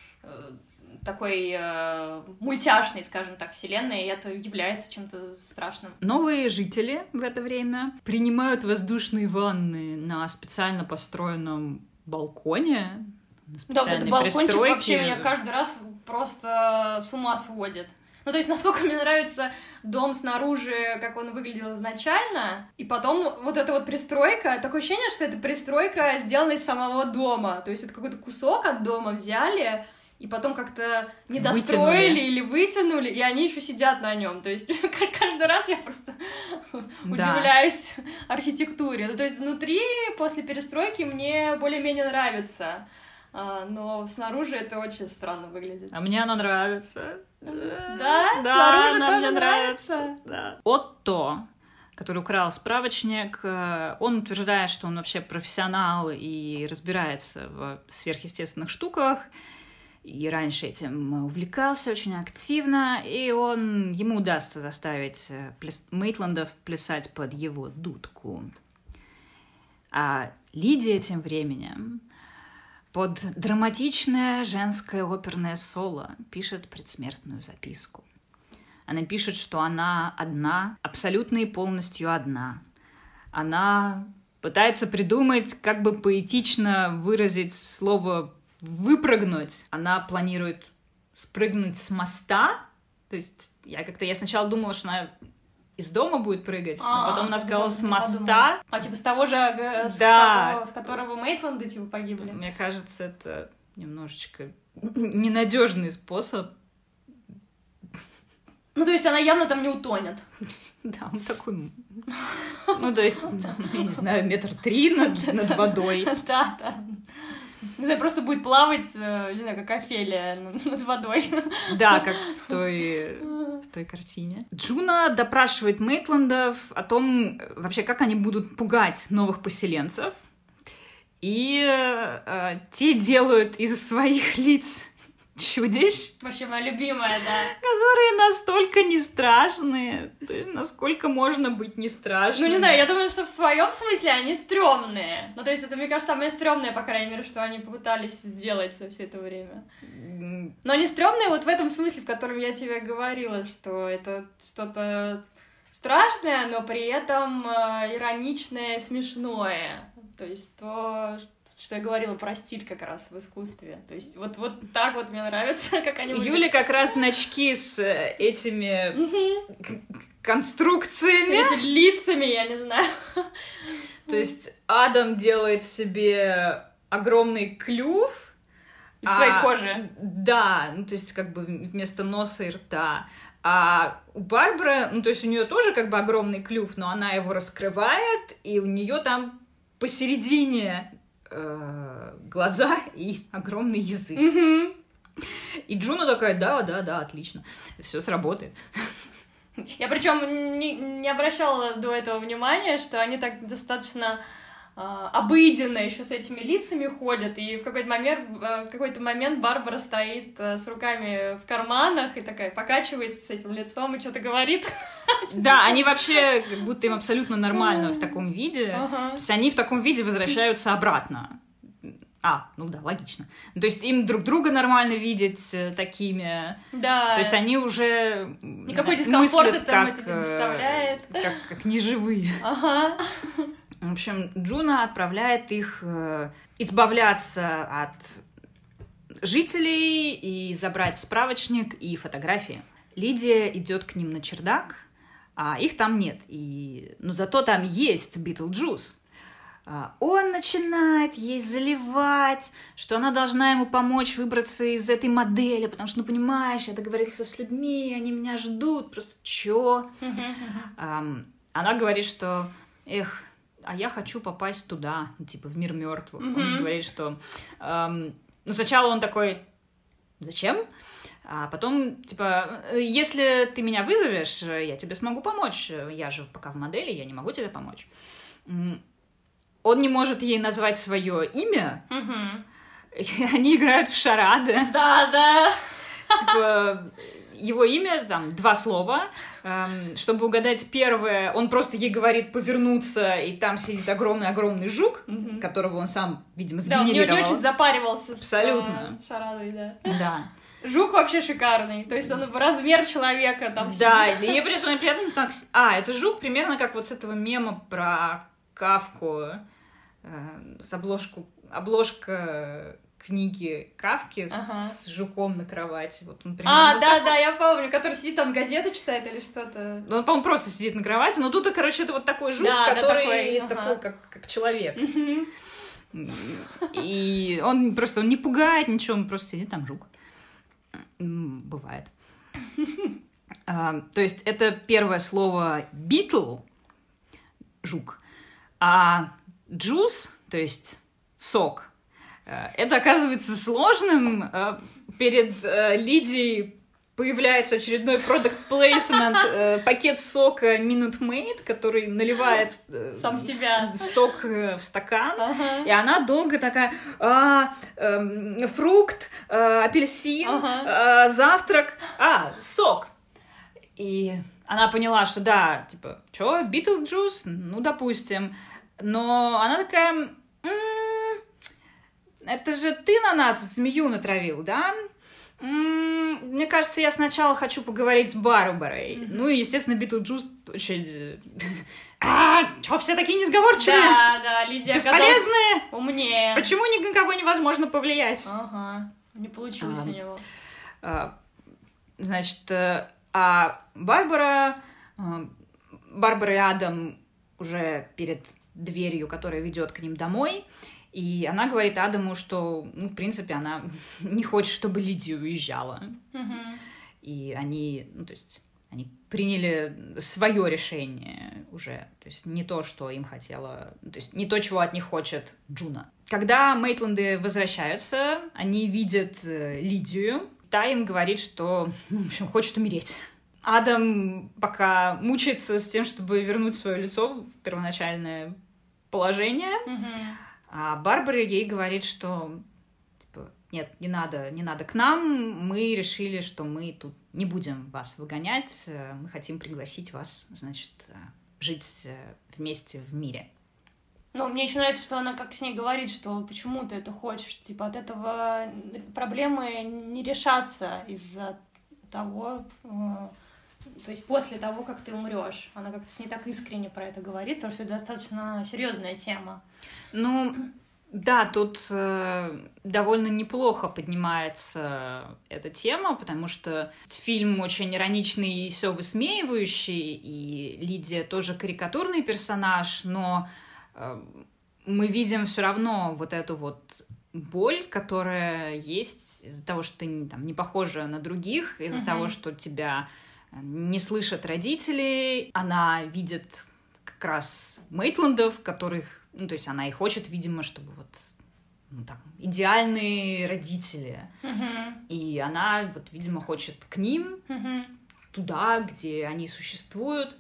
такой э, мультяшной, скажем так, вселенной, и это является чем-то страшным. Новые жители в это время принимают воздушные ванны на специально построенном балконе. На да, вот этот балкончик пристройке. Вообще меня каждый раз просто с ума сводит. Ну, то есть, насколько мне нравится дом снаружи, как он выглядел изначально, и потом вот эта вот пристройка, такое ощущение, что это пристройка, сделана из самого дома, то есть это какой-то кусок от дома взяли, и потом как-то не достроили вытянули. Или вытянули, и они еще сидят на нем. То есть каждый раз я просто да. удивляюсь архитектуре. Ну, то есть внутри, после перестройки, мне более-менее нравится. Но снаружи это очень странно выглядит. А мне она нравится. Да? Да, снаружи она тоже мне нравится? нравится. Да. Отто, который украл справочник, он утверждает, что он вообще профессионал и разбирается в сверхъестественных штуках. И раньше этим увлекался очень активно, и он, ему удастся заставить пляс, Мейтлендов плясать под его дудку. А Лидия тем временем Под драматичное женское оперное соло пишет предсмертную записку. Она пишет, что она одна, абсолютно и полностью одна. Она пытается придумать, как бы поэтично выразить слово «выпрыгнуть». Она планирует спрыгнуть с моста. То есть я как-то я сначала думала, что она из дома будет прыгать, а, но потом она сказала с моста. А типа с того же, с, да. того, с которого Мейтланды типа погибли? Мне кажется, это немножечко ненадежный способ. Ну, то есть она явно там не утонет. Да, он такой... Ну, то есть, я не знаю, метр три над, над водой. Да, да. Не знаю, просто будет плавать, не знаю, как Офелия над водой. Да, как в той, в той картине. Джуна допрашивает Мейтландов о том, вообще, как они будут пугать новых поселенцев. И э, те делают из своих лиц чудищ. Вообще моя любимая, да. Которые настолько не страшные. То есть, насколько можно быть не страшным. Ну, не знаю, я думаю, что в своем смысле они стрёмные. Ну, то есть, это, мне кажется, самое стрёмное, по крайней мере, что они попытались сделать за все это время. Но они стрёмные вот в этом смысле, в котором я тебе говорила, что это что-то страшное, но при этом э, ироничное, смешное. То есть то, что я говорила про стиль как раз в искусстве. То есть вот, вот так вот мне нравится, как они выглядят. Юля как раз значки с этими mm-hmm. конструкциями. С этими лицами, я не знаю. То есть Адам делает себе огромный клюв. Из а, своей кожи. Да, ну то есть как бы вместо носа и рта. А у Барбары, ну то есть у нее тоже как бы огромный клюв, но она его раскрывает, и у нее там посередине э, глаза и огромный язык. Mm-hmm. И Джуна такая, да, да, да, отлично, все сработает. Я причем не, не обращала до этого внимания, что они так достаточно э, обыденно еще с этими лицами ходят, и в какой-то момент, э, в какой-то момент Барбара стоит э, с руками в карманах и такая покачивается с этим лицом и что-то говорит. Да, они вообще, как будто им абсолютно нормально в таком виде. Ага. То есть они в таком виде возвращаются обратно. А, ну да, логично. То есть им друг друга нормально видеть такими. Да. То есть они уже никакой дискомфорт мыслят, там как, это не доставляет. Как, как неживые. Ага. В общем, Джуна отправляет их избавляться от жителей и забрать справочник и фотографии. Лидия идет к ним на чердак, а их там нет. И... Но зато там есть Битлджус. Он начинает ей заливать, что она должна ему помочь выбраться из этой модели, потому что, ну, понимаешь, я договорился с людьми, они меня ждут, просто чё? um, Она говорит, что, эх, а я хочу попасть туда, ну, типа, в мир мертвых. Он говорит, что... Um, ну, сначала он такой, зачем? А потом, типа, если ты меня вызовешь, я тебе смогу помочь. Я же пока в модели, я не могу тебе помочь. Он не может ей назвать свое имя. Угу. Они играют в шарады. Да, да. Типа, его имя, там, два слова. Эм, чтобы угадать первое, он просто ей говорит повернуться, и там сидит огромный-огромный жук, угу. которого он сам, видимо, сгенерировал. Да, он не очень запаривался Абсолютно. с шарадой, да. Да. Жук вообще шикарный, то есть он в размер человека там сидит. Да, и при этом, при этом так... А, это жук примерно как вот с этого мема про Кафку, э, с обложку, обложка книги Кафки ага. с жуком на кровати. Вот он а, да, такой. Да, я помню, который сидит там газету читает или что-то. Он, по-моему, просто сидит на кровати, но тут, короче, это вот такой жук, да, который да, такой, такой ага. как, как человек. И он просто он не пугает ничего, он просто сидит там жук. Бывает. а, то есть это первое слово «битл» — жук. А джус, то есть сок, это оказывается сложным. Перед Лидией появляется очередной product placement, пакет сока Minute Maid, который наливает сам себя сок в стакан, ага. и она долго такая, а, э, фрукт, э, апельсин, ага. э, завтрак, а, сок. И она поняла, что да, типа, чё, Битлджус? Ну, допустим. Но она такая, м-м, это же ты на нас змею натравил, да? М-м, мне кажется, я сначала хочу поговорить с Барбарой. Mm-hmm. Ну и, естественно, Битлджус очень... А, чё, все такие несговорчивые? Да, да, Лидия бесполезные, умнее. Почему ни на кого невозможно повлиять? Ага, не получилось а, у него. А, значит, а Барбара... Барбара и Адам уже перед дверью, которая ведет к ним домой, и она говорит Адаму, что, ну, в принципе, она не хочет, чтобы Лидия уезжала. Mm-hmm. И они, ну, то есть, они приняли свое решение уже. То есть не то, что им хотела... То есть не то, чего от них хочет Джуна. Когда Мейтланды возвращаются, они видят Лидию. Та им говорит, что, ну, в общем, хочет умереть. Адам пока мучается с тем, чтобы вернуть свое лицо в первоначальное положение. Mm-hmm. А Барбара ей говорит, что типа, нет, не надо, не надо к нам. Мы решили, что мы тут не будем вас выгонять. Мы хотим пригласить вас, значит, жить вместе в мире. Ну, мне еще нравится, что она как с ней говорит, что почему ты это хочешь. Типа от этого проблемы не решатся из-за того... То есть после того, как ты умрешь. Она как-то с ней так искренне про это говорит, потому что это достаточно серьезная тема. Ну, да, тут э, довольно неплохо поднимается эта тема, потому что фильм очень ироничный и все высмеивающий, и Лидия тоже карикатурный персонаж, но э, мы видим все равно вот эту вот боль, которая есть из-за того, что ты там, не похожа на других, из-за uh-huh. того, что тебя не слышат родители. Она видит как раз Мейтландов, которых... Ну, то есть она и хочет, видимо, чтобы вот ну, так, идеальные родители. Uh-huh. И она, вот, видимо, хочет к ним, uh-huh. туда, где они существуют.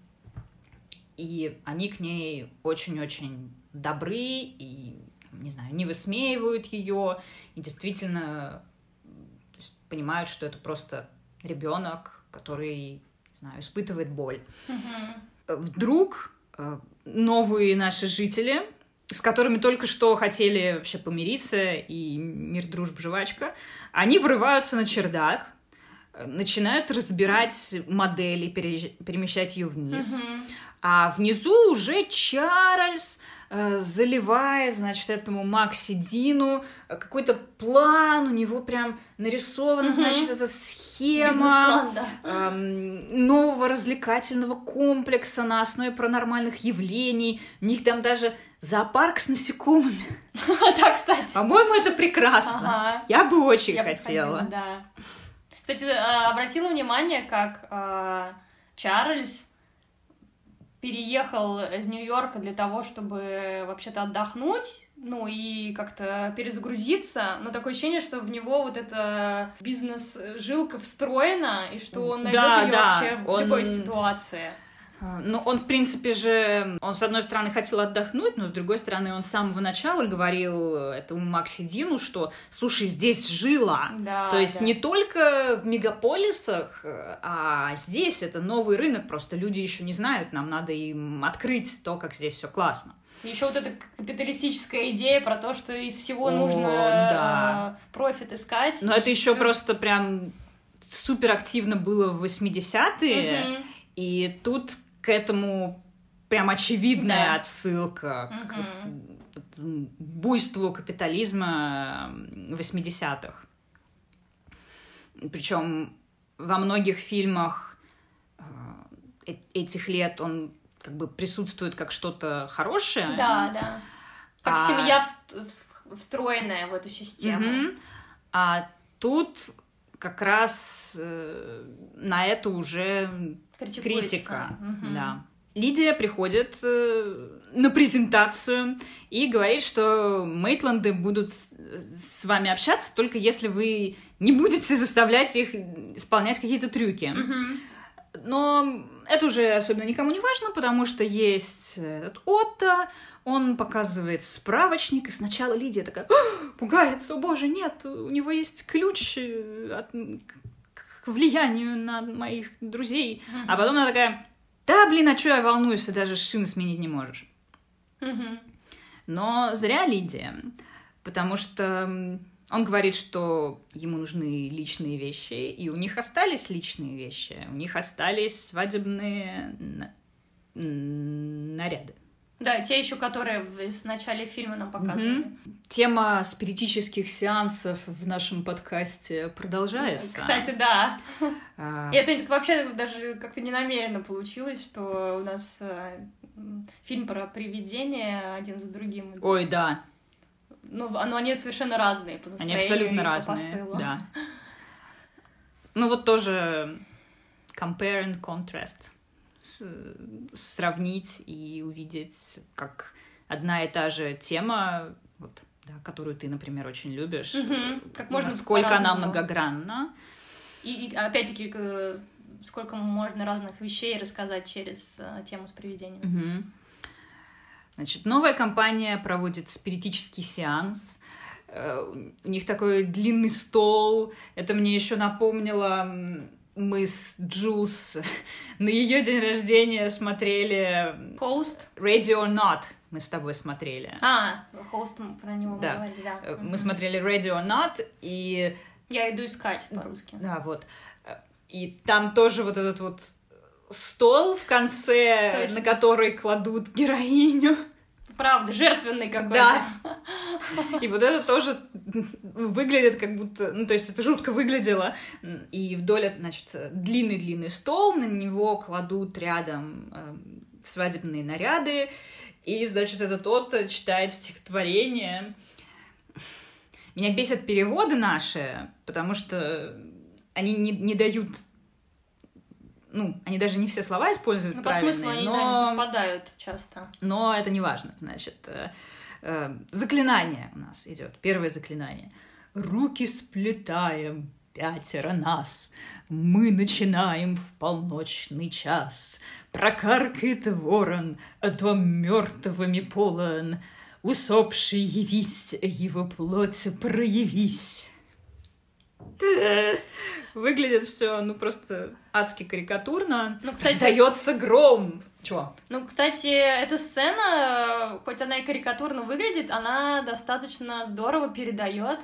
И они к ней очень-очень добры и, не знаю, не высмеивают ее. И действительно то есть, понимают, что это просто ребенок, который, не знаю, испытывает боль. Uh-huh. Вдруг э, новые наши жители, с которыми только что хотели вообще помириться, и мир, дружба, жвачка, они врываются на чердак, начинают разбирать модели, пере- перемещать ее вниз. Uh-huh. А внизу уже Чарльз э, заливает, значит, этому Макси Дину какой-то план, у него прям нарисована, mm-hmm. значит, эта схема да. э, нового развлекательного комплекса на основе паранормальных явлений. У них там даже зоопарк с насекомыми. Да, кстати. По-моему, это прекрасно. Я бы очень хотела. Да. Кстати, обратила внимание, как Чарльз переехал из Нью-Йорка для того, чтобы вообще-то отдохнуть, ну и как-то перезагрузиться, но такое ощущение, что в него вот эта бизнес-жилка встроена, и что он найдет да, ее да. вообще в он... любой ситуации. Ну, он, в принципе же, он, с одной стороны, хотел отдохнуть, но, с другой стороны, он с самого начала говорил этому Макси Дину, что, слушай, здесь жила. Да, То есть да. не только в мегаполисах, а здесь это новый рынок, просто люди еще не знают, нам надо им открыть то, как здесь все классно. Еще вот эта капиталистическая идея про то, что из всего О, нужно да. профит искать. Но это еще всё... просто прям супер активно было в восьмидесятые, угу. и тут к этому прям очевидная да. отсылка угу. к буйству капитализма восьмидесятых. Причем во многих фильмах э- этих лет он как бы присутствует как что-то хорошее. Да, да. Как а... семья встроенная в эту систему. Угу. А тут как раз э- на это уже критика. Угу. Да. Лидия приходит э, на презентацию и говорит, что Мейтланды будут с вами общаться, только если вы не будете заставлять их исполнять какие-то трюки. Угу. Но это уже особенно никому не важно, потому что есть этот Отто, он показывает справочник, и сначала Лидия такая пугается, о боже, нет, у него есть ключ от... к влиянию на моих друзей. Mm-hmm. А потом она такая, да, блин, а чё я волнуюсь, ты даже шины сменить не можешь. Mm-hmm. Но зря Лидия. потому что он говорит, что ему нужны личные вещи, и у них остались личные вещи, у них остались свадебные наряды. Да, те еще, которые в начале фильма нам показывали. Mm-hmm. Тема спиритических сеансов в нашем подкасте продолжается. Кстати, да. А... И это вообще даже как-то ненамеренно получилось, что у нас фильм про привидения один за другим. Ой, да. Ну, но они совершенно разные по настроению. Они абсолютно и разные, по посылу. Да. Ну вот тоже compare and contrast. Сравнить и увидеть, как одна и та же тема, вот, да, которую ты, например, очень любишь, угу. Как можно насколько она многогранна. И, и опять-таки, сколько можно разных вещей рассказать через uh, тему с привидениями. Угу. Значит, новая компания проводит спиритический сеанс. Uh, у них такой длинный стол. Это мне еще напомнило... Мы с Джулс на ее день рождения смотрели... Host? Ready or Not мы с тобой смотрели. А, Host, мы про него да. говорили, да. Мы угу. смотрели Ready or Not, и... Я иду искать по-русски. Да, вот. И там тоже вот этот вот стол в конце, Точно. На который кладут героиню. Правда, жертвенный какой-то. Да. И вот это тоже выглядит как будто... Ну, то есть это жутко выглядело. И вдоль, значит, длинный-длинный стол, на него кладут рядом э, свадебные наряды, и, значит, этот тот читает стихотворение. Меня бесят переводы наши, потому что они не, не дают... Ну, они даже не все слова используют ну, правильные. По смыслу они, но... да, не совпадают часто. Но это не важно. Значит, э, э, заклинание у нас идет. Первое заклинание. Руки сплетаем, пятеро нас. Мы начинаем в полночный час. Прокаркает ворон, а дом мертвыми полон. Усопший явись, его плоть проявись. Выглядит все, ну, просто адски карикатурно. Ну, кстати... Сдается гром. Чего? Ну, кстати, эта сцена, хоть она и карикатурно выглядит, она достаточно здорово передает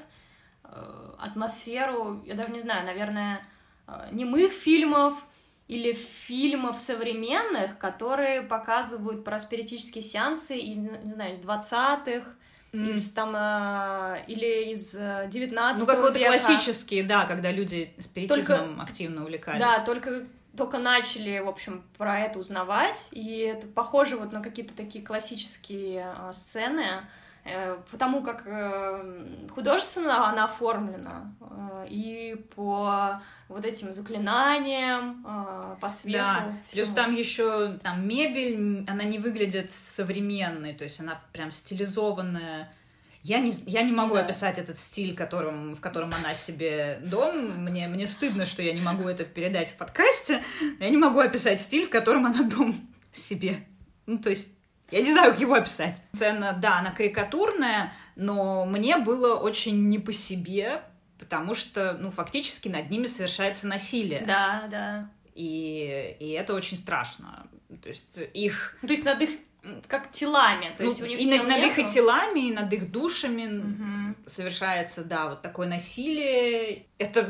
э, атмосферу, я даже не знаю, наверное, э, немых фильмов или фильмов современных, которые показывают про спиритические сеансы из, не знаю, из двадцатых, Mm. из там э, или из девятнадцатого ну, какой-то века. классические, да, когда люди спиритизмом только, активно увлекались. Да, только, только начали, в общем, про это узнавать, и это похоже вот на какие-то такие классические э, сцены, э, потому как э, художественно она оформлена, э, и по вот этим заклинаниям, э, по свету. Да, плюс там еще там мебель, она не выглядит современной, то есть она прям стилизованная. Я не, я не могу да. описать этот стиль, которым, в котором она себе дом. Мне, мне стыдно, что я не могу это передать в подкасте. Я не могу описать стиль, в котором она дом себе. Ну, то есть, я не знаю, как его описать. Сцена, да, она карикатурная, но мне было очень не по себе, потому что, ну, фактически над ними совершается насилие. Да, да. И, и это очень страшно. То есть их... То есть над их как телами, то есть ну, у них и тел над, над нету. их и телами, и над их душами угу. совершается, да, вот такое насилие. Это...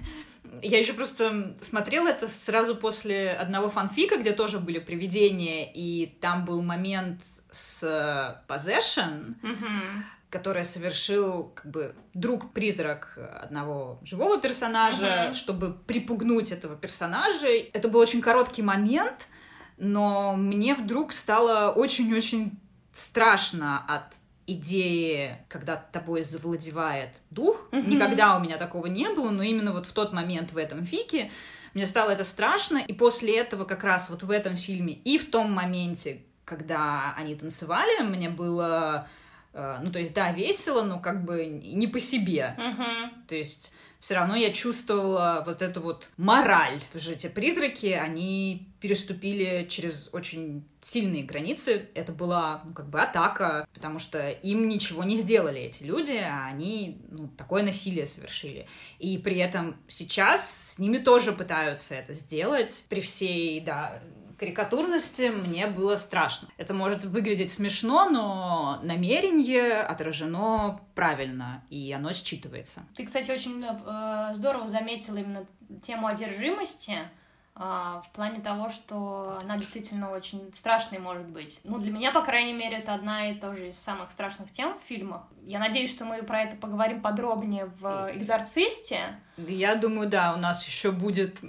Я еще просто смотрела это сразу после одного фанфика, где тоже были привидения, и там был момент с possession, угу. который совершил как бы друг-призрак одного живого персонажа, угу. чтобы припугнуть этого персонажа. Это был очень короткий момент, но мне вдруг стало очень-очень страшно от идеи, когда тобой завладевает дух. Mm-hmm. Никогда у меня такого не было, но именно вот в тот момент в этом фике мне стало это страшно, и после этого как раз вот в этом фильме и в том моменте, когда они танцевали, мне было, э, ну, то есть, да, весело, но как бы не по себе. Mm-hmm. То есть все равно я чувствовала вот эту вот мораль. Тоже эти призраки, они переступили через очень сильные границы. Это была, ну, как бы атака, потому что им ничего не сделали эти люди, а они, ну, такое насилие совершили. И при этом сейчас с ними тоже пытаются это сделать при всей, да, карикатурности мне было страшно. Это может выглядеть смешно, но намерение отражено правильно, и оно считывается. Ты, кстати, очень э, здорово заметила именно тему одержимости, э, в плане того, что она действительно очень страшной может быть. Ну, для меня, по крайней мере, это одна и тоже из самых страшных тем в фильмах. Я надеюсь, что мы про это поговорим подробнее в «Экзорцисте». Я думаю, да, у нас еще будет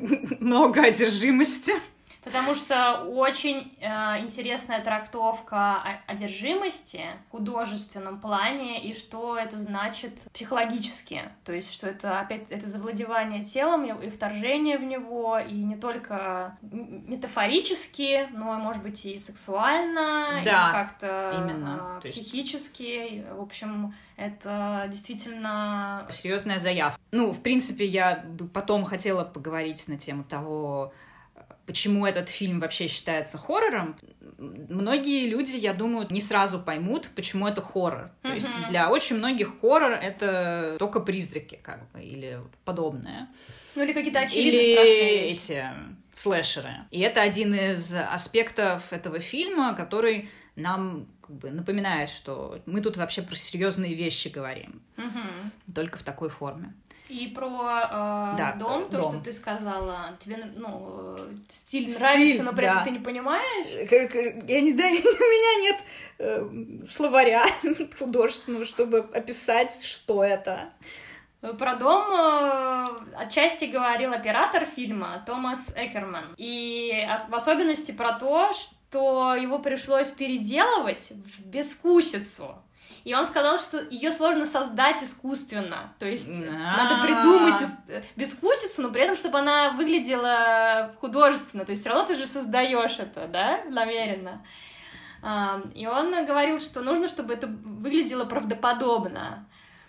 много одержимости. Потому что очень э, интересная трактовка одержимости в художественном плане и что это значит психологически. То есть, что это опять это завладевание телом и, и вторжение в него, и не только метафорически, но, может быть, и сексуально, да, и как-то именно. Э, психически. Есть... В общем, это действительно... серьезная заявка. Ну, в принципе, я бы потом хотела поговорить на тему того, почему этот фильм вообще считается хоррором. Многие люди, я думаю, не сразу поймут, почему это хоррор. То mm-hmm. есть для очень многих хоррор — это только призраки, как бы, или подобное. Ну, или какие-то очевидно или страшные вещи. Эти слэшеры. И это один из аспектов этого фильма, который нам как бы напоминает, что мы тут вообще про серьезные вещи говорим. Mm-hmm. Только в такой форме. И про э, да, дом, то, дом. что ты сказала, тебе, ну, стиль, стиль нравится, но при да. этом ты не понимаешь? Я не, да, у меня нет э, словаря художественного, чтобы описать, что это. Про дом э, отчасти говорил оператор фильма Томас Эккерман. И в особенности про то, что его пришлось переделывать в безвкусицу. И он сказал, что ее сложно создать искусственно. То есть А-а-а. надо придумать безвкусицу, но при этом, чтобы она выглядела художественно. То есть все равно ты же создаешь это, да, намеренно. И он говорил, что нужно, чтобы это выглядело правдоподобно.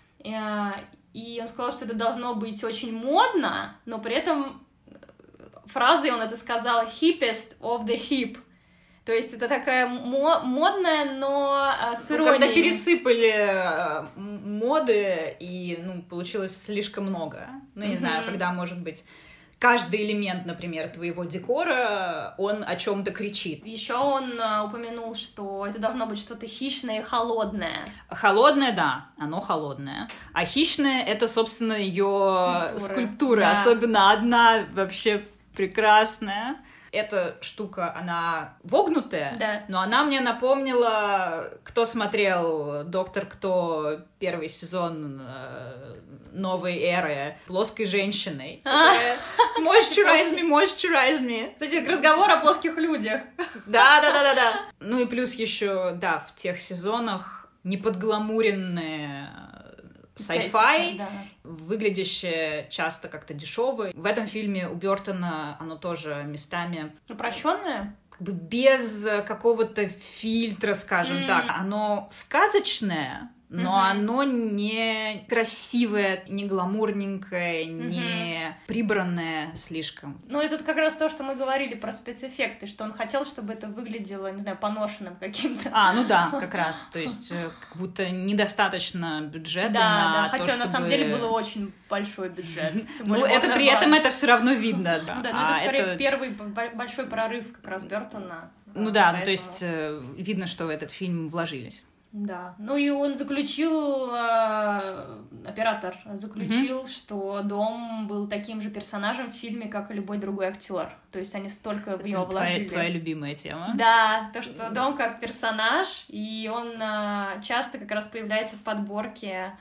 И он сказал, что это должно быть очень модно, но при этом фразой он это сказал «hippest of the hip». То есть это такая мо- модная, но а, с иронией. Ну, когда пересыпали а, моды, и ну, получилось слишком много. Ну, не mm-hmm. знаю, когда, может быть, каждый элемент, например, твоего декора, он о чем-то кричит. Еще он а, упомянул, что это должно быть что-то хищное и холодное. Холодное, да, оно холодное. А хищное — это, собственно, ее скульптуры. скульптуры. Да. Особенно одна вообще прекрасная. Эта штука, она вогнутая, да. но она мне напомнила, кто смотрел «Доктор Кто» первый сезон э, новой эры, плоской женщиной. Moisturize me, moisturize me. Кстати, разговор о плоских людях. Да-да-да-да-да. Ну и плюс еще, да, в тех сезонах неподгламуренные sci-fi, да. выглядящее часто как-то дешевое. В этом фильме у Бёртона оно тоже местами... Упрощенное? Как бы без какого-то фильтра, скажем mm. так. Оно сказочное, но mm-hmm. оно не красивое, не гламурненькое, mm-hmm. не прибранное слишком. Ну, и тут как раз то, что мы говорили про спецэффекты, что он хотел, чтобы это выглядело, не знаю, поношенным каким-то. А, ну да, как раз. То есть как будто недостаточно бюджета да, на да, то, хотя чтобы... на самом деле было очень большой бюджет. Ну, это при этом это все равно видно. Ну да, но это скорее первый большой прорыв как раз Бёртона. Ну да, то есть видно, что в этот фильм вложились. Да, ну и он заключил, э, оператор заключил, mm-hmm. что Дом был таким же персонажем в фильме, как и любой другой актер. То есть они столько в него вложили. Твоя, твоя любимая тема. Да, то, что Дом как персонаж, и он э, часто как раз появляется в подборке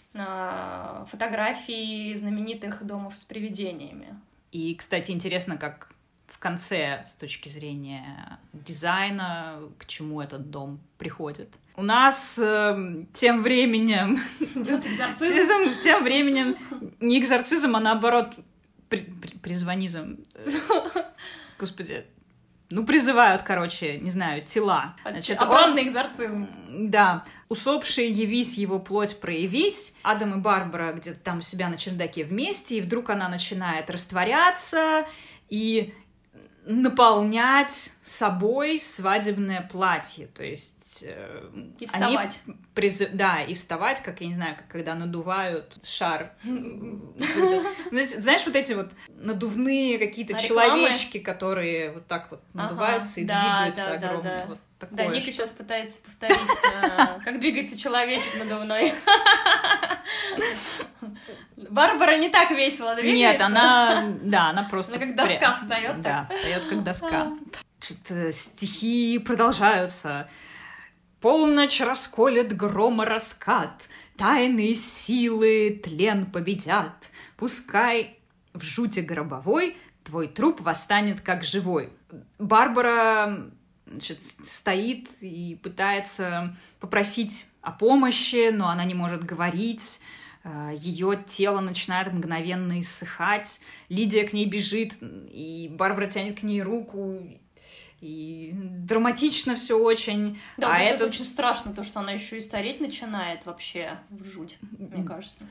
э, фотографий знаменитых домов с привидениями. И, кстати, интересно, как в конце, с точки зрения дизайна, к чему этот дом приходит. У нас э, тем временем... Идёт экзорцизм. Тем временем не экзорцизм, а наоборот при, при, призванизм. Господи. Ну, призывают, короче, не знаю, тела. Значит, обратный он, экзорцизм. Да. «Усопшие, явись, его плоть проявись». Адам и Барбара где-то там у себя на чердаке вместе, и вдруг она начинает растворяться, и наполнять собой свадебное платье, то есть э, и вставать. Они приз... Да, и вставать, как, я не знаю, как когда надувают шар. Знаешь, вот эти вот надувные какие-то человечки, которые вот так вот надуваются и двигаются огромные. Да, Ника сейчас пытается повторить, как двигается человечек надувной. Барбара не так весело двигается. Нет, она, да, она просто... Она как доска встает. Да, встает как доска. Что-то стихи продолжаются. Полночь расколет грома раскат, тайные силы тлен победят. Пускай в жути гробовой твой труп восстанет как живой. Барбара... Значит, стоит и пытается попросить о помощи, но она не может говорить. Ее тело начинает мгновенно иссыхать. Лидия к ней бежит, и Барбара тянет к ней руку. И драматично все очень. Да, а вот это очень страшно, то, что она еще и стареть начинает вообще в жуть, мне кажется.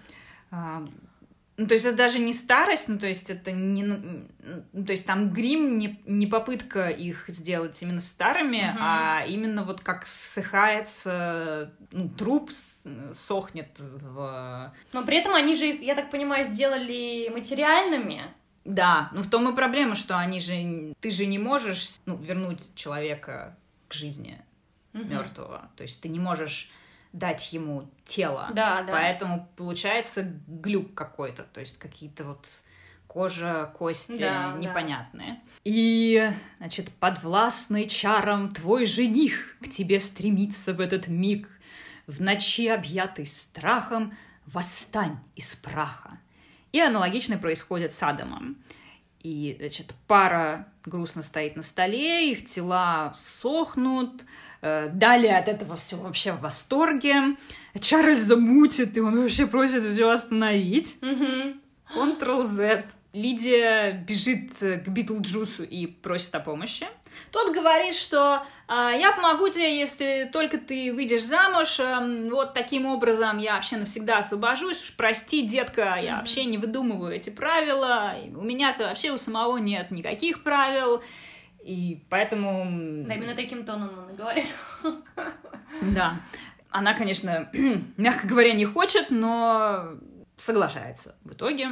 Ну, то есть это даже не старость, ну, то есть это не... Ну, то есть там грим не, не попытка их сделать именно старыми, uh-huh. а именно вот как ссыхается, ну, труп сохнет в... Но при этом они же их, я так понимаю, сделали материальными. Да, но в том и проблема, что они же... Ты же не можешь, ну, вернуть человека к жизни uh-huh. мертвого. То есть ты не можешь... дать ему тело. Да, да. Поэтому получается глюк какой-то, то есть какие-то вот кожа, кости да, непонятные. Да. И, значит, подвластный чарам твой жених к тебе стремится в этот миг. В ночи, объятый страхом, восстань из праха. И аналогично происходит с Адамом. И, значит, пара грустно стоит на столе, их тела сохнут. Далее от этого всего вообще в восторге. Чарльза мутит, и он вообще просит все остановить. Контрол-Z. Лидия бежит к Битлджусу и просит о помощи. Тот говорит, что а, я помогу тебе, если только ты выйдешь замуж. А, вот таким образом я вообще навсегда освобожусь. Уж прости, детка, я mm-hmm. вообще не выдумываю эти правила. У меня-то вообще у самого нет никаких правил. И поэтому... Да, именно таким тоном он и говорит. Да. Она, конечно, мягко говоря, не хочет, но соглашается в итоге.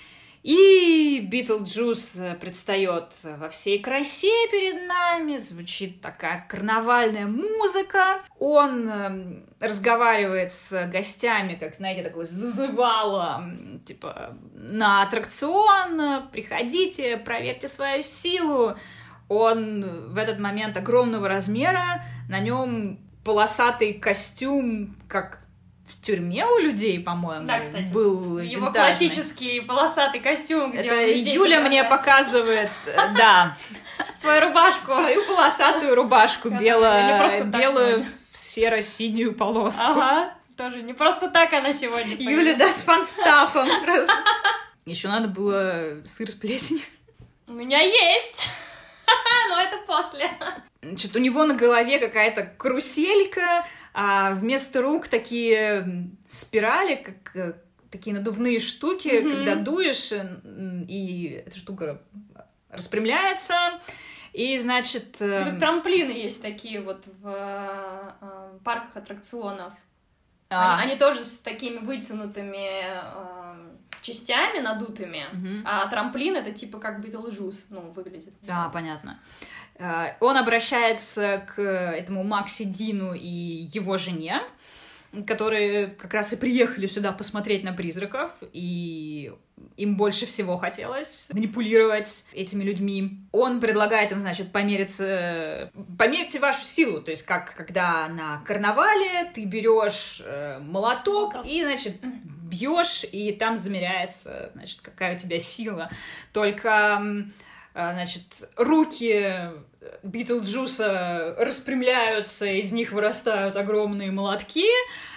И Битлджус предстает во всей красе перед нами, звучит такая карнавальная музыка. Он разговаривает с гостями, как, знаете, такое зазывало, типа, на аттракцион, приходите, проверьте свою силу. Он в этот момент огромного размера, на нем полосатый костюм, как в тюрьме у людей, по-моему, да, кстати, был его винтажный. Классический полосатый костюм, где это он здесь Юля мне показывает, да, свою рубашку, свою полосатую рубашку, белую в серо-синюю полоску. Ага, тоже не просто так она сегодня. Юля, да, с фанстафом. Еще надо было сыр с плесенью. У меня есть. Но это после. Значит, у него на голове какая-то каруселька, а вместо рук такие спирали, как такие надувные штуки, mm-hmm. когда дуешь, и эта штука распрямляется, и, значит... Как трамплины есть такие вот в э, парках аттракционов. А. Они, они тоже с такими вытянутыми э, частями надутыми, mm-hmm. а трамплин — это типа как Битлджус, ну, выглядит. Да, понятно. Он обращается к этому Макси Дину и его жене, которые как раз и приехали сюда посмотреть на призраков, и им больше всего хотелось манипулировать этими людьми. Он предлагает им, значит, помериться, померьте вашу силу, то есть как когда на карнавале ты берешь э, молоток и, значит, бьешь, и там замеряется, значит, какая у тебя сила. Только, э, значит, руки Битлджуса распрямляются, из них вырастают огромные молотки,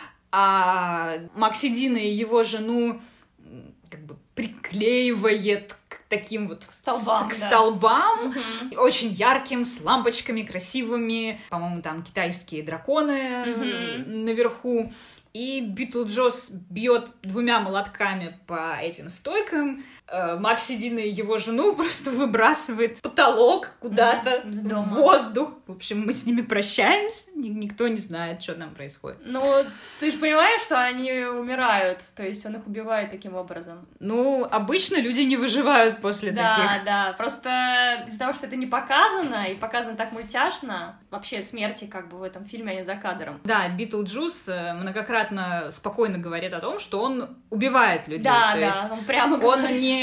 а Макси Дина и его жену как бы приклеивает к таким вот столбам, с, к да. столбам, угу. очень ярким, с лампочками красивыми, по-моему, там китайские драконы угу. наверху. И Битлджус бьет двумя молотками по этим стойкам. Макс Дина и его жену просто выбрасывает в потолок куда-то, mm-hmm. в воздух. В общем, мы с ними прощаемся, никто не знает, что там происходит. Ну, ты же понимаешь, что они умирают, то есть он их убивает таким образом. Ну, обычно люди не выживают после да, таких. Да, да, просто из-за того, что это не показано, и показано так мультяшно, вообще смерти как бы в этом фильме, они за кадром. Да, Битлджус многократно спокойно говорит о том, что он убивает людей. Да, то да, есть он прямо он говорит. не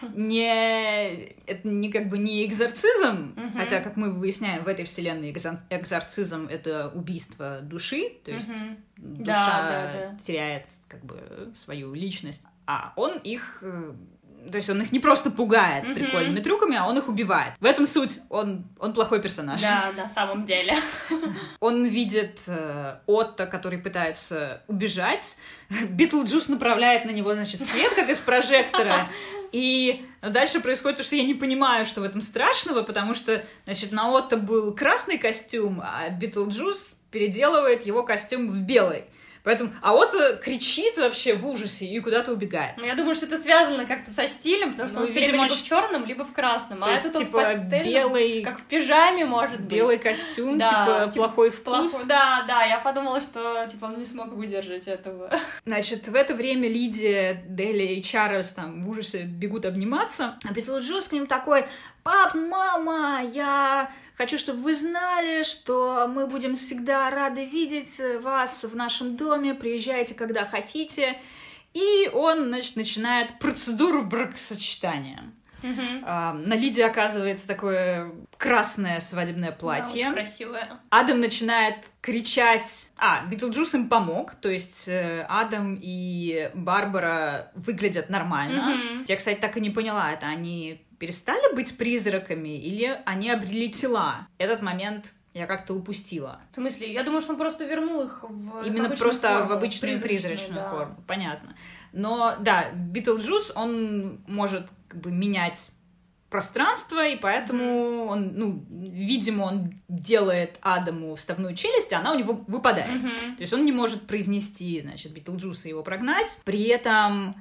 не, это не как бы не экзорцизм, uh-huh. хотя, как мы выясняем, в этой вселенной экзорцизм — это убийство души, то есть uh-huh. душа да, да, да. теряет как бы свою личность, а он их... То есть он их не просто пугает uh-huh. прикольными трюками, а он их убивает. В этом суть. Он, он плохой персонаж. Да, на самом деле. Он видит э, Отто, который пытается убежать. Битлджус направляет на него, значит, свет, как из прожектора. И дальше происходит то, что я не понимаю, что в этом страшного, потому что, значит, на Отто был красный костюм, а Битлджус переделывает его костюм в белый. Поэтому, а Отто кричит вообще в ужасе и куда-то убегает. Ну, я думаю, что это связано как-то со стилем, потому что ну, он все время либо в черном, либо в красном. А это типа, в пастельном, белый... как в пижаме, может быть. Белый костюм, да, типа, типа плохой вкус. Плохой, да, да, я подумала, что типа он не смог выдержать этого. Значит, в это время Лидия, Дели и Чарльз там в ужасе бегут обниматься, а Битлджус к ним такой: «Пап, мама, я хочу, чтобы вы знали, что мы будем всегда рады видеть вас в нашем доме, приезжайте, когда хотите». И он, значит, начинает процедуру бракосочетания. Mm-hmm. А, на Лидии оказывается такое красное свадебное платье. Да, очень красивое. Адам начинает кричать... А, Битлджус им помог, то есть э, Адам и Барбара выглядят нормально. Mm-hmm. Я, кстати, так и не поняла, это они перестали быть призраками или они обрели тела? Этот момент я как-то упустила. В смысле? Я думаю, что он просто вернул их в Именно в просто форму, в обычную призрачную, призрачную да. форму, понятно. Но, да, Битлджус, он может как бы менять пространство, и поэтому он, ну, видимо, он делает Адаму вставную челюсть, а она у него выпадает. Mm-hmm. То есть он не может произнести, значит, Битлджуса его прогнать. При этом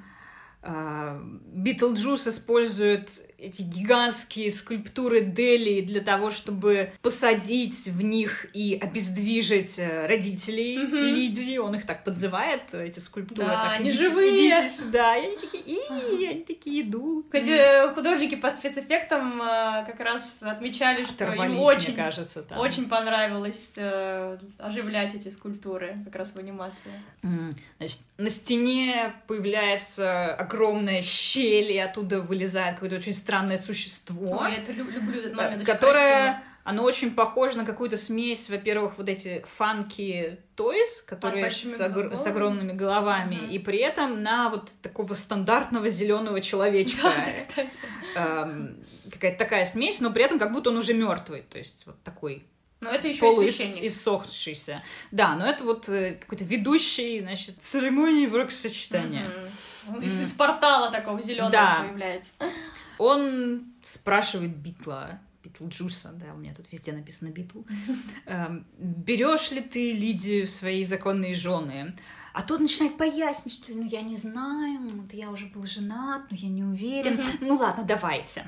Битлджус использует эти гигантские скульптуры Дели для того, чтобы посадить в них и обездвижить родителей mm-hmm. Лидии. Он их так подзывает, эти скульптуры. Да, так, они идите, живые. Идите сюда. И они такие, и они такие идут. Кстати, художники по спецэффектам как раз отмечали, что Оторвались, им очень, мне кажется, там. очень понравилось э, оживлять эти скульптуры как раз в анимации. Mm. Значит, на стене появляется огромная щель, и оттуда вылезает какое-то очень странное существо. Ой, я это люблю, люблю этот момент, которое, очень оно очень похоже на какую-то смесь, во-первых, вот эти фанки тойс, которые а с, с, огр- с огромными головами, uh-huh. и при этом на вот такого стандартного зеленого человечка. Да, кстати. Эм, какая-то такая смесь, но при этом как будто он уже мертвый, то есть вот такой. Но это еще полуиссохшийся. Иссохшийся. Да, но это вот э, какой-то ведущий, значит, церемонии бракосочетания. Mm-hmm. Из, mm. из портала такого зеленого да. появляется. Он спрашивает Битла, Битлджуса, да, у меня тут везде написано Битл, берешь ли ты Лидию в свои законные жены? А тот начинает пояснить, что ну я не знаю, вот я уже был женат, но я не уверен. Mm-hmm. Ну ладно, давайте.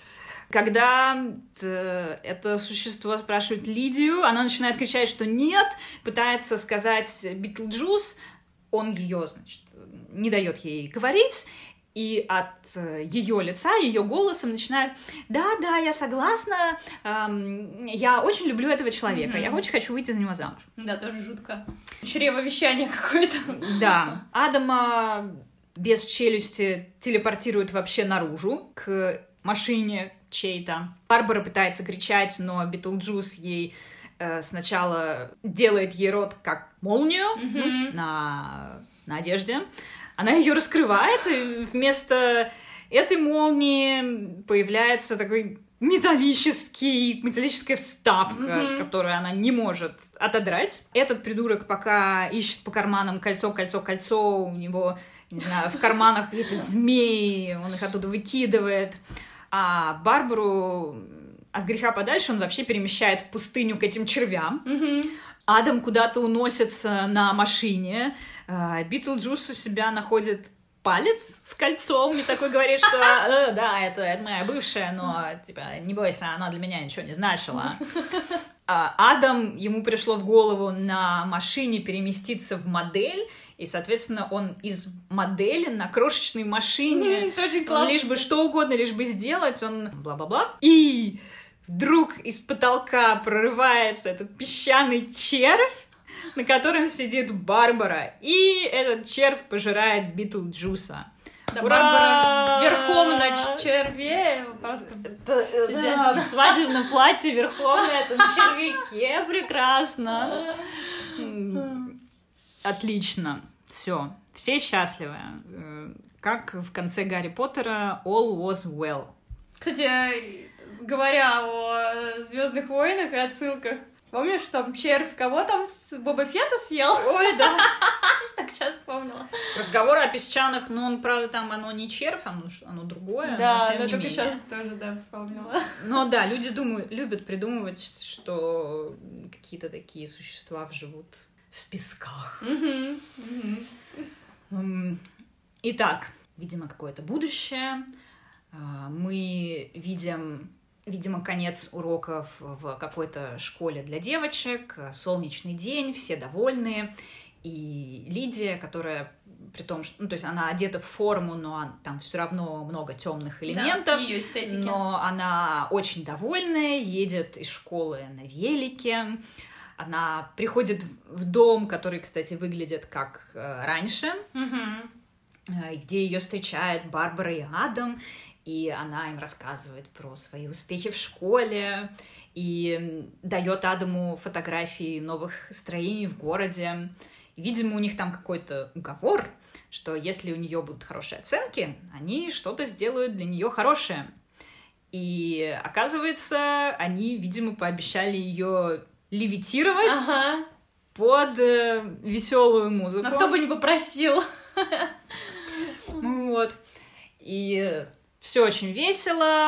Когда это существо спрашивает Лидию, она начинает кричать, что нет, пытается сказать Битлджус, он ее, значит, не дает ей говорить, и от ее лица, ее голосом начинает: да-да, я согласна, эм, я очень люблю этого человека, mm-hmm. я очень хочу выйти за него замуж. Да, тоже жутко. Чревовещание какое-то. Да. Адама без челюсти телепортирует вообще наружу, к машине чей-то. Барбара пытается кричать, но Битлджус ей э, сначала делает ей рот как молнию mm-hmm. ну, на, на одежде. Она ее раскрывает, и вместо этой молнии появляется такой металлический, металлическая вставка, mm-hmm. которую она не может отодрать. Этот придурок пока ищет по карманам кольцо, кольцо, кольцо, у него, не знаю, в карманах какие-то змеи, он их оттуда выкидывает. А Барбару от греха подальше он вообще перемещает в пустыню к этим червям. Mm-hmm. Адам куда-то уносится на машине, Битлджус у себя находит палец с кольцом и такой говорит, что э, да, это, это моя бывшая, но, типа, не бойся, она для меня ничего не значила. А Адам, ему пришло в голову на машине переместиться в модель, и, соответственно, он из модели на крошечной машине, mm, лишь бы что угодно, лишь бы сделать, он бла-бла-бла. И вдруг из потолка прорывается этот песчаный червь, на котором сидит Барбара, и этот червь пожирает Битлджуса. Да, Ура! Барбара верхом на черве, просто да, да, в свадебном платье верхом на этом червяке, прекрасно. Отлично, все, все счастливы. Как в конце Гарри Поттера All was well. Кстати, говоря о Звездных войнах и отсылках, помнишь, там червь кого там с Боба Фетта съел? Ой, да. Так сейчас вспомнила. Разговор о песчаных, ну, он, правда, там оно не червь, оно, оно другое. Да, но, но но только менее. сейчас тоже, да, вспомнила. Но да, люди думают, любят придумывать, что какие-то такие существа живут в песках. Итак, видимо, какое-то будущее. Мы видим... Видимо, конец уроков в какой-то школе для девочек, солнечный день, все довольные. И Лидия, которая, при том, что, ну, то есть она одета в форму, но он, там все равно много темных элементов. Да, её эстетики. Но она очень довольная, едет из школы на велике. Она приходит в дом, который, кстати, выглядит как раньше, Mm-hmm. где ее встречают Барбара и Адам. И она им рассказывает про свои успехи в школе и дает Адаму фотографии новых строений в городе. И, видимо, у них там какой-то уговор, что если у нее будут хорошие оценки, они что-то сделают для нее хорошее. И оказывается, они, видимо, пообещали ее левитировать Ага. под э, веселую музыку. Но кто бы не попросил. Вот. И все очень весело.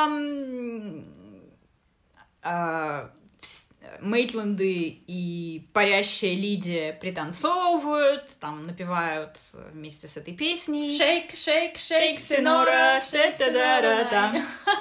А, Мейтленды и парящая Лидия пританцовывают, там напевают вместе с этой песней. Шейк, шейк, шейк, Синора, Синора, та-та-да-да-да.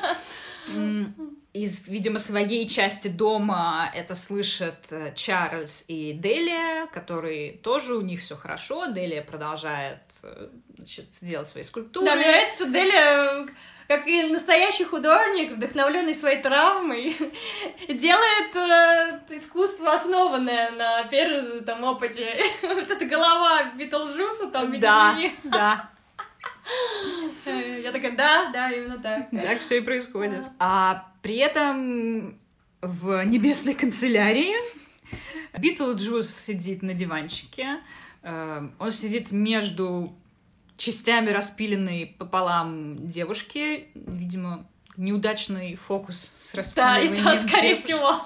Из, видимо, своей части дома это слышат Чарльз и Делия, которые тоже, у них все хорошо. Делия продолжает, значит, делать свои скульптуры. Да, мне нравится, что Делия, как и настоящий художник, вдохновленный своей травмой, делает э, искусство, основанное на пережитом опыте. Вот эта голова Битлджуса там, да, да. Я такая, да, да, именно так. Так все и происходит. А при этом в небесной канцелярии Битлджус сидит на диванчике. Он сидит между частями распиленной пополам девушки. Видимо, неудачный фокус с распиливанием Да, и то, скорее девушки. всего.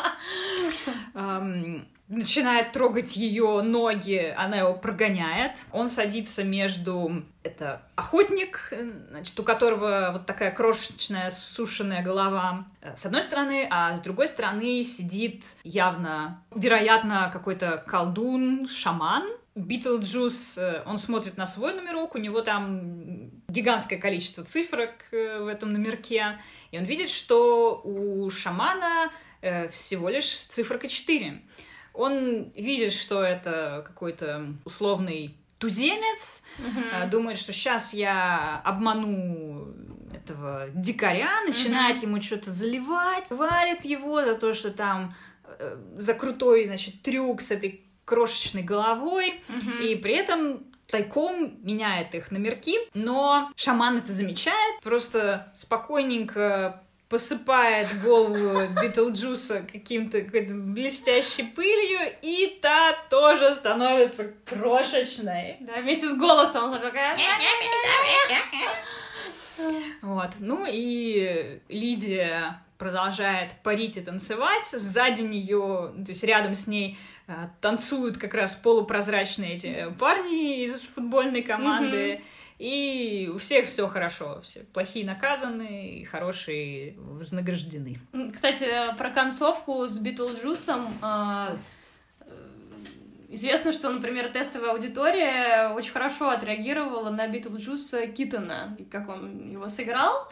Начинает трогать ее ноги, она его прогоняет. Он садится между... Это охотник, значит, у которого вот такая крошечная сушеная голова с одной стороны, а с другой стороны сидит явно, вероятно, какой-то колдун, шаман. Битлджус, он смотрит на свой номерок, у него там гигантское количество цифрок в этом номерке, и он видит, что у шамана всего лишь циферка четыре. Он видит, что это какой-то условный туземец, uh-huh. думает, что сейчас я обману этого дикаря, начинает uh-huh. ему что-то заливать, валит его за то, что там э, за крутой, значит, трюк с этой крошечной головой, uh-huh. и при этом тайком меняет их номерки, но шаман это замечает, просто спокойненько посыпает голову Битлджуса каким-то какой-то блестящей пылью, и та тоже становится крошечной. Да, вместе с голосом она такая... Вот, ну и Лидия продолжает парить и танцевать, сзади нее, то есть рядом с ней танцуют как раз полупрозрачные эти парни из футбольной команды, mm-hmm. И у всех все хорошо, все плохие наказаны, и хорошие вознаграждены. Кстати, про концовку с Битлджусом Известно, что, например, тестовая аудитория очень хорошо отреагировала на Битлджуса Китона, как он его сыграл.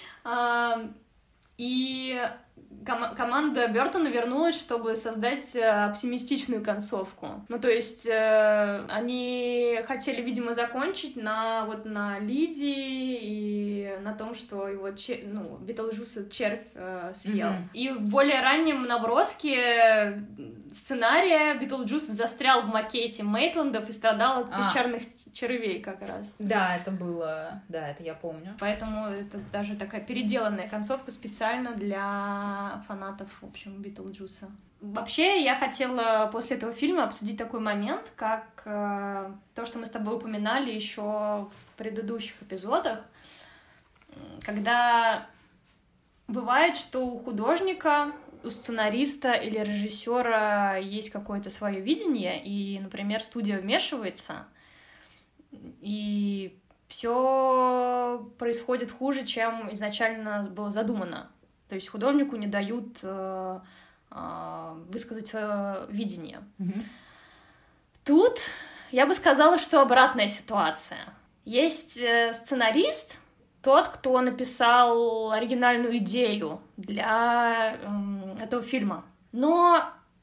И ком- команда Бёртона вернулась, чтобы создать оптимистичную концовку. Ну, то есть э, они хотели, видимо, закончить на, вот, на Лиди и на том, что его чер- ну, Битлджуса червь э, съел. Mm-hmm. И в более раннем наброске сценария Битлджус застрял в макете Мейтландов и страдал от пещерных а. червей как раз. Да, это было... Да, это я помню. Поэтому это даже такая переделанная концовка специально для фанатов, в общем, Битлджуса. Вообще, я хотела после этого фильма обсудить такой момент, как э, то, что мы с тобой упоминали еще в предыдущих эпизодах, когда бывает, что у художника, у сценариста или режиссера есть какое-то свое видение, и, например, студия вмешивается, и все происходит хуже, чем изначально было задумано. То есть художнику не дают э, э, высказать свое видение. Mm-hmm. Тут я бы сказала, что обратная ситуация. Есть э, сценарист, тот, кто написал оригинальную идею для э, этого фильма. Но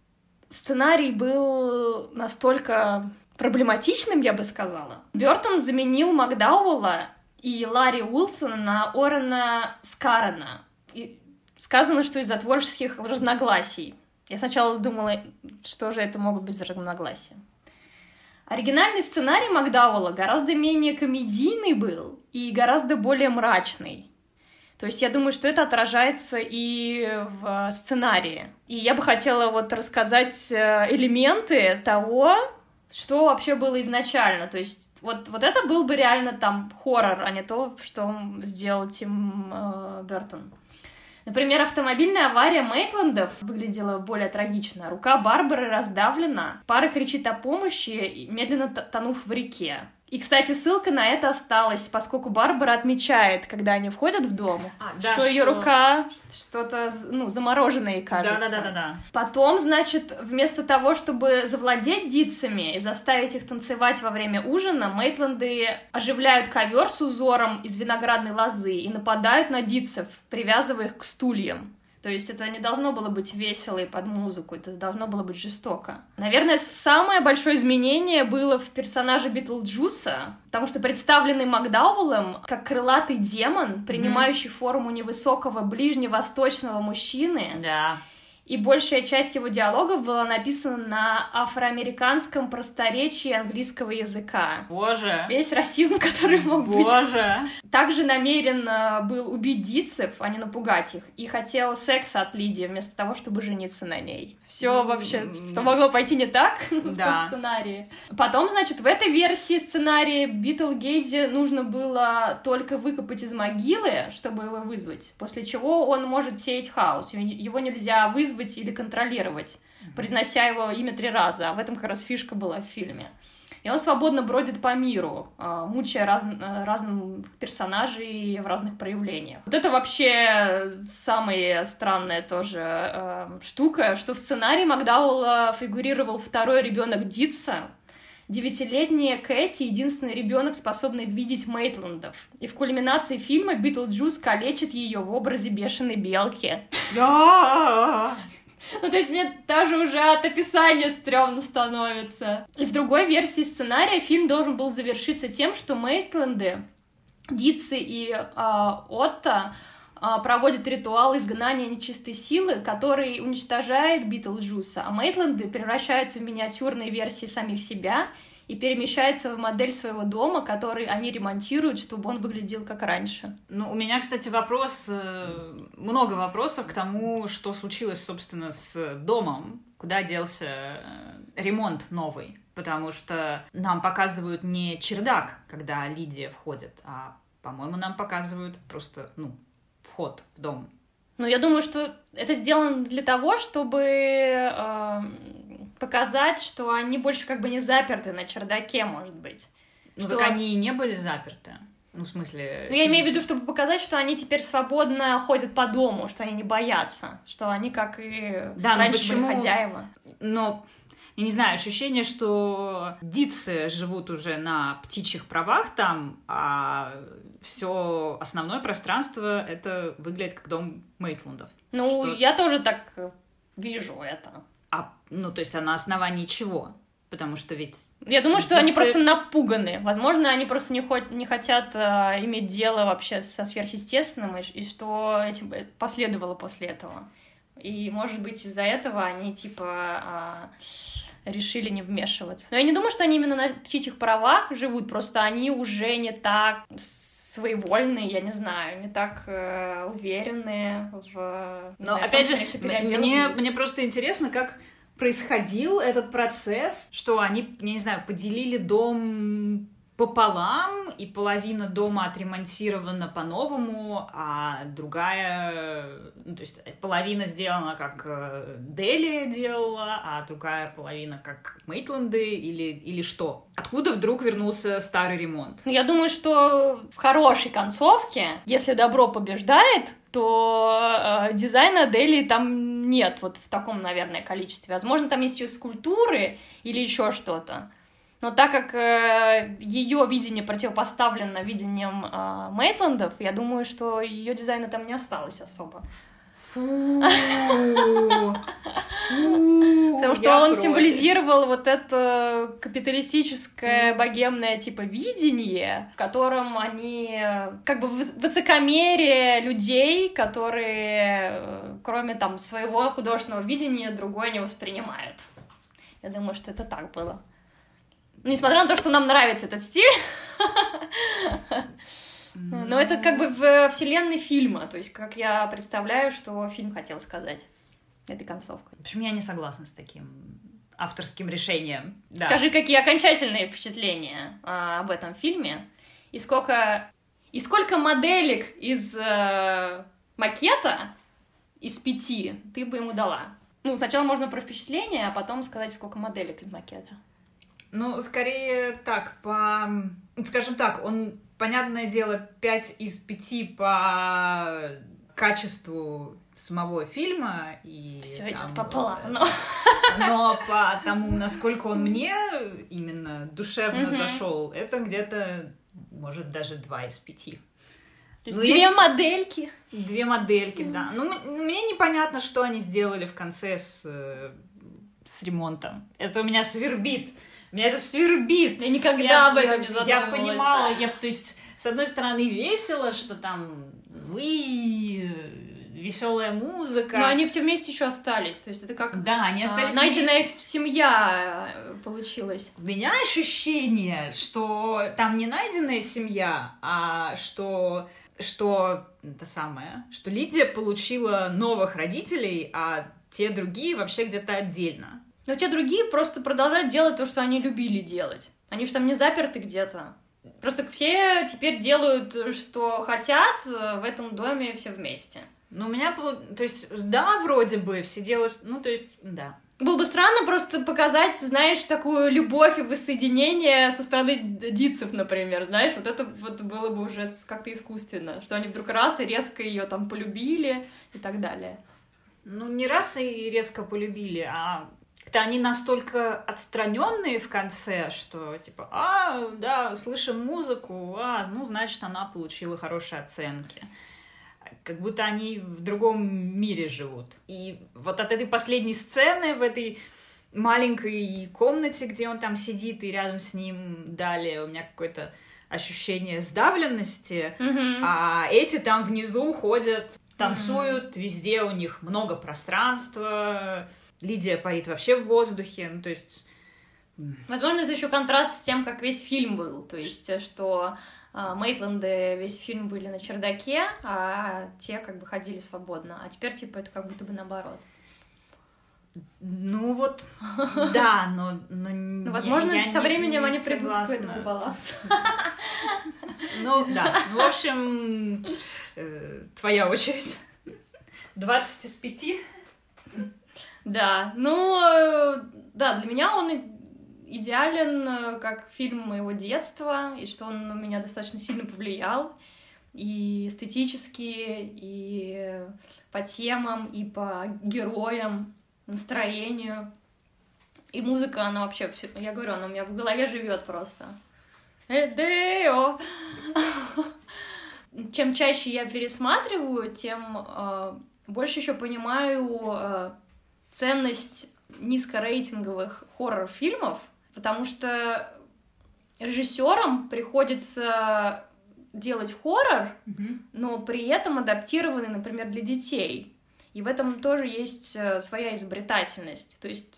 сценарий был настолько проблематичным, я бы сказала. Бёртон заменил Макдауэлла и Ларри Уилсона на Орена Скарена. И сказано, что из-за творческих разногласий. Я сначала думала, что же это могут быть за разногласия. Оригинальный сценарий Макдауэлла гораздо менее комедийный был и гораздо более мрачный. То есть я думаю, что это отражается и в сценарии. И я бы хотела вот рассказать элементы того, что вообще было изначально. То есть вот, вот это был бы реально там хоррор, а не то, что сделал Тим э, Бёртон. Например, автомобильная авария Мейтландов выглядела более трагично. Рука Барбары раздавлена, пара кричит о помощи, медленно тонув в реке. И, кстати, ссылка на это осталась, поскольку Барбара отмечает, когда они входят в дом, а, да, что, что ее рука что-то, ну, замороженное, кажется. Да-да-да-да. Потом, значит, вместо того, чтобы завладеть Дитсами и заставить их танцевать во время ужина, Мейтланды оживляют ковер с узором из виноградной лозы и нападают на Дитсов, привязывая их к стульям. То есть это не должно было быть весело и под музыку, это должно было быть жестоко. Наверное, самое большое изменение было в персонаже Битлджуса, потому что представленный Макдауэллом как крылатый демон, принимающий mm-hmm. форму невысокого ближневосточного мужчины. Да. И большая часть его диалогов была написана на афроамериканском просторечии английского языка. Боже! Весь расизм, который мог Боже. быть. Боже! Также намерен был убить Дитсов, а не напугать их, и хотел секса от Лидии вместо того, чтобы жениться на ней. Все вообще, что могло пойти не так да. в сценарии. Потом, значит, в этой версии сценария Битлгейзе нужно было только выкопать из могилы, чтобы его вызвать, после чего он может сеять хаос. Его нельзя вызвать или контролировать, произнося его имя три раза. А в этом как раз фишка была в фильме. И он свободно бродит по миру, мучая раз, разных персонажей в разных проявлениях. Вот это вообще самая странная тоже э, штука, что в сценарии Макдауэлла фигурировал второй ребенок Дитса. Девятилетняя Кэти — единственный ребенок, способный видеть Мейтландов. И в кульминации фильма Битлджус калечит ее в образе бешеной белки. Ну, то есть мне даже уже от описания стрёмно становится. И в другой версии сценария фильм должен был завершиться тем, что Мейтланды, Дитсы и э, Отто э, проводят ритуал изгнания нечистой силы, который уничтожает Битлджуса, а Мейтланды превращаются в миниатюрные версии самих себя и перемещаются в модель своего дома, который они ремонтируют, чтобы он выглядел как раньше. Ну, у меня, кстати, вопрос, много вопросов к тому, что случилось, собственно, с домом, куда делся ремонт новый, потому что нам показывают не чердак, когда Лидия входит, а, по-моему, нам показывают просто, ну, вход в дом. Ну, я думаю, что это сделано для того, чтобы э, показать, что они больше как бы не заперты на чердаке, может быть. Ну, что... так они и не были заперты. Ну, в смысле... Ну, я имею в виду, чтобы показать, что они теперь свободно ходят по дому, что они не боятся, что они как и да, раньше почему... были хозяева. Но я не знаю, ощущение, что дицы живут уже на птичьих правах там, а все основное пространство это выглядит как дом Мейтландов. Ну, что... я тоже так вижу это. А, ну, то есть, а на основании чего? Потому что ведь... Я думаю, что дицы... они просто напуганы. Возможно, они просто не, хо- не хотят э, иметь дело вообще со сверхъестественным, и, и что этим последовало после этого. И, может быть, из-за этого они, типа, э, решили не вмешиваться. Но я не думаю, что они именно на птичьих правах живут, просто они уже не так своевольные, я не знаю, не так э, уверенные в... Но, опять же, мне, мне просто интересно, как происходил этот процесс, что они, я не знаю, поделили дом пополам, и половина дома отремонтирована по-новому, а другая, ну, то есть половина сделана, как Дели делала, а другая половина, как Мейтланды, или, или что? Откуда вдруг вернулся старый ремонт? Я думаю, что в хорошей концовке, если добро побеждает, то э, дизайна Дели там нет, вот в таком, наверное, количестве. Возможно, там есть еще скульптуры или еще что-то. Но так как э, ее видение противопоставлено видением э, Мейтландов, я думаю, что ее дизайна там не осталось особо. Фу. Потому что он символизировал вот это капиталистическое богемное типа видение, в котором они как бы высокомерие людей, которые кроме там своего художественного видения другое не воспринимают. Я думаю, что это так было. Несмотря на то, что нам нравится этот стиль, но это как бы в вселенной фильма, то есть как я представляю, что фильм хотел сказать этой концовкой. В общем, я не согласна с таким авторским решением. Да. Скажи, какие окончательные впечатления а, об этом фильме, и сколько, и сколько моделек из э, макета, из пяти, ты бы ему дала? Ну, сначала можно про впечатления, а потом сказать, сколько моделек из макета. Ну, скорее так, по... Скажем так, он, понятное дело, пять из пяти по качеству самого фильма. И все там, идет по плану. Но по тому, насколько он мне именно душевно угу. зашел, это где-то, может, даже два из пяти. То есть ну, две есть... модельки? Две модельки, mm. да. Ну, мне непонятно, что они сделали в конце с, с ремонтом. Это у меня свербит. Меня это свербит. Я никогда я, об этом я, не задумывалась. Я понимала, я, то есть, с одной стороны, весело, что там вы, веселая музыка. Но они все вместе еще остались. То есть это как да, они остались а, найденная вместе. Семья получилась. У меня ощущение, что там не найденная семья, а что, что это самое, что Лидия получила новых родителей, а те другие вообще где-то отдельно. Но те другие просто продолжают делать то, что они любили делать. Они же там не заперты где-то. Просто все теперь делают, что хотят в этом доме все вместе. Ну, у меня, то есть, да, вроде бы, все делают, ну, то есть, да. Было бы странно просто показать, знаешь, такую любовь и воссоединение со стороны дицев, например, знаешь, вот это вот было бы уже как-то искусственно, что они вдруг раз и резко ее там полюбили и так далее. Ну, не раз и резко полюбили, а... Как-то они настолько отстраненные в конце, что типа, а, да, слышим музыку, а, ну, значит, она получила хорошие оценки. Как будто они в другом мире живут. И вот от этой последней сцены в этой маленькой комнате, где он там сидит, и рядом с ним далее у меня какое-то ощущение сдавленности, mm-hmm. а эти там внизу ходят, танцуют, mm-hmm. везде у них много пространства. Лидия парит вообще в воздухе, ну, то есть... Возможно, это еще контраст с тем, как весь фильм был, то есть, что э, Мейтланды весь фильм были на чердаке, а те как бы ходили свободно, а теперь, типа, это как будто бы наоборот. Ну вот, да, но... но ну, возможно, я, со временем не, не они придут к этому балансу. Ну, да, в общем, твоя очередь. двадцать из пяти. Да, ну, да, для меня он идеален как фильм моего детства, и что он на меня достаточно сильно повлиял, и эстетически, и по темам, и по героям, настроению. И музыка, она вообще, все, я говорю, она у меня в голове живет просто. Эдео! Чем чаще я пересматриваю, тем э, больше еще понимаю э, ценность низкорейтинговых хоррор-фильмов, потому что режиссерам приходится делать хоррор, mm-hmm. но при этом адаптированный, например, для детей. И в этом тоже есть своя изобретательность. То есть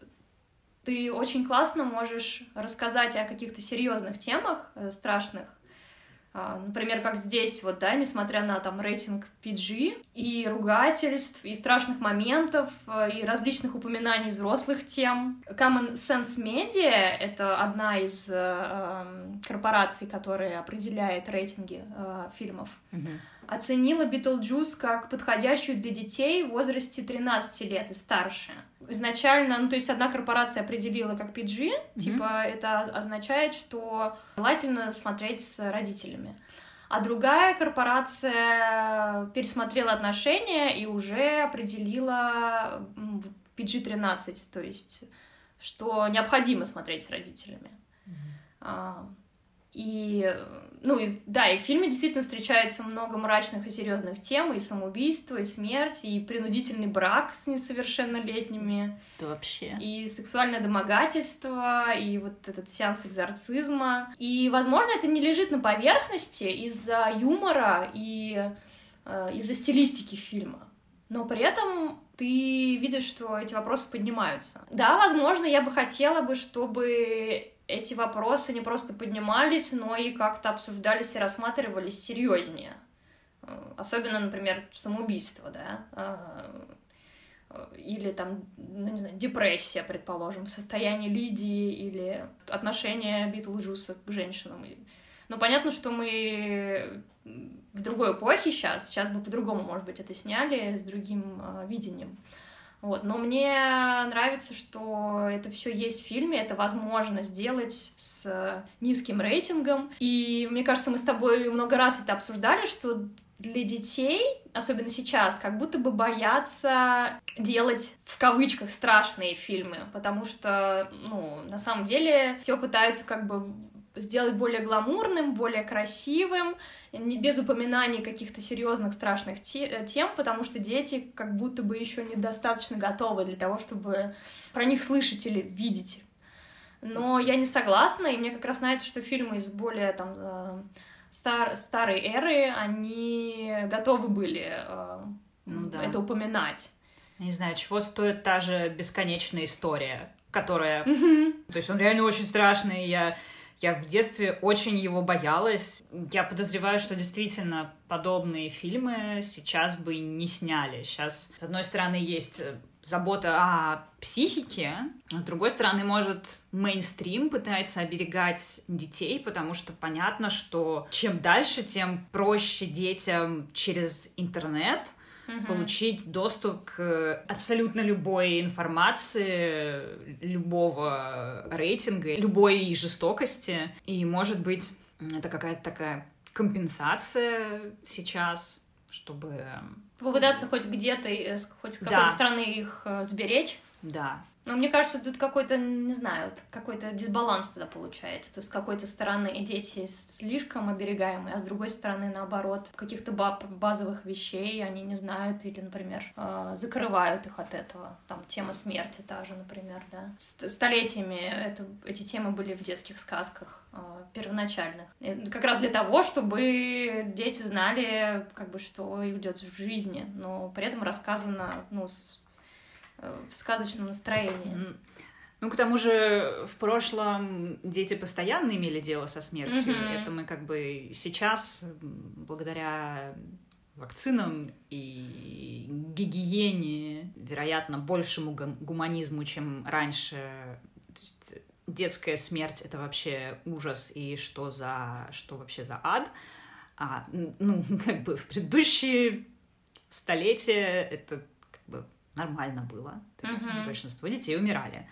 ты очень классно можешь рассказать о каких-то серьезных темах страшных, например, как здесь, вот, да, несмотря на там рейтинг пи джи, и ругательств, и страшных моментов, и различных упоминаний взрослых тем. Common Sense Media — это одна из э, корпораций, которая определяет рейтинги э, фильмов, mm-hmm. оценила Битлджус как подходящую для детей в возрасте тринадцати лет и старше. Изначально, ну, то есть одна корпорация определила как пи джи, mm-hmm. типа это означает, что желательно смотреть с родителями. А другая корпорация пересмотрела отношения и уже определила пи джи тринадцать, то есть что необходимо смотреть с родителями. Mm-hmm. И, ну, и, да, и в фильме действительно встречается много мрачных и серьезных тем, и самоубийство, и смерть, и принудительный брак с несовершеннолетними. Да вообще. И сексуальное домогательство, и вот этот сеанс экзорцизма. И, возможно, это не лежит на поверхности из-за юмора и э, из-за стилистики фильма. Но при этом ты видишь, что эти вопросы поднимаются. Да, возможно, я бы хотела бы, чтобы эти вопросы не просто поднимались, но и как-то обсуждались и рассматривались серьезнее. Особенно, например, самоубийство, да, или там, ну, не знаю, депрессия, предположим, состояние Лидии или отношение Битлджуса к женщинам. Но понятно, что мы в другой эпохе сейчас, сейчас бы по-другому, может быть, это сняли, с другим э, видением. Вот. Но мне нравится, что это все есть в фильме, это возможно сделать с низким рейтингом. И мне кажется, мы с тобой много раз это обсуждали, что для детей, особенно сейчас, как будто бы боятся делать в кавычках страшные фильмы, потому что, ну, на самом деле все пытаются как бы сделать более гламурным, более красивым, без упоминаний каких-то серьезных страшных те- тем, потому что дети как будто бы еще недостаточно готовы для того, чтобы про них слышать или видеть. Но я не согласна, и мне как раз нравится, что фильмы из более там стар- старой эры, они готовы были ну, да. это упоминать. Я не знаю, чего стоит та же «Бесконечная история», которая... Mm-hmm. То есть он реально очень страшный, я... Я в детстве очень его боялась. Я подозреваю, что действительно подобные фильмы сейчас бы не сняли. Сейчас, с одной стороны, есть забота о психике, а с другой стороны, может, мейнстрим пытается оберегать детей, потому что понятно, что чем дальше, тем проще детям через интернет Uh-huh. получить доступ к абсолютно любой информации, любого рейтинга, любой жестокости. И, может быть, это какая-то такая компенсация сейчас, чтобы... Попытаться хоть где-то, хоть с какой-то да. стороны их сберечь. Да. Но мне кажется, тут какой-то, не знаю, какой-то дисбаланс тогда получается. То есть с какой-то стороны дети слишком оберегаемые, а с другой стороны, наоборот, каких-то базовых вещей они не знают или, например, закрывают их от этого. Там тема смерти та же, например, да. Столетиями это, эти темы были в детских сказках первоначальных. И как раз для того, чтобы дети знали, как бы, что их ждет в жизни, но при этом рассказано, ну, с в сказочном настроении. Ну, к тому же, в прошлом дети постоянно имели дело со смертью. Mm-hmm. Это мы как бы сейчас, благодаря вакцинам и гигиене, вероятно, большему гуманизму, чем раньше. То есть детская смерть — это вообще ужас, и что за... что вообще за ад. А, ну, как бы в предыдущие столетия это как бы нормально было. То есть uh-huh. большинство детей умирали.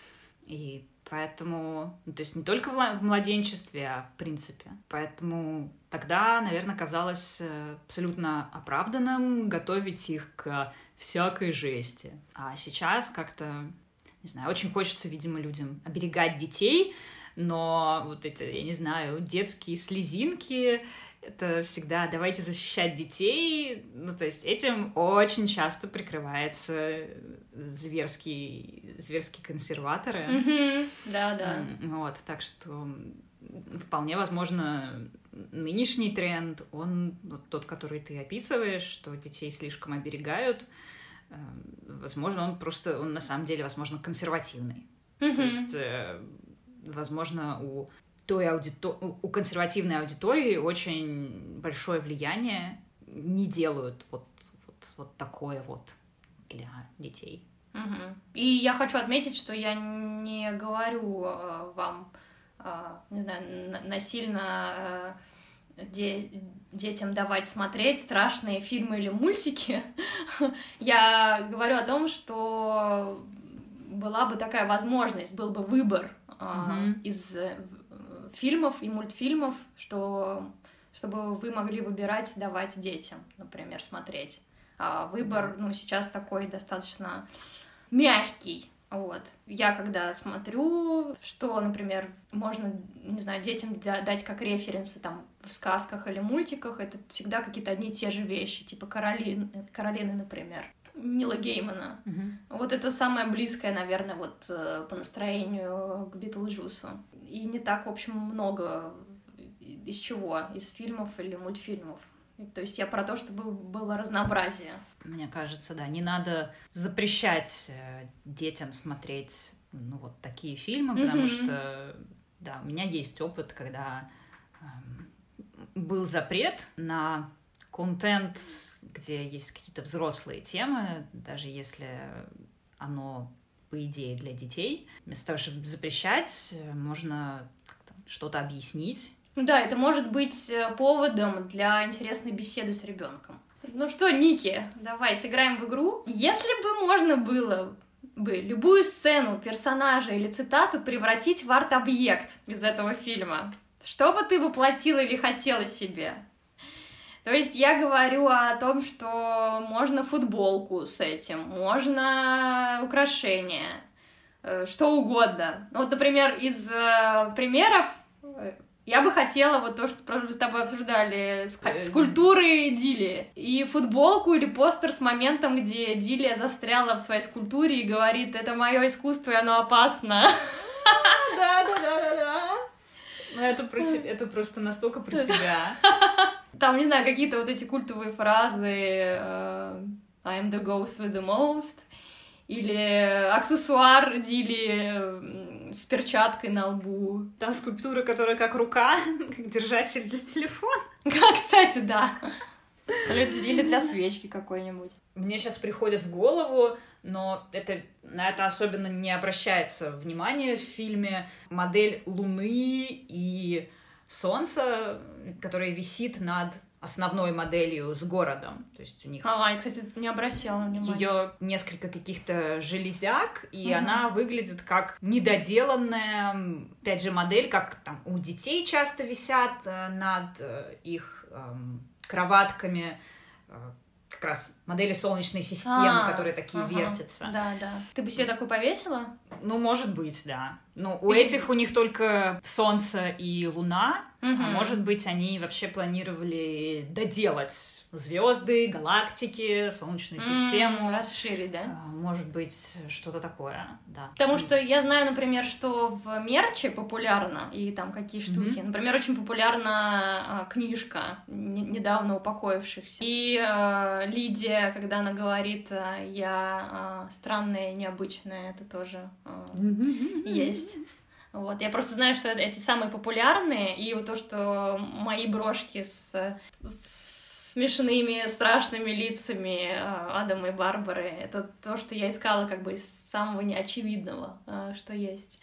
И поэтому... Ну, то есть не только в младенчестве, а в принципе. Поэтому тогда, наверное, казалось абсолютно оправданным готовить их к всякой жести. А сейчас как-то не знаю, очень хочется, видимо, людям оберегать детей, но вот эти, я не знаю, детские слезинки, это всегда давайте защищать детей, ну, то есть этим очень часто прикрываются зверские, зверские консерваторы. Mm-hmm. Да, да. Вот, так что вполне возможно, нынешний тренд, он вот тот, который ты описываешь, что детей слишком оберегают, возможно, он просто, он на самом деле, возможно, консервативный. Mm-hmm. То есть, возможно, у той аудито... у консервативной аудитории очень большое влияние, не делают вот, вот, вот такое вот для детей. Угу. И я хочу отметить, что я не говорю э, вам, э, не знаю, насильно э, де... детям давать смотреть страшные фильмы или мультики. Я говорю о том, что была бы такая возможность, был бы выбор э, угу. из фильмов и мультфильмов, что, чтобы вы могли выбирать, давать детям, например, смотреть. А выбор, ну, сейчас такой достаточно мягкий. Вот. Я когда смотрю, что, например, можно, не знаю, детям дать как референсы там в сказках или мультиках, это всегда какие-то одни и те же вещи, типа Каролин, Каролины, например, Нила Геймана. Угу. Вот это самое близкое, наверное, вот по настроению к Битлджусу. И не так, в общем, много из чего, из фильмов или мультфильмов. То есть я про то, чтобы было разнообразие. Мне кажется, да, не надо запрещать детям смотреть, ну, вот такие фильмы, mm-hmm. потому что, да, у меня есть опыт, когда э, был запрет на контент, где есть какие-то взрослые темы, даже если оно, по идее, для детей. Вместо того, чтобы запрещать, можно как-то что-то объяснить. Да, это может быть поводом для интересной беседы с ребенком. Ну что, Ники, давай сыграем в игру. Если бы можно было бы любую сцену, персонажа или цитату превратить в арт-объект из этого фильма, что бы ты воплотила или хотела себе? То есть я говорю о том, что можно футболку с этим, можно украшения, что угодно. Вот, например, из э, примеров я бы хотела вот то, что мы с тобой обсуждали, скульптуры Дилии. И футболку или постер с моментом, где Дилия застряла в своей скульптуре и говорит: это мое искусство, и оно опасно. Да, да, да, да, да. Ну, это, про тебя, это просто настолько про тебя. Там, не знаю, какие-то вот эти культовые фразы uh, I'm the ghost with the most, или аксессуар Дили с перчаткой на лбу. Та скульптура, которая как рука, как держатель для телефона. Как, кстати, да. Или для свечки какой-нибудь. Мне сейчас приходит в голову, но это, на это особенно не обращается внимание в фильме, модель Луны и Солнца, которая висит над основной моделью с городом. То есть у них... А, я, кстати, не обратила внимания. Ее несколько каких-то железяк, и угу. она выглядит как недоделанная, опять же, модель, как там у детей часто висят над их эм, кроватками, как раз модели Солнечной системы, а, которые такие ага, вертятся. Да, да. Ты бы себе такую повесила? Ну, может быть, да. Ну, у Или... этих у них только Солнце и Луна, угу. а может быть, они вообще планировали доделать звезды, галактики, Солнечную систему. Mm, расширить, да? Может быть, что-то такое, да. Потому что я знаю, например, что в мерче популярно, и там какие штуки. Mm-hmm. Например, очень популярна э, книжка недавно упокоившихся. И э, Лидия, когда она говорит э, «я э, странная, необычная», это тоже э, mm-hmm. есть. Вот, я просто знаю, что эти самые популярные, и вот то, что мои брошки с, с смешными, страшными лицами Адама и Барбары, это то, что я искала как бы из самого неочевидного, что есть.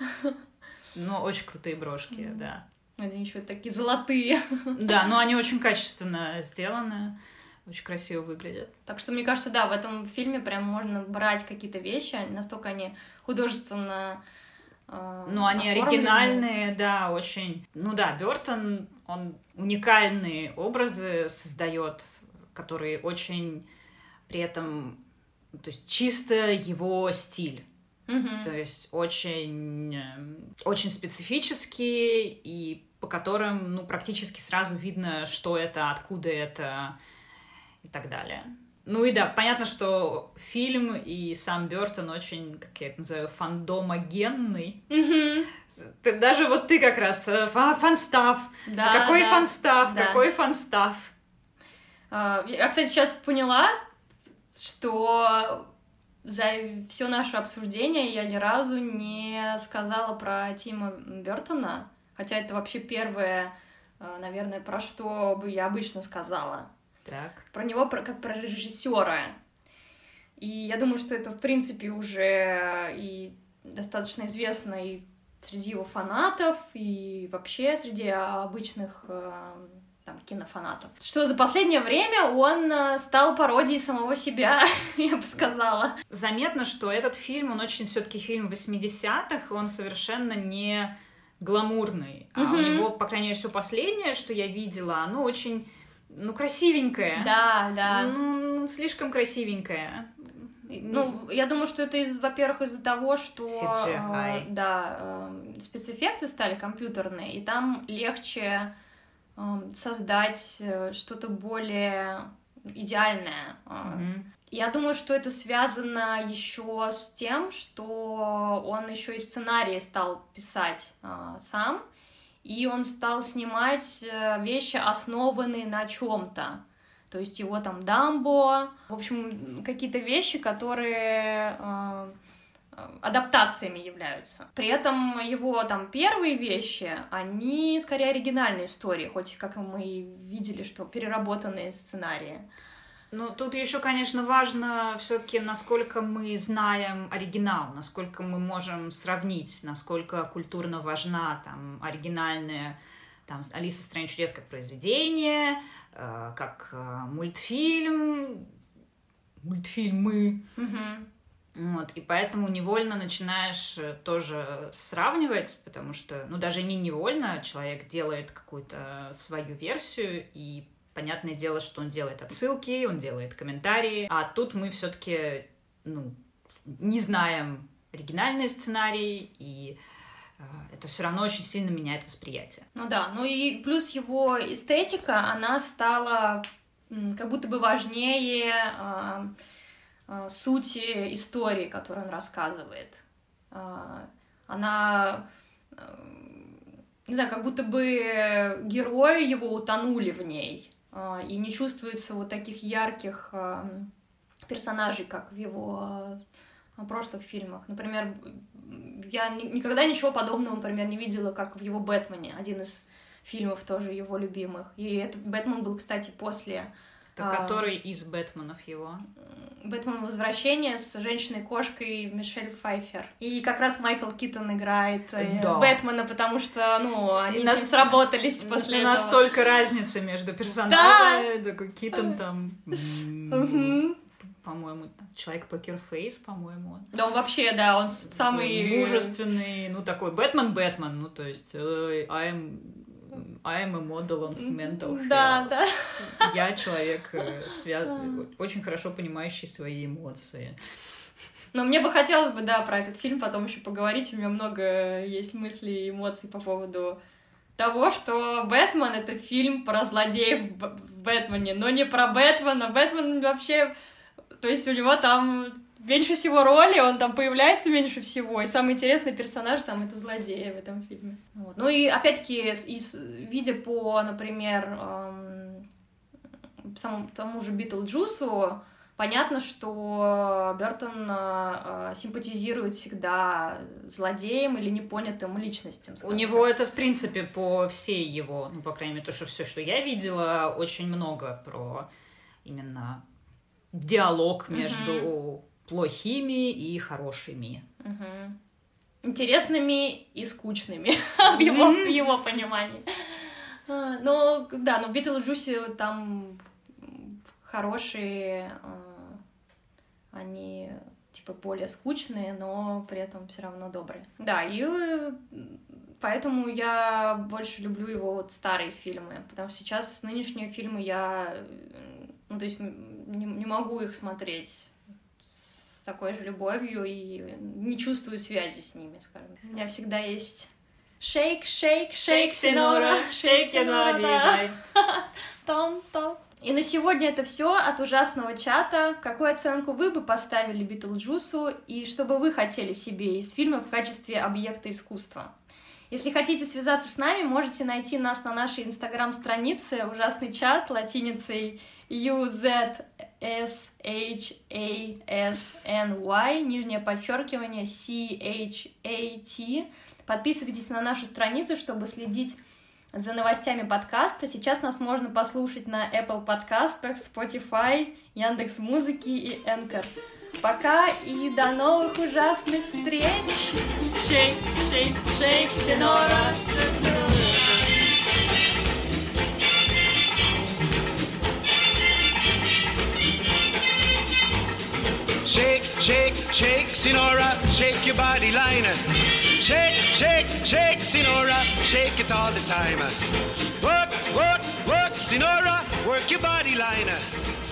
Ну, очень крутые брошки, mm. да. Они еще такие золотые. Да, но они очень качественно сделаны, очень красиво выглядят. Так что, мне кажется, да, в этом фильме прям можно брать какие-то вещи, настолько они художественно... Ну, они оригинальные, да, очень. Ну да, Бёртон, он уникальные образы создает, которые очень при этом, то есть чисто его стиль. Мгм. То есть очень, э, очень специфические, и по которым, ну, практически сразу видно, что это, откуда это и так далее. Ну и да, понятно, что фильм и сам Бёртон очень, как я это называю, фандомогенный. Мгм. Ты- даже вот ты как раз э, фа- фанстав. Да, какой да, фанстав, да. какой фанстав. А, Я, кстати, сейчас поняла, что за все наше обсуждение я ни разу не сказала про Тима Бёртона, хотя это вообще первое, а, наверное, про что бы я обычно сказала. Так. Про него про- как про режиссера. И я думаю, что это, в принципе, уже и достаточно известно и среди его фанатов, и вообще среди обычных э, там, кинофанатов. Что за последнее время он э, стал пародией самого себя, я бы сказала. Заметно, что этот фильм, он очень все-таки фильм восьмидесятых, и он совершенно не гламурный. А у Мгм. него, по крайней мере, все последнее, что я видела, оно очень, ну, красивенькое. Да, да. Ну, ну, слишком красивенькое. Ну, я думаю, что это, из, во-первых, из-за того, что си джи ай. э, да, э, спецэффекты стали компьютерные, и там легче э, создать э, что-то более идеальное. Э, Мгм. Я думаю, что это связано еще с тем, что он еще и сценарии стал писать э, сам, и он стал снимать э, вещи, основанные на чем-то. То есть его там Дамбо, в общем, какие-то вещи, которые э, адаптациями являются. При этом его там первые вещи, они скорее оригинальные истории, хоть как мы и видели, что переработанные сценарии. Ну, тут еще, конечно, важно все-таки, насколько мы знаем оригинал, насколько мы можем сравнить, насколько культурно важна там оригинальная там «Алиса в стране чудес» как произведение, э, как э, мультфильм, мультфильмы. Мгм. Вот, и поэтому невольно начинаешь тоже сравнивать, потому что, ну, даже не невольно, человек делает какую-то свою версию, и понятное дело, что он делает отсылки, он делает комментарии, а тут мы все-таки, ну, не знаем оригинальный сценарий, и э, это все равно очень сильно меняет восприятие. Ну да, ну и плюс его эстетика, она стала м, как будто бы важнее а, а, сути истории, которую он рассказывает. А, она, а, не знаю, как будто бы герои его утонули в ней, а, и не чувствуется вот таких ярких а, персонажей, как в его а, прошлых фильмах. Например, я ни- никогда ничего подобного, например, не видела, как в его «Бэтмене», один из фильмов тоже его любимых. И этот «Бэтмен» был, кстати, после Это а, который из Бэтменов его? «Бэтмен. Возвращение» с женщиной-кошкой Мишель Пфайффер. И как раз Майкл Китон играет э, Да. Бэтмена, потому что, ну, они И с нас- ним сработались после И этого. настолько разница между персонажами, такой Китон там, м, Мгм. по-моему, человек покерфейс, по-моему, он. Да, он вообще, да, он с- самый... Такой мужественный, ну такой Бэтмен-Бэтмен, ну то есть э, I'm, I'm a model of mental health. Да, да. Я человек, э, свя- очень хорошо понимающий свои эмоции. Но мне бы хотелось бы, да, про этот фильм потом еще поговорить. У меня много есть мыслей и эмоций по поводу того, что «Бэтмен» — это фильм про злодеев в Б- в Бэтмене, но не про Бэтмена. Бэтмен вообще... То есть у него там меньше всего роли, он там появляется меньше всего, и самый интересный персонаж там — это злодеи в этом фильме. Вот. Ну и опять-таки, с- и с- видя по, например, эм, самому тому же Битлджусу, понятно, что Бёртон э, э, симпатизирует всегда злодеям или непонятым личностям. У скажем него так. это, в принципе, по всей его, ну, по крайней мере, то, что все, что я видела, очень много про именно диалог между плохими и хорошими. Мгм. Интересными и скучными в его, в его понимании. А, Но, да, но в Битлджусе там хорошие, а, они типа более скучные, но при этом все равно добрые. Да, и э, поэтому я больше люблю его вот старые фильмы, потому что сейчас нынешние фильмы я, э, ну, то есть м, не, не могу их смотреть с такой же любовью и не чувствую связи с ними, скажем. У меня всегда есть shake, shake, shake, Синора, shake, Синора, том-том. И на сегодня это все от ужасного чата. Какую оценку вы бы поставили Битлджусу и что бы вы хотели себе из фильма в качестве объекта искусства? Если хотите связаться с нами, можете найти нас на нашей инстаграм-странице «Ужасный чат» латиницей ю зет эс эйч эй эс эн уай, нижнее подчеркивание си эйч эй ти. Подписывайтесь на нашу страницу, чтобы следить за новостями подкаста. Сейчас нас можно послушать на Apple подкастах, Spotify, Яндекс.Музыки и Anchor. Пока и до новых ужасных встреч! Shake, shake, shake, Синора! Shake, shake, shake, Sinora, shake your body liner. Shake, shake, shake, Sinora, shake it all the time. Work, work, work, Sinora, work your body liner.